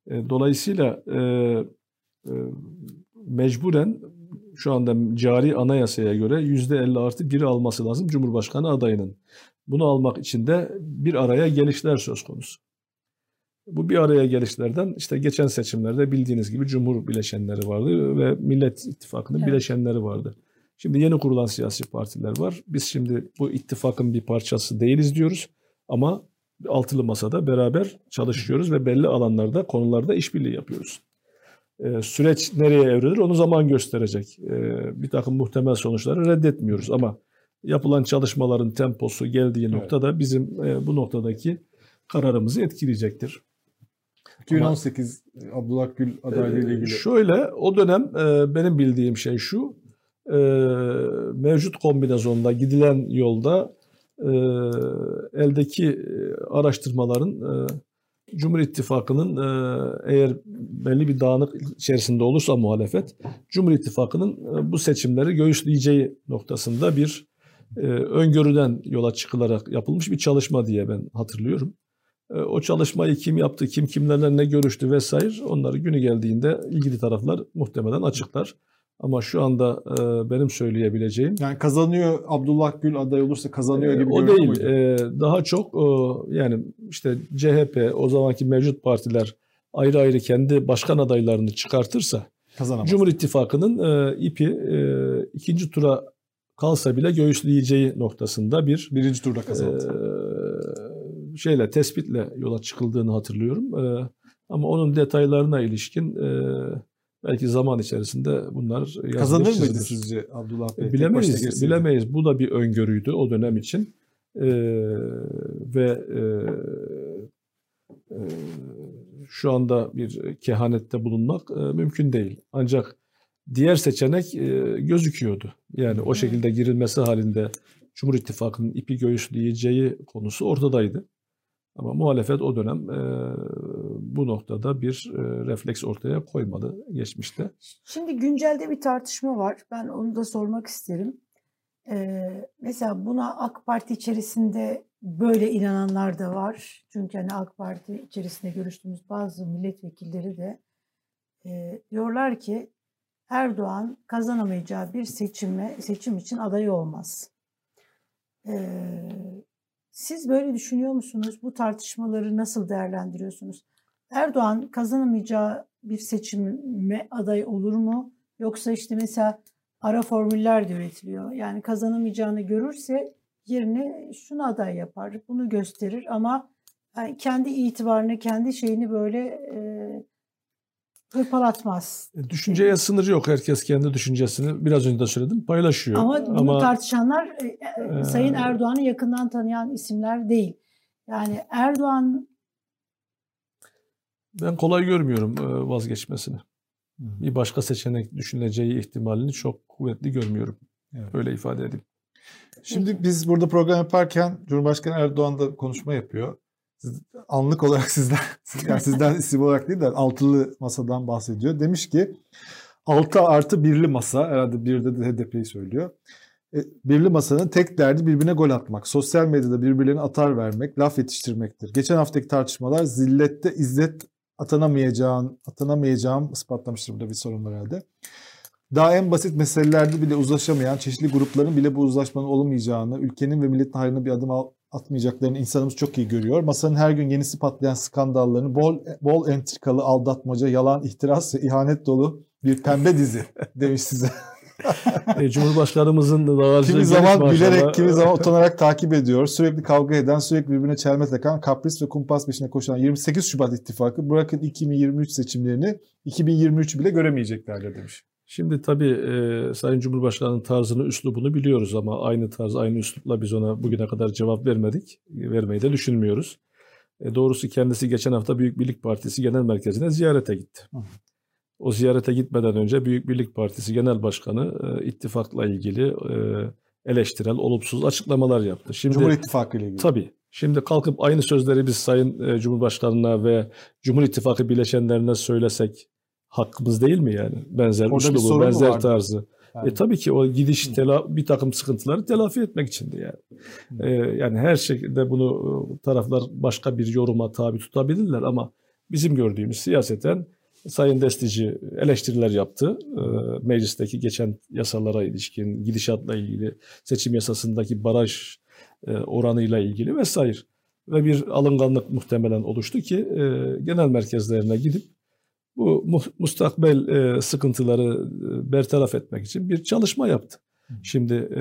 E, dolayısıyla e, e, mecburen şu anda cari anayasaya göre yüzde elli artı biri alması lazım Cumhurbaşkanı adayının. Bunu almak için de bir araya gelişler söz konusu. Bu bir araya gelişlerden işte geçen seçimlerde bildiğiniz gibi Cumhur bileşenleri vardı ve Millet İttifakı'nın evet. bileşenleri vardı. Şimdi yeni kurulan siyasi partiler var. Biz şimdi bu ittifakın bir parçası değiliz diyoruz ama altılı masada beraber çalışıyoruz ve belli alanlarda, konularda işbirliği yapıyoruz. Ee, süreç nereye evrilir onu zaman gösterecek. Ee, bir takım muhtemel sonuçları reddetmiyoruz ama yapılan çalışmaların temposu geldiği evet. noktada bizim e, bu noktadaki kararımızı etkileyecektir. iki bin on sekiz ama, Abdullah Gül adaylığı ile ilgili. Şöyle, o dönem e, benim bildiğim şey şu, e, mevcut kombinasyonda gidilen yolda e, eldeki araştırmaların e, Cumhur İttifakı'nın e, eğer belli bir dağınık içerisinde olursa muhalefet, Cumhur İttifakı'nın e, bu seçimleri göğüsleyeceği noktasında bir e, öngörüden yola çıkılarak yapılmış bir çalışma diye ben hatırlıyorum. O çalışmayı kim yaptı, kim kimlerle ne görüştü vesaire onları günü geldiğinde ilgili taraflar muhtemelen açıklar. Ama şu anda e, benim söyleyebileceğim... Yani kazanıyor Abdullah Gül aday olursa kazanıyor gibi e, o değil. E, daha çok e, yani işte C H P o zamanki mevcut partiler ayrı ayrı kendi başkan adaylarını çıkartırsa Cumhur İttifakı'nın e, ipi e, ikinci tura kalsa bile göğüsleyeceği noktasında bir... Birinci turda kazandı. E, şeyle, tespitle yola çıkıldığını hatırlıyorum. Ee, ama onun detaylarına ilişkin e, belki zaman içerisinde bunlar... Kazanır mıydı sizce Abdullah Bey? Bilemeyiz, bilemeyiz. Bu da bir öngörüydü o dönem için. Ee, ve e, e, şu anda bir kehanette bulunmak e, mümkün değil. Ancak diğer seçenek e, gözüküyordu. Yani o şekilde girilmesi halinde Cumhur İttifakı'nın ipi göğüsleyeceği konusu ortadaydı. Ama muhalefet o dönem e, bu noktada bir e, refleks ortaya koymadı geçmişte. Şimdi güncelde bir tartışma var. Ben onu da sormak isterim. E, mesela buna AK Parti içerisinde böyle inananlar da var. Çünkü hani AK Parti içerisinde görüştüğümüz bazı milletvekilleri de e, diyorlar ki Erdoğan kazanamayacağı bir seçime, seçim için aday olmaz. Evet. Siz böyle düşünüyor musunuz? Bu tartışmaları nasıl değerlendiriyorsunuz? Erdoğan kazanamayacağı bir seçime aday olur mu? Yoksa işte mesela ara formüller de üretiliyor. Yani kazanamayacağını görürse yerine şunu aday yapar, bunu gösterir ama yani kendi itibarını, kendi şeyini böyle e, hırpalatmaz. Düşünceye yani. Sınır yok. Herkes kendi düşüncesini biraz önce de söyledim paylaşıyor. Ama bunu ama, tartışanlar e, e, Sayın Erdoğan'ı yakından tanıyan isimler değil. Yani Erdoğan... Ben kolay görmüyorum vazgeçmesini. Hmm. Bir başka seçenek düşünüleceği ihtimalini çok kuvvetli görmüyorum. Evet. Öyle ifade edeyim. Şimdi Peki. Biz burada program yaparken Cumhurbaşkanı Erdoğan da konuşma yapıyor. Siz, anlık olarak sizden, yani sizden isim olarak değil de altılı masadan bahsediyor. Demiş ki altı artı birli masa, herhalde birde de H D P'yi söylüyor. E, birli masanın tek derdi birbirine gol atmak. Sosyal medyada birbirlerine atar vermek, laf yetiştirmektir. Geçen haftaki tartışmalar zillette izzet atanamayacağın, atanamayacağım ispatlamıştır, burada bir sorun var herhalde. Daha en basit meselelerde bile uzlaşamayan çeşitli grupların bile bu uzlaşmanın olamayacağını, ülkenin ve milletin hayrına bir adım atmayacaklarını insanımız çok iyi görüyor. Masanın her gün yenisi patlayan skandallarını, bol, bol entrikalı aldatmaca, yalan, ihtiras ve ihanet dolu bir pembe dizi demiş size. e, Cumhurbaşkanımızın dağarcığı kimi zaman bilerek, ama... kimi zaman utanarak takip ediyor. Sürekli kavga eden, sürekli birbirine çelme takan, kapris ve kumpas peşine koşan yirmi sekiz Şubat ittifakı bırakın iki bin yirmi üç seçimlerini iki bin yirmi üçü bile göremeyeceklerdir demiş. Şimdi tabii e, Sayın Cumhurbaşkanı'nın tarzını, üslubunu biliyoruz ama aynı tarz, aynı üslupla biz ona bugüne kadar cevap vermedik. Vermeyi de düşünmüyoruz. E, doğrusu kendisi geçen hafta Büyük Birlik Partisi Genel Merkezi'ne ziyarete gitti. Hı. O ziyarete gitmeden önce Büyük Birlik Partisi Genel Başkanı e, ittifakla ilgili e, eleştirel, olumsuz açıklamalar yaptı. Şimdi, Cumhur İttifakı ile ilgili. Tabii. Şimdi kalkıp aynı sözleri biz Sayın e, Cumhurbaşkanı'na ve Cumhur İttifakı bileşenlerine söylesek hakkımız değil mi yani? Benzer orada üslubu, benzer tarzı. Yani. E tabii ki o gidiş tela- bir takım sıkıntıları telafi etmek içindi yani. E, yani her şekilde bunu taraflar başka bir yoruma tabi tutabilirler ama bizim gördüğümüz siyaseten Sayın Destici eleştiriler yaptı. E, meclisteki geçen yasalara ilişkin, gidişatla ilgili, seçim yasasındaki baraj e, oranıyla ilgili vesaire. Ve bir alınganlık muhtemelen oluştu ki e, genel merkezlerine gidip bu mu, mustakbel e, sıkıntıları e, bertaraf etmek için bir çalışma yaptı. Şimdi e,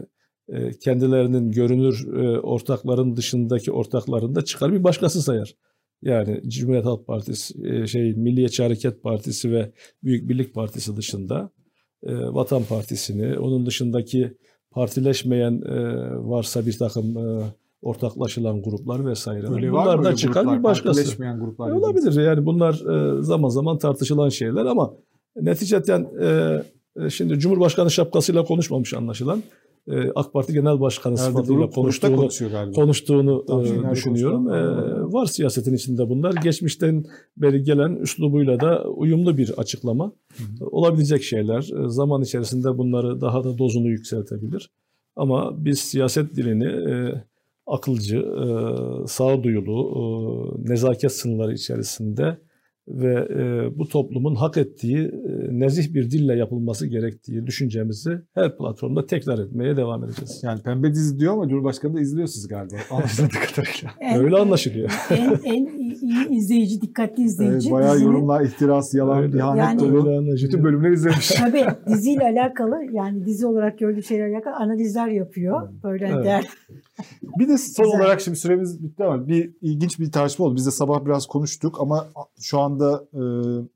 e, kendilerinin görünür e, ortakların dışındaki ortaklarını da çıkar bir başkası sayar. Yani Cumhuriyet Halk Partisi, e, şey Milliyetçi Hareket Partisi ve Büyük Birlik Partisi dışında e, Vatan Partisi'ni, onun dışındaki partileşmeyen e, varsa bir takım e, ortaklaşılan gruplar vesaire. Öyle bunlar da öyle çıkar gruplar, bir başkası. partileşmeyen gruplar Olabilir yani bunlar e, zaman zaman tartışılan şeyler ama neticeten e, e, şimdi Cumhurbaşkanı şapkasıyla konuşmamış anlaşılan. E, AK Parti Genel Başkanı Nerede sıfatıyla durup, konuştuğunu, konuştuğunu e, düşünüyorum. E, var siyasetin içinde bunlar. Geçmişten beri gelen üslubuyla da uyumlu bir açıklama. Hı hı. Olabilecek şeyler. E, zaman içerisinde bunları daha da dozunu yükseltebilir. Ama biz siyaset dilini e, akılcı, e, sağduyulu, e, nezaket sınırları içerisinde ve e, bu toplumun hak ettiği e, nezih bir dille yapılması gerektiği düşüncemizi her platformda tekrar etmeye devam edeceğiz. Yani pembe dizi diyor ama Cumhurbaşkanı da izliyor siz galiba. Anlaşıldığı kadarıyla. En, Öyle anlaşılıyor. En, en iyi izleyici, dikkatli izleyici. Evet, bayağı dizinin, yorumlar, ihtiras, yalan, öyle, ihanet yani, dolu. Bütün bölümleri izlemiş. Tabii diziyle alakalı yani dizi olarak gördüğü şeylerle alakalı analizler yapıyor. Böyle Evet. değer. Bir de son Güzel. olarak şimdi süremiz bitti ama bir ilginç bir tartışma oldu. Biz de sabah biraz konuştuk ama şu anda e,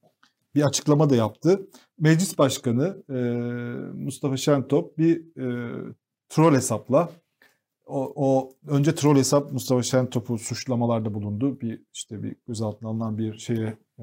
bir açıklama da yaptı. Meclis Başkanı e, Mustafa Şentop bir e, troll hesapla o, o önce troll hesap Mustafa Şentop'u suçlamalarda bulundu. Bir işte bir gözaltına alınan bir şeye e,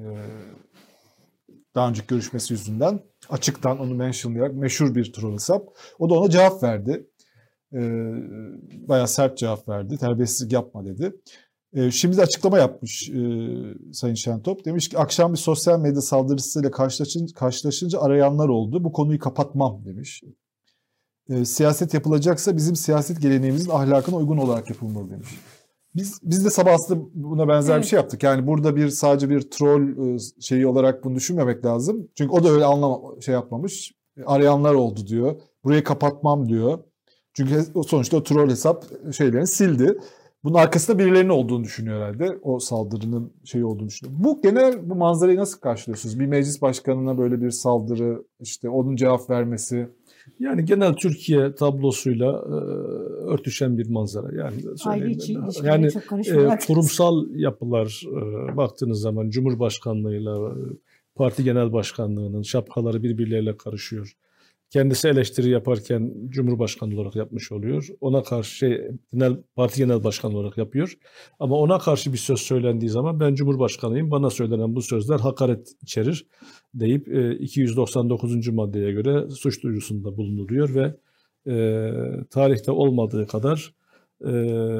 daha önceki görüşmesi yüzünden açıktan onu mentionlayarak meşhur bir troll hesap. O da ona cevap verdi. E, bayağı sert cevap verdi. Terbiyesizlik yapma dedi. E, şimdi de açıklama yapmış e, Sayın Şentop. Demiş ki akşam bir sosyal medya saldırısıyla karşılaşınca, karşılaşınca arayanlar oldu. Bu konuyu kapatmam demiş. E, siyaset yapılacaksa bizim siyaset geleneğimizin ahlakına uygun olarak yapılmalı demiş. Biz biz de sabah aslında buna benzer evet. bir şey yaptık. Yani burada bir sadece bir troll şeyi olarak bunu düşünmemek lazım. Çünkü o da öyle anlama şey yapmamış. Arayanlar oldu diyor. Burayı kapatmam diyor. Çünkü sonuçta o troll hesap şeylerini sildi. Bunun arkasında birilerinin olduğunu düşünüyor herhalde. O saldırının şeyi olduğunu düşünüyor. Bu genel bu manzarayı nasıl karşılıyorsunuz? Bir meclis başkanına böyle bir saldırı, işte onun cevap vermesi. Yani genel Türkiye tablosuyla e, örtüşen bir manzara. Yani Aile içi yani çok e, kurumsal yapılar e, baktığınız zaman Cumhurbaşkanlığıyla parti genel başkanlığının şapkaları birbirleriyle karışıyor. Kendisi eleştiri yaparken Cumhurbaşkanı olarak yapmış oluyor. Ona karşı şey, genel, parti genel başkanı olarak yapıyor. Ama ona karşı bir söz söylendiği zaman ben Cumhurbaşkanıyım, bana söylenen bu sözler hakaret içerir deyip iki yüz doksan dokuzuncu maddeye göre suç duyurusunda bulunuyor ve e, tarihte olmadığı kadar e,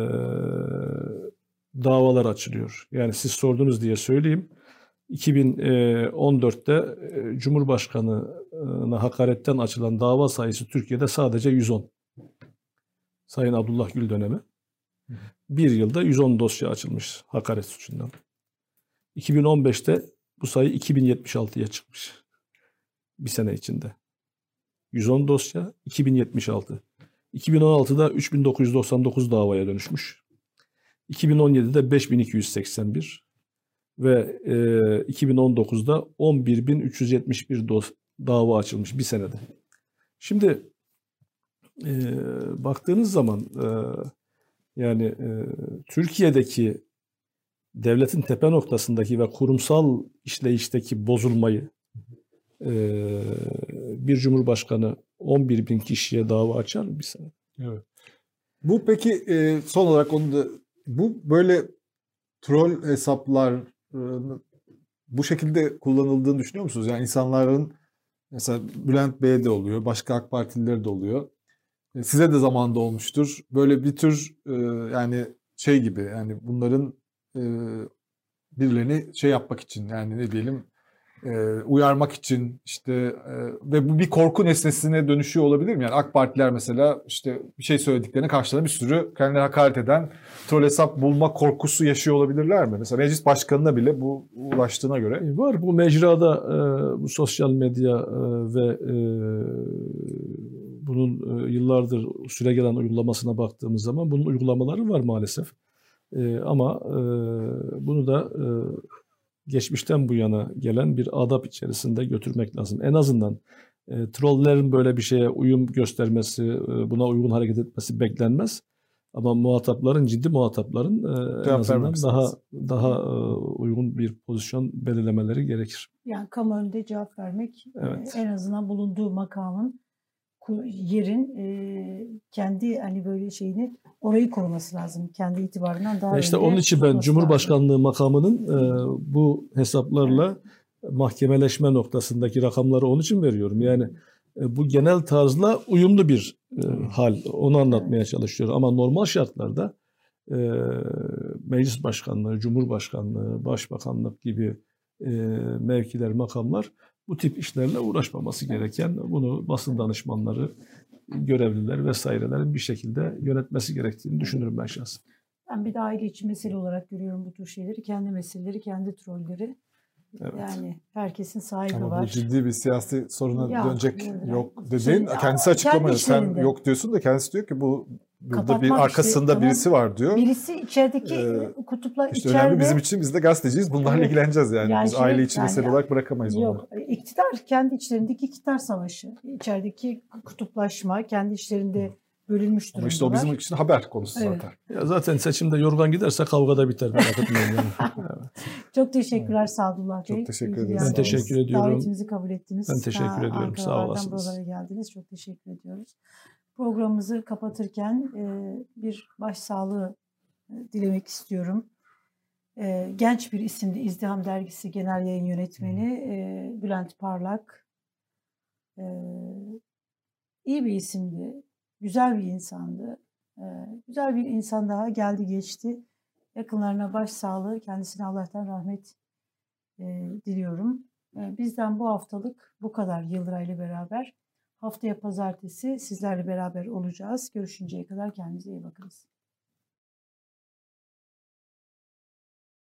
davalar açılıyor. Yani siz sordunuz diye söyleyeyim. iki bin on dörtte Cumhurbaşkanı'na hakaretten açılan dava sayısı Türkiye'de sadece yüz on. Sayın Abdullah Gül dönemi. Bir yılda yüz on dosya açılmış hakaret suçundan. iki bin on beşte bu sayı iki bin yetmiş altıya çıkmış. Bir sene içinde. yüz on dosya, iki bin yetmiş altı. iki bin on altıda üç bin dokuz yüz doksan dokuz davaya dönüşmüş. iki bin on yedide beş bin iki yüz seksen bir. Ve e, iki bin on dokuzda on bir bin üç yüz yetmiş bir dos, dava açılmış bir senede. Şimdi e, baktığınız zaman e, yani e, Türkiye'deki devletin tepe noktasındaki ve kurumsal işleyişteki bozulmayı e, bir cumhurbaşkanı on bir bin kişiye dava açar mı bir sene? Evet. Bu peki e, son olarak onu da bu böyle troll hesaplar bu şekilde kullanıldığını düşünüyor musunuz? Yani insanların mesela Bülent Bey'e de oluyor, başka AK Partililer de oluyor. Size de zamanında olmuştur. Böyle bir tür yani şey gibi yani bunların birilerini şey yapmak için yani ne diyelim e, uyarmak için işte e, ve bu bir korku nesnesine dönüşüyor olabilir mi? Yani AK Partiler mesela işte bir şey söylediklerine karşılarına bir sürü kendilerine hakaret eden troll hesap bulma korkusu yaşıyor olabilirler mi? Mesela meclis başkanına bile bu ulaştığına göre. E, Var bu mecrada e, bu sosyal medya e, ve e, bunun e, yıllardır süregelen uygulamasına baktığımız zaman bunun uygulamaları var maalesef. E, ama e, bunu da e, geçmişten bu yana gelen bir adap içerisinde götürmek lazım. En azından e, trollerin böyle bir şeye uyum göstermesi, e, buna uygun hareket etmesi beklenmez. Ama muhatapların, ciddi muhatapların e, en azından daha lazım. daha e, uygun bir pozisyon belirlemeleri gerekir. Yani kamu önünde cevap vermek, Evet. e, en azından bulunduğu makamın, yerin e, kendi hani böyle şeyini orayı koruması lazım. Kendi itibarından daha ya işte önde onun için ben Cumhurbaşkanlığı lazım. makamının e, bu hesaplarla evet. mahkemeleşme noktasındaki rakamları onun için veriyorum. Yani e, bu genel tarzla uyumlu bir e, hal. Onu anlatmaya evet. çalışıyorum. Ama normal şartlarda e, meclis başkanlığı, cumhurbaşkanlığı, başbakanlık gibi e, mevkiler, makamlar bu tip işlerle uğraşmaması gereken, bunu basın danışmanları, görevliler vesairelerin bir şekilde yönetmesi gerektiğini düşünürüm ben şahsen. Ben bir de aile içi mesele olarak görüyorum bu tür şeyleri. Kendi meseleleri, kendi trolleri. Evet. Yani herkesin sahibi ama var. Bu ciddi bir siyasi soruna ya, dönecek yani, yok dediğin şey, kendisi açıklamıyor. Sen yok diyorsun da kendisi diyor ki bu burada bir arkasında işte, birisi var diyor. Birisi içerideki ee, kutuplar işte içeride. Önemli bizim için biz de gazeteciyiz. Bunlarla evet. ilgileneceğiz yani. yani biz şey, aile içi yani, mesele olarak bırakamayız yok, onları. Yok. İktidar kendi içlerindeki iktidar savaşı. İçerideki kutuplaşma, kendi içlerinde bölünmüş durumdalar. Ama işte o bizim için haber konusu evet. zaten. Ya zaten seçimde yorgan giderse kavgada biter. Merak etmeyin yani. Evet. Çok teşekkürler evet. Sadullah Bey. Çok teşekkür ederim. Ben teşekkür ediyorum. Davetimizi kabul ettiniz. Ben teşekkür ha, ediyorum. Sağ olasınız. Buralara geldiniz. Çok teşekkür ediyoruz. Programımızı kapatırken bir başsağlığı dilemek istiyorum. Genç bir isimdi. İzdiham Dergisi Genel Yayın Yönetmeni Bülent Parlak. İyi bir isimdi. Güzel bir insandı. Güzel bir insan daha geldi geçti. Yakınlarına başsağlığı, kendisine Allah'tan rahmet diliyorum. Bizden bu haftalık bu kadar Yıldıray ile beraber. Haftaya pazartesi sizlerle beraber olacağız. Görüşünceye kadar kendinize iyi bakınız.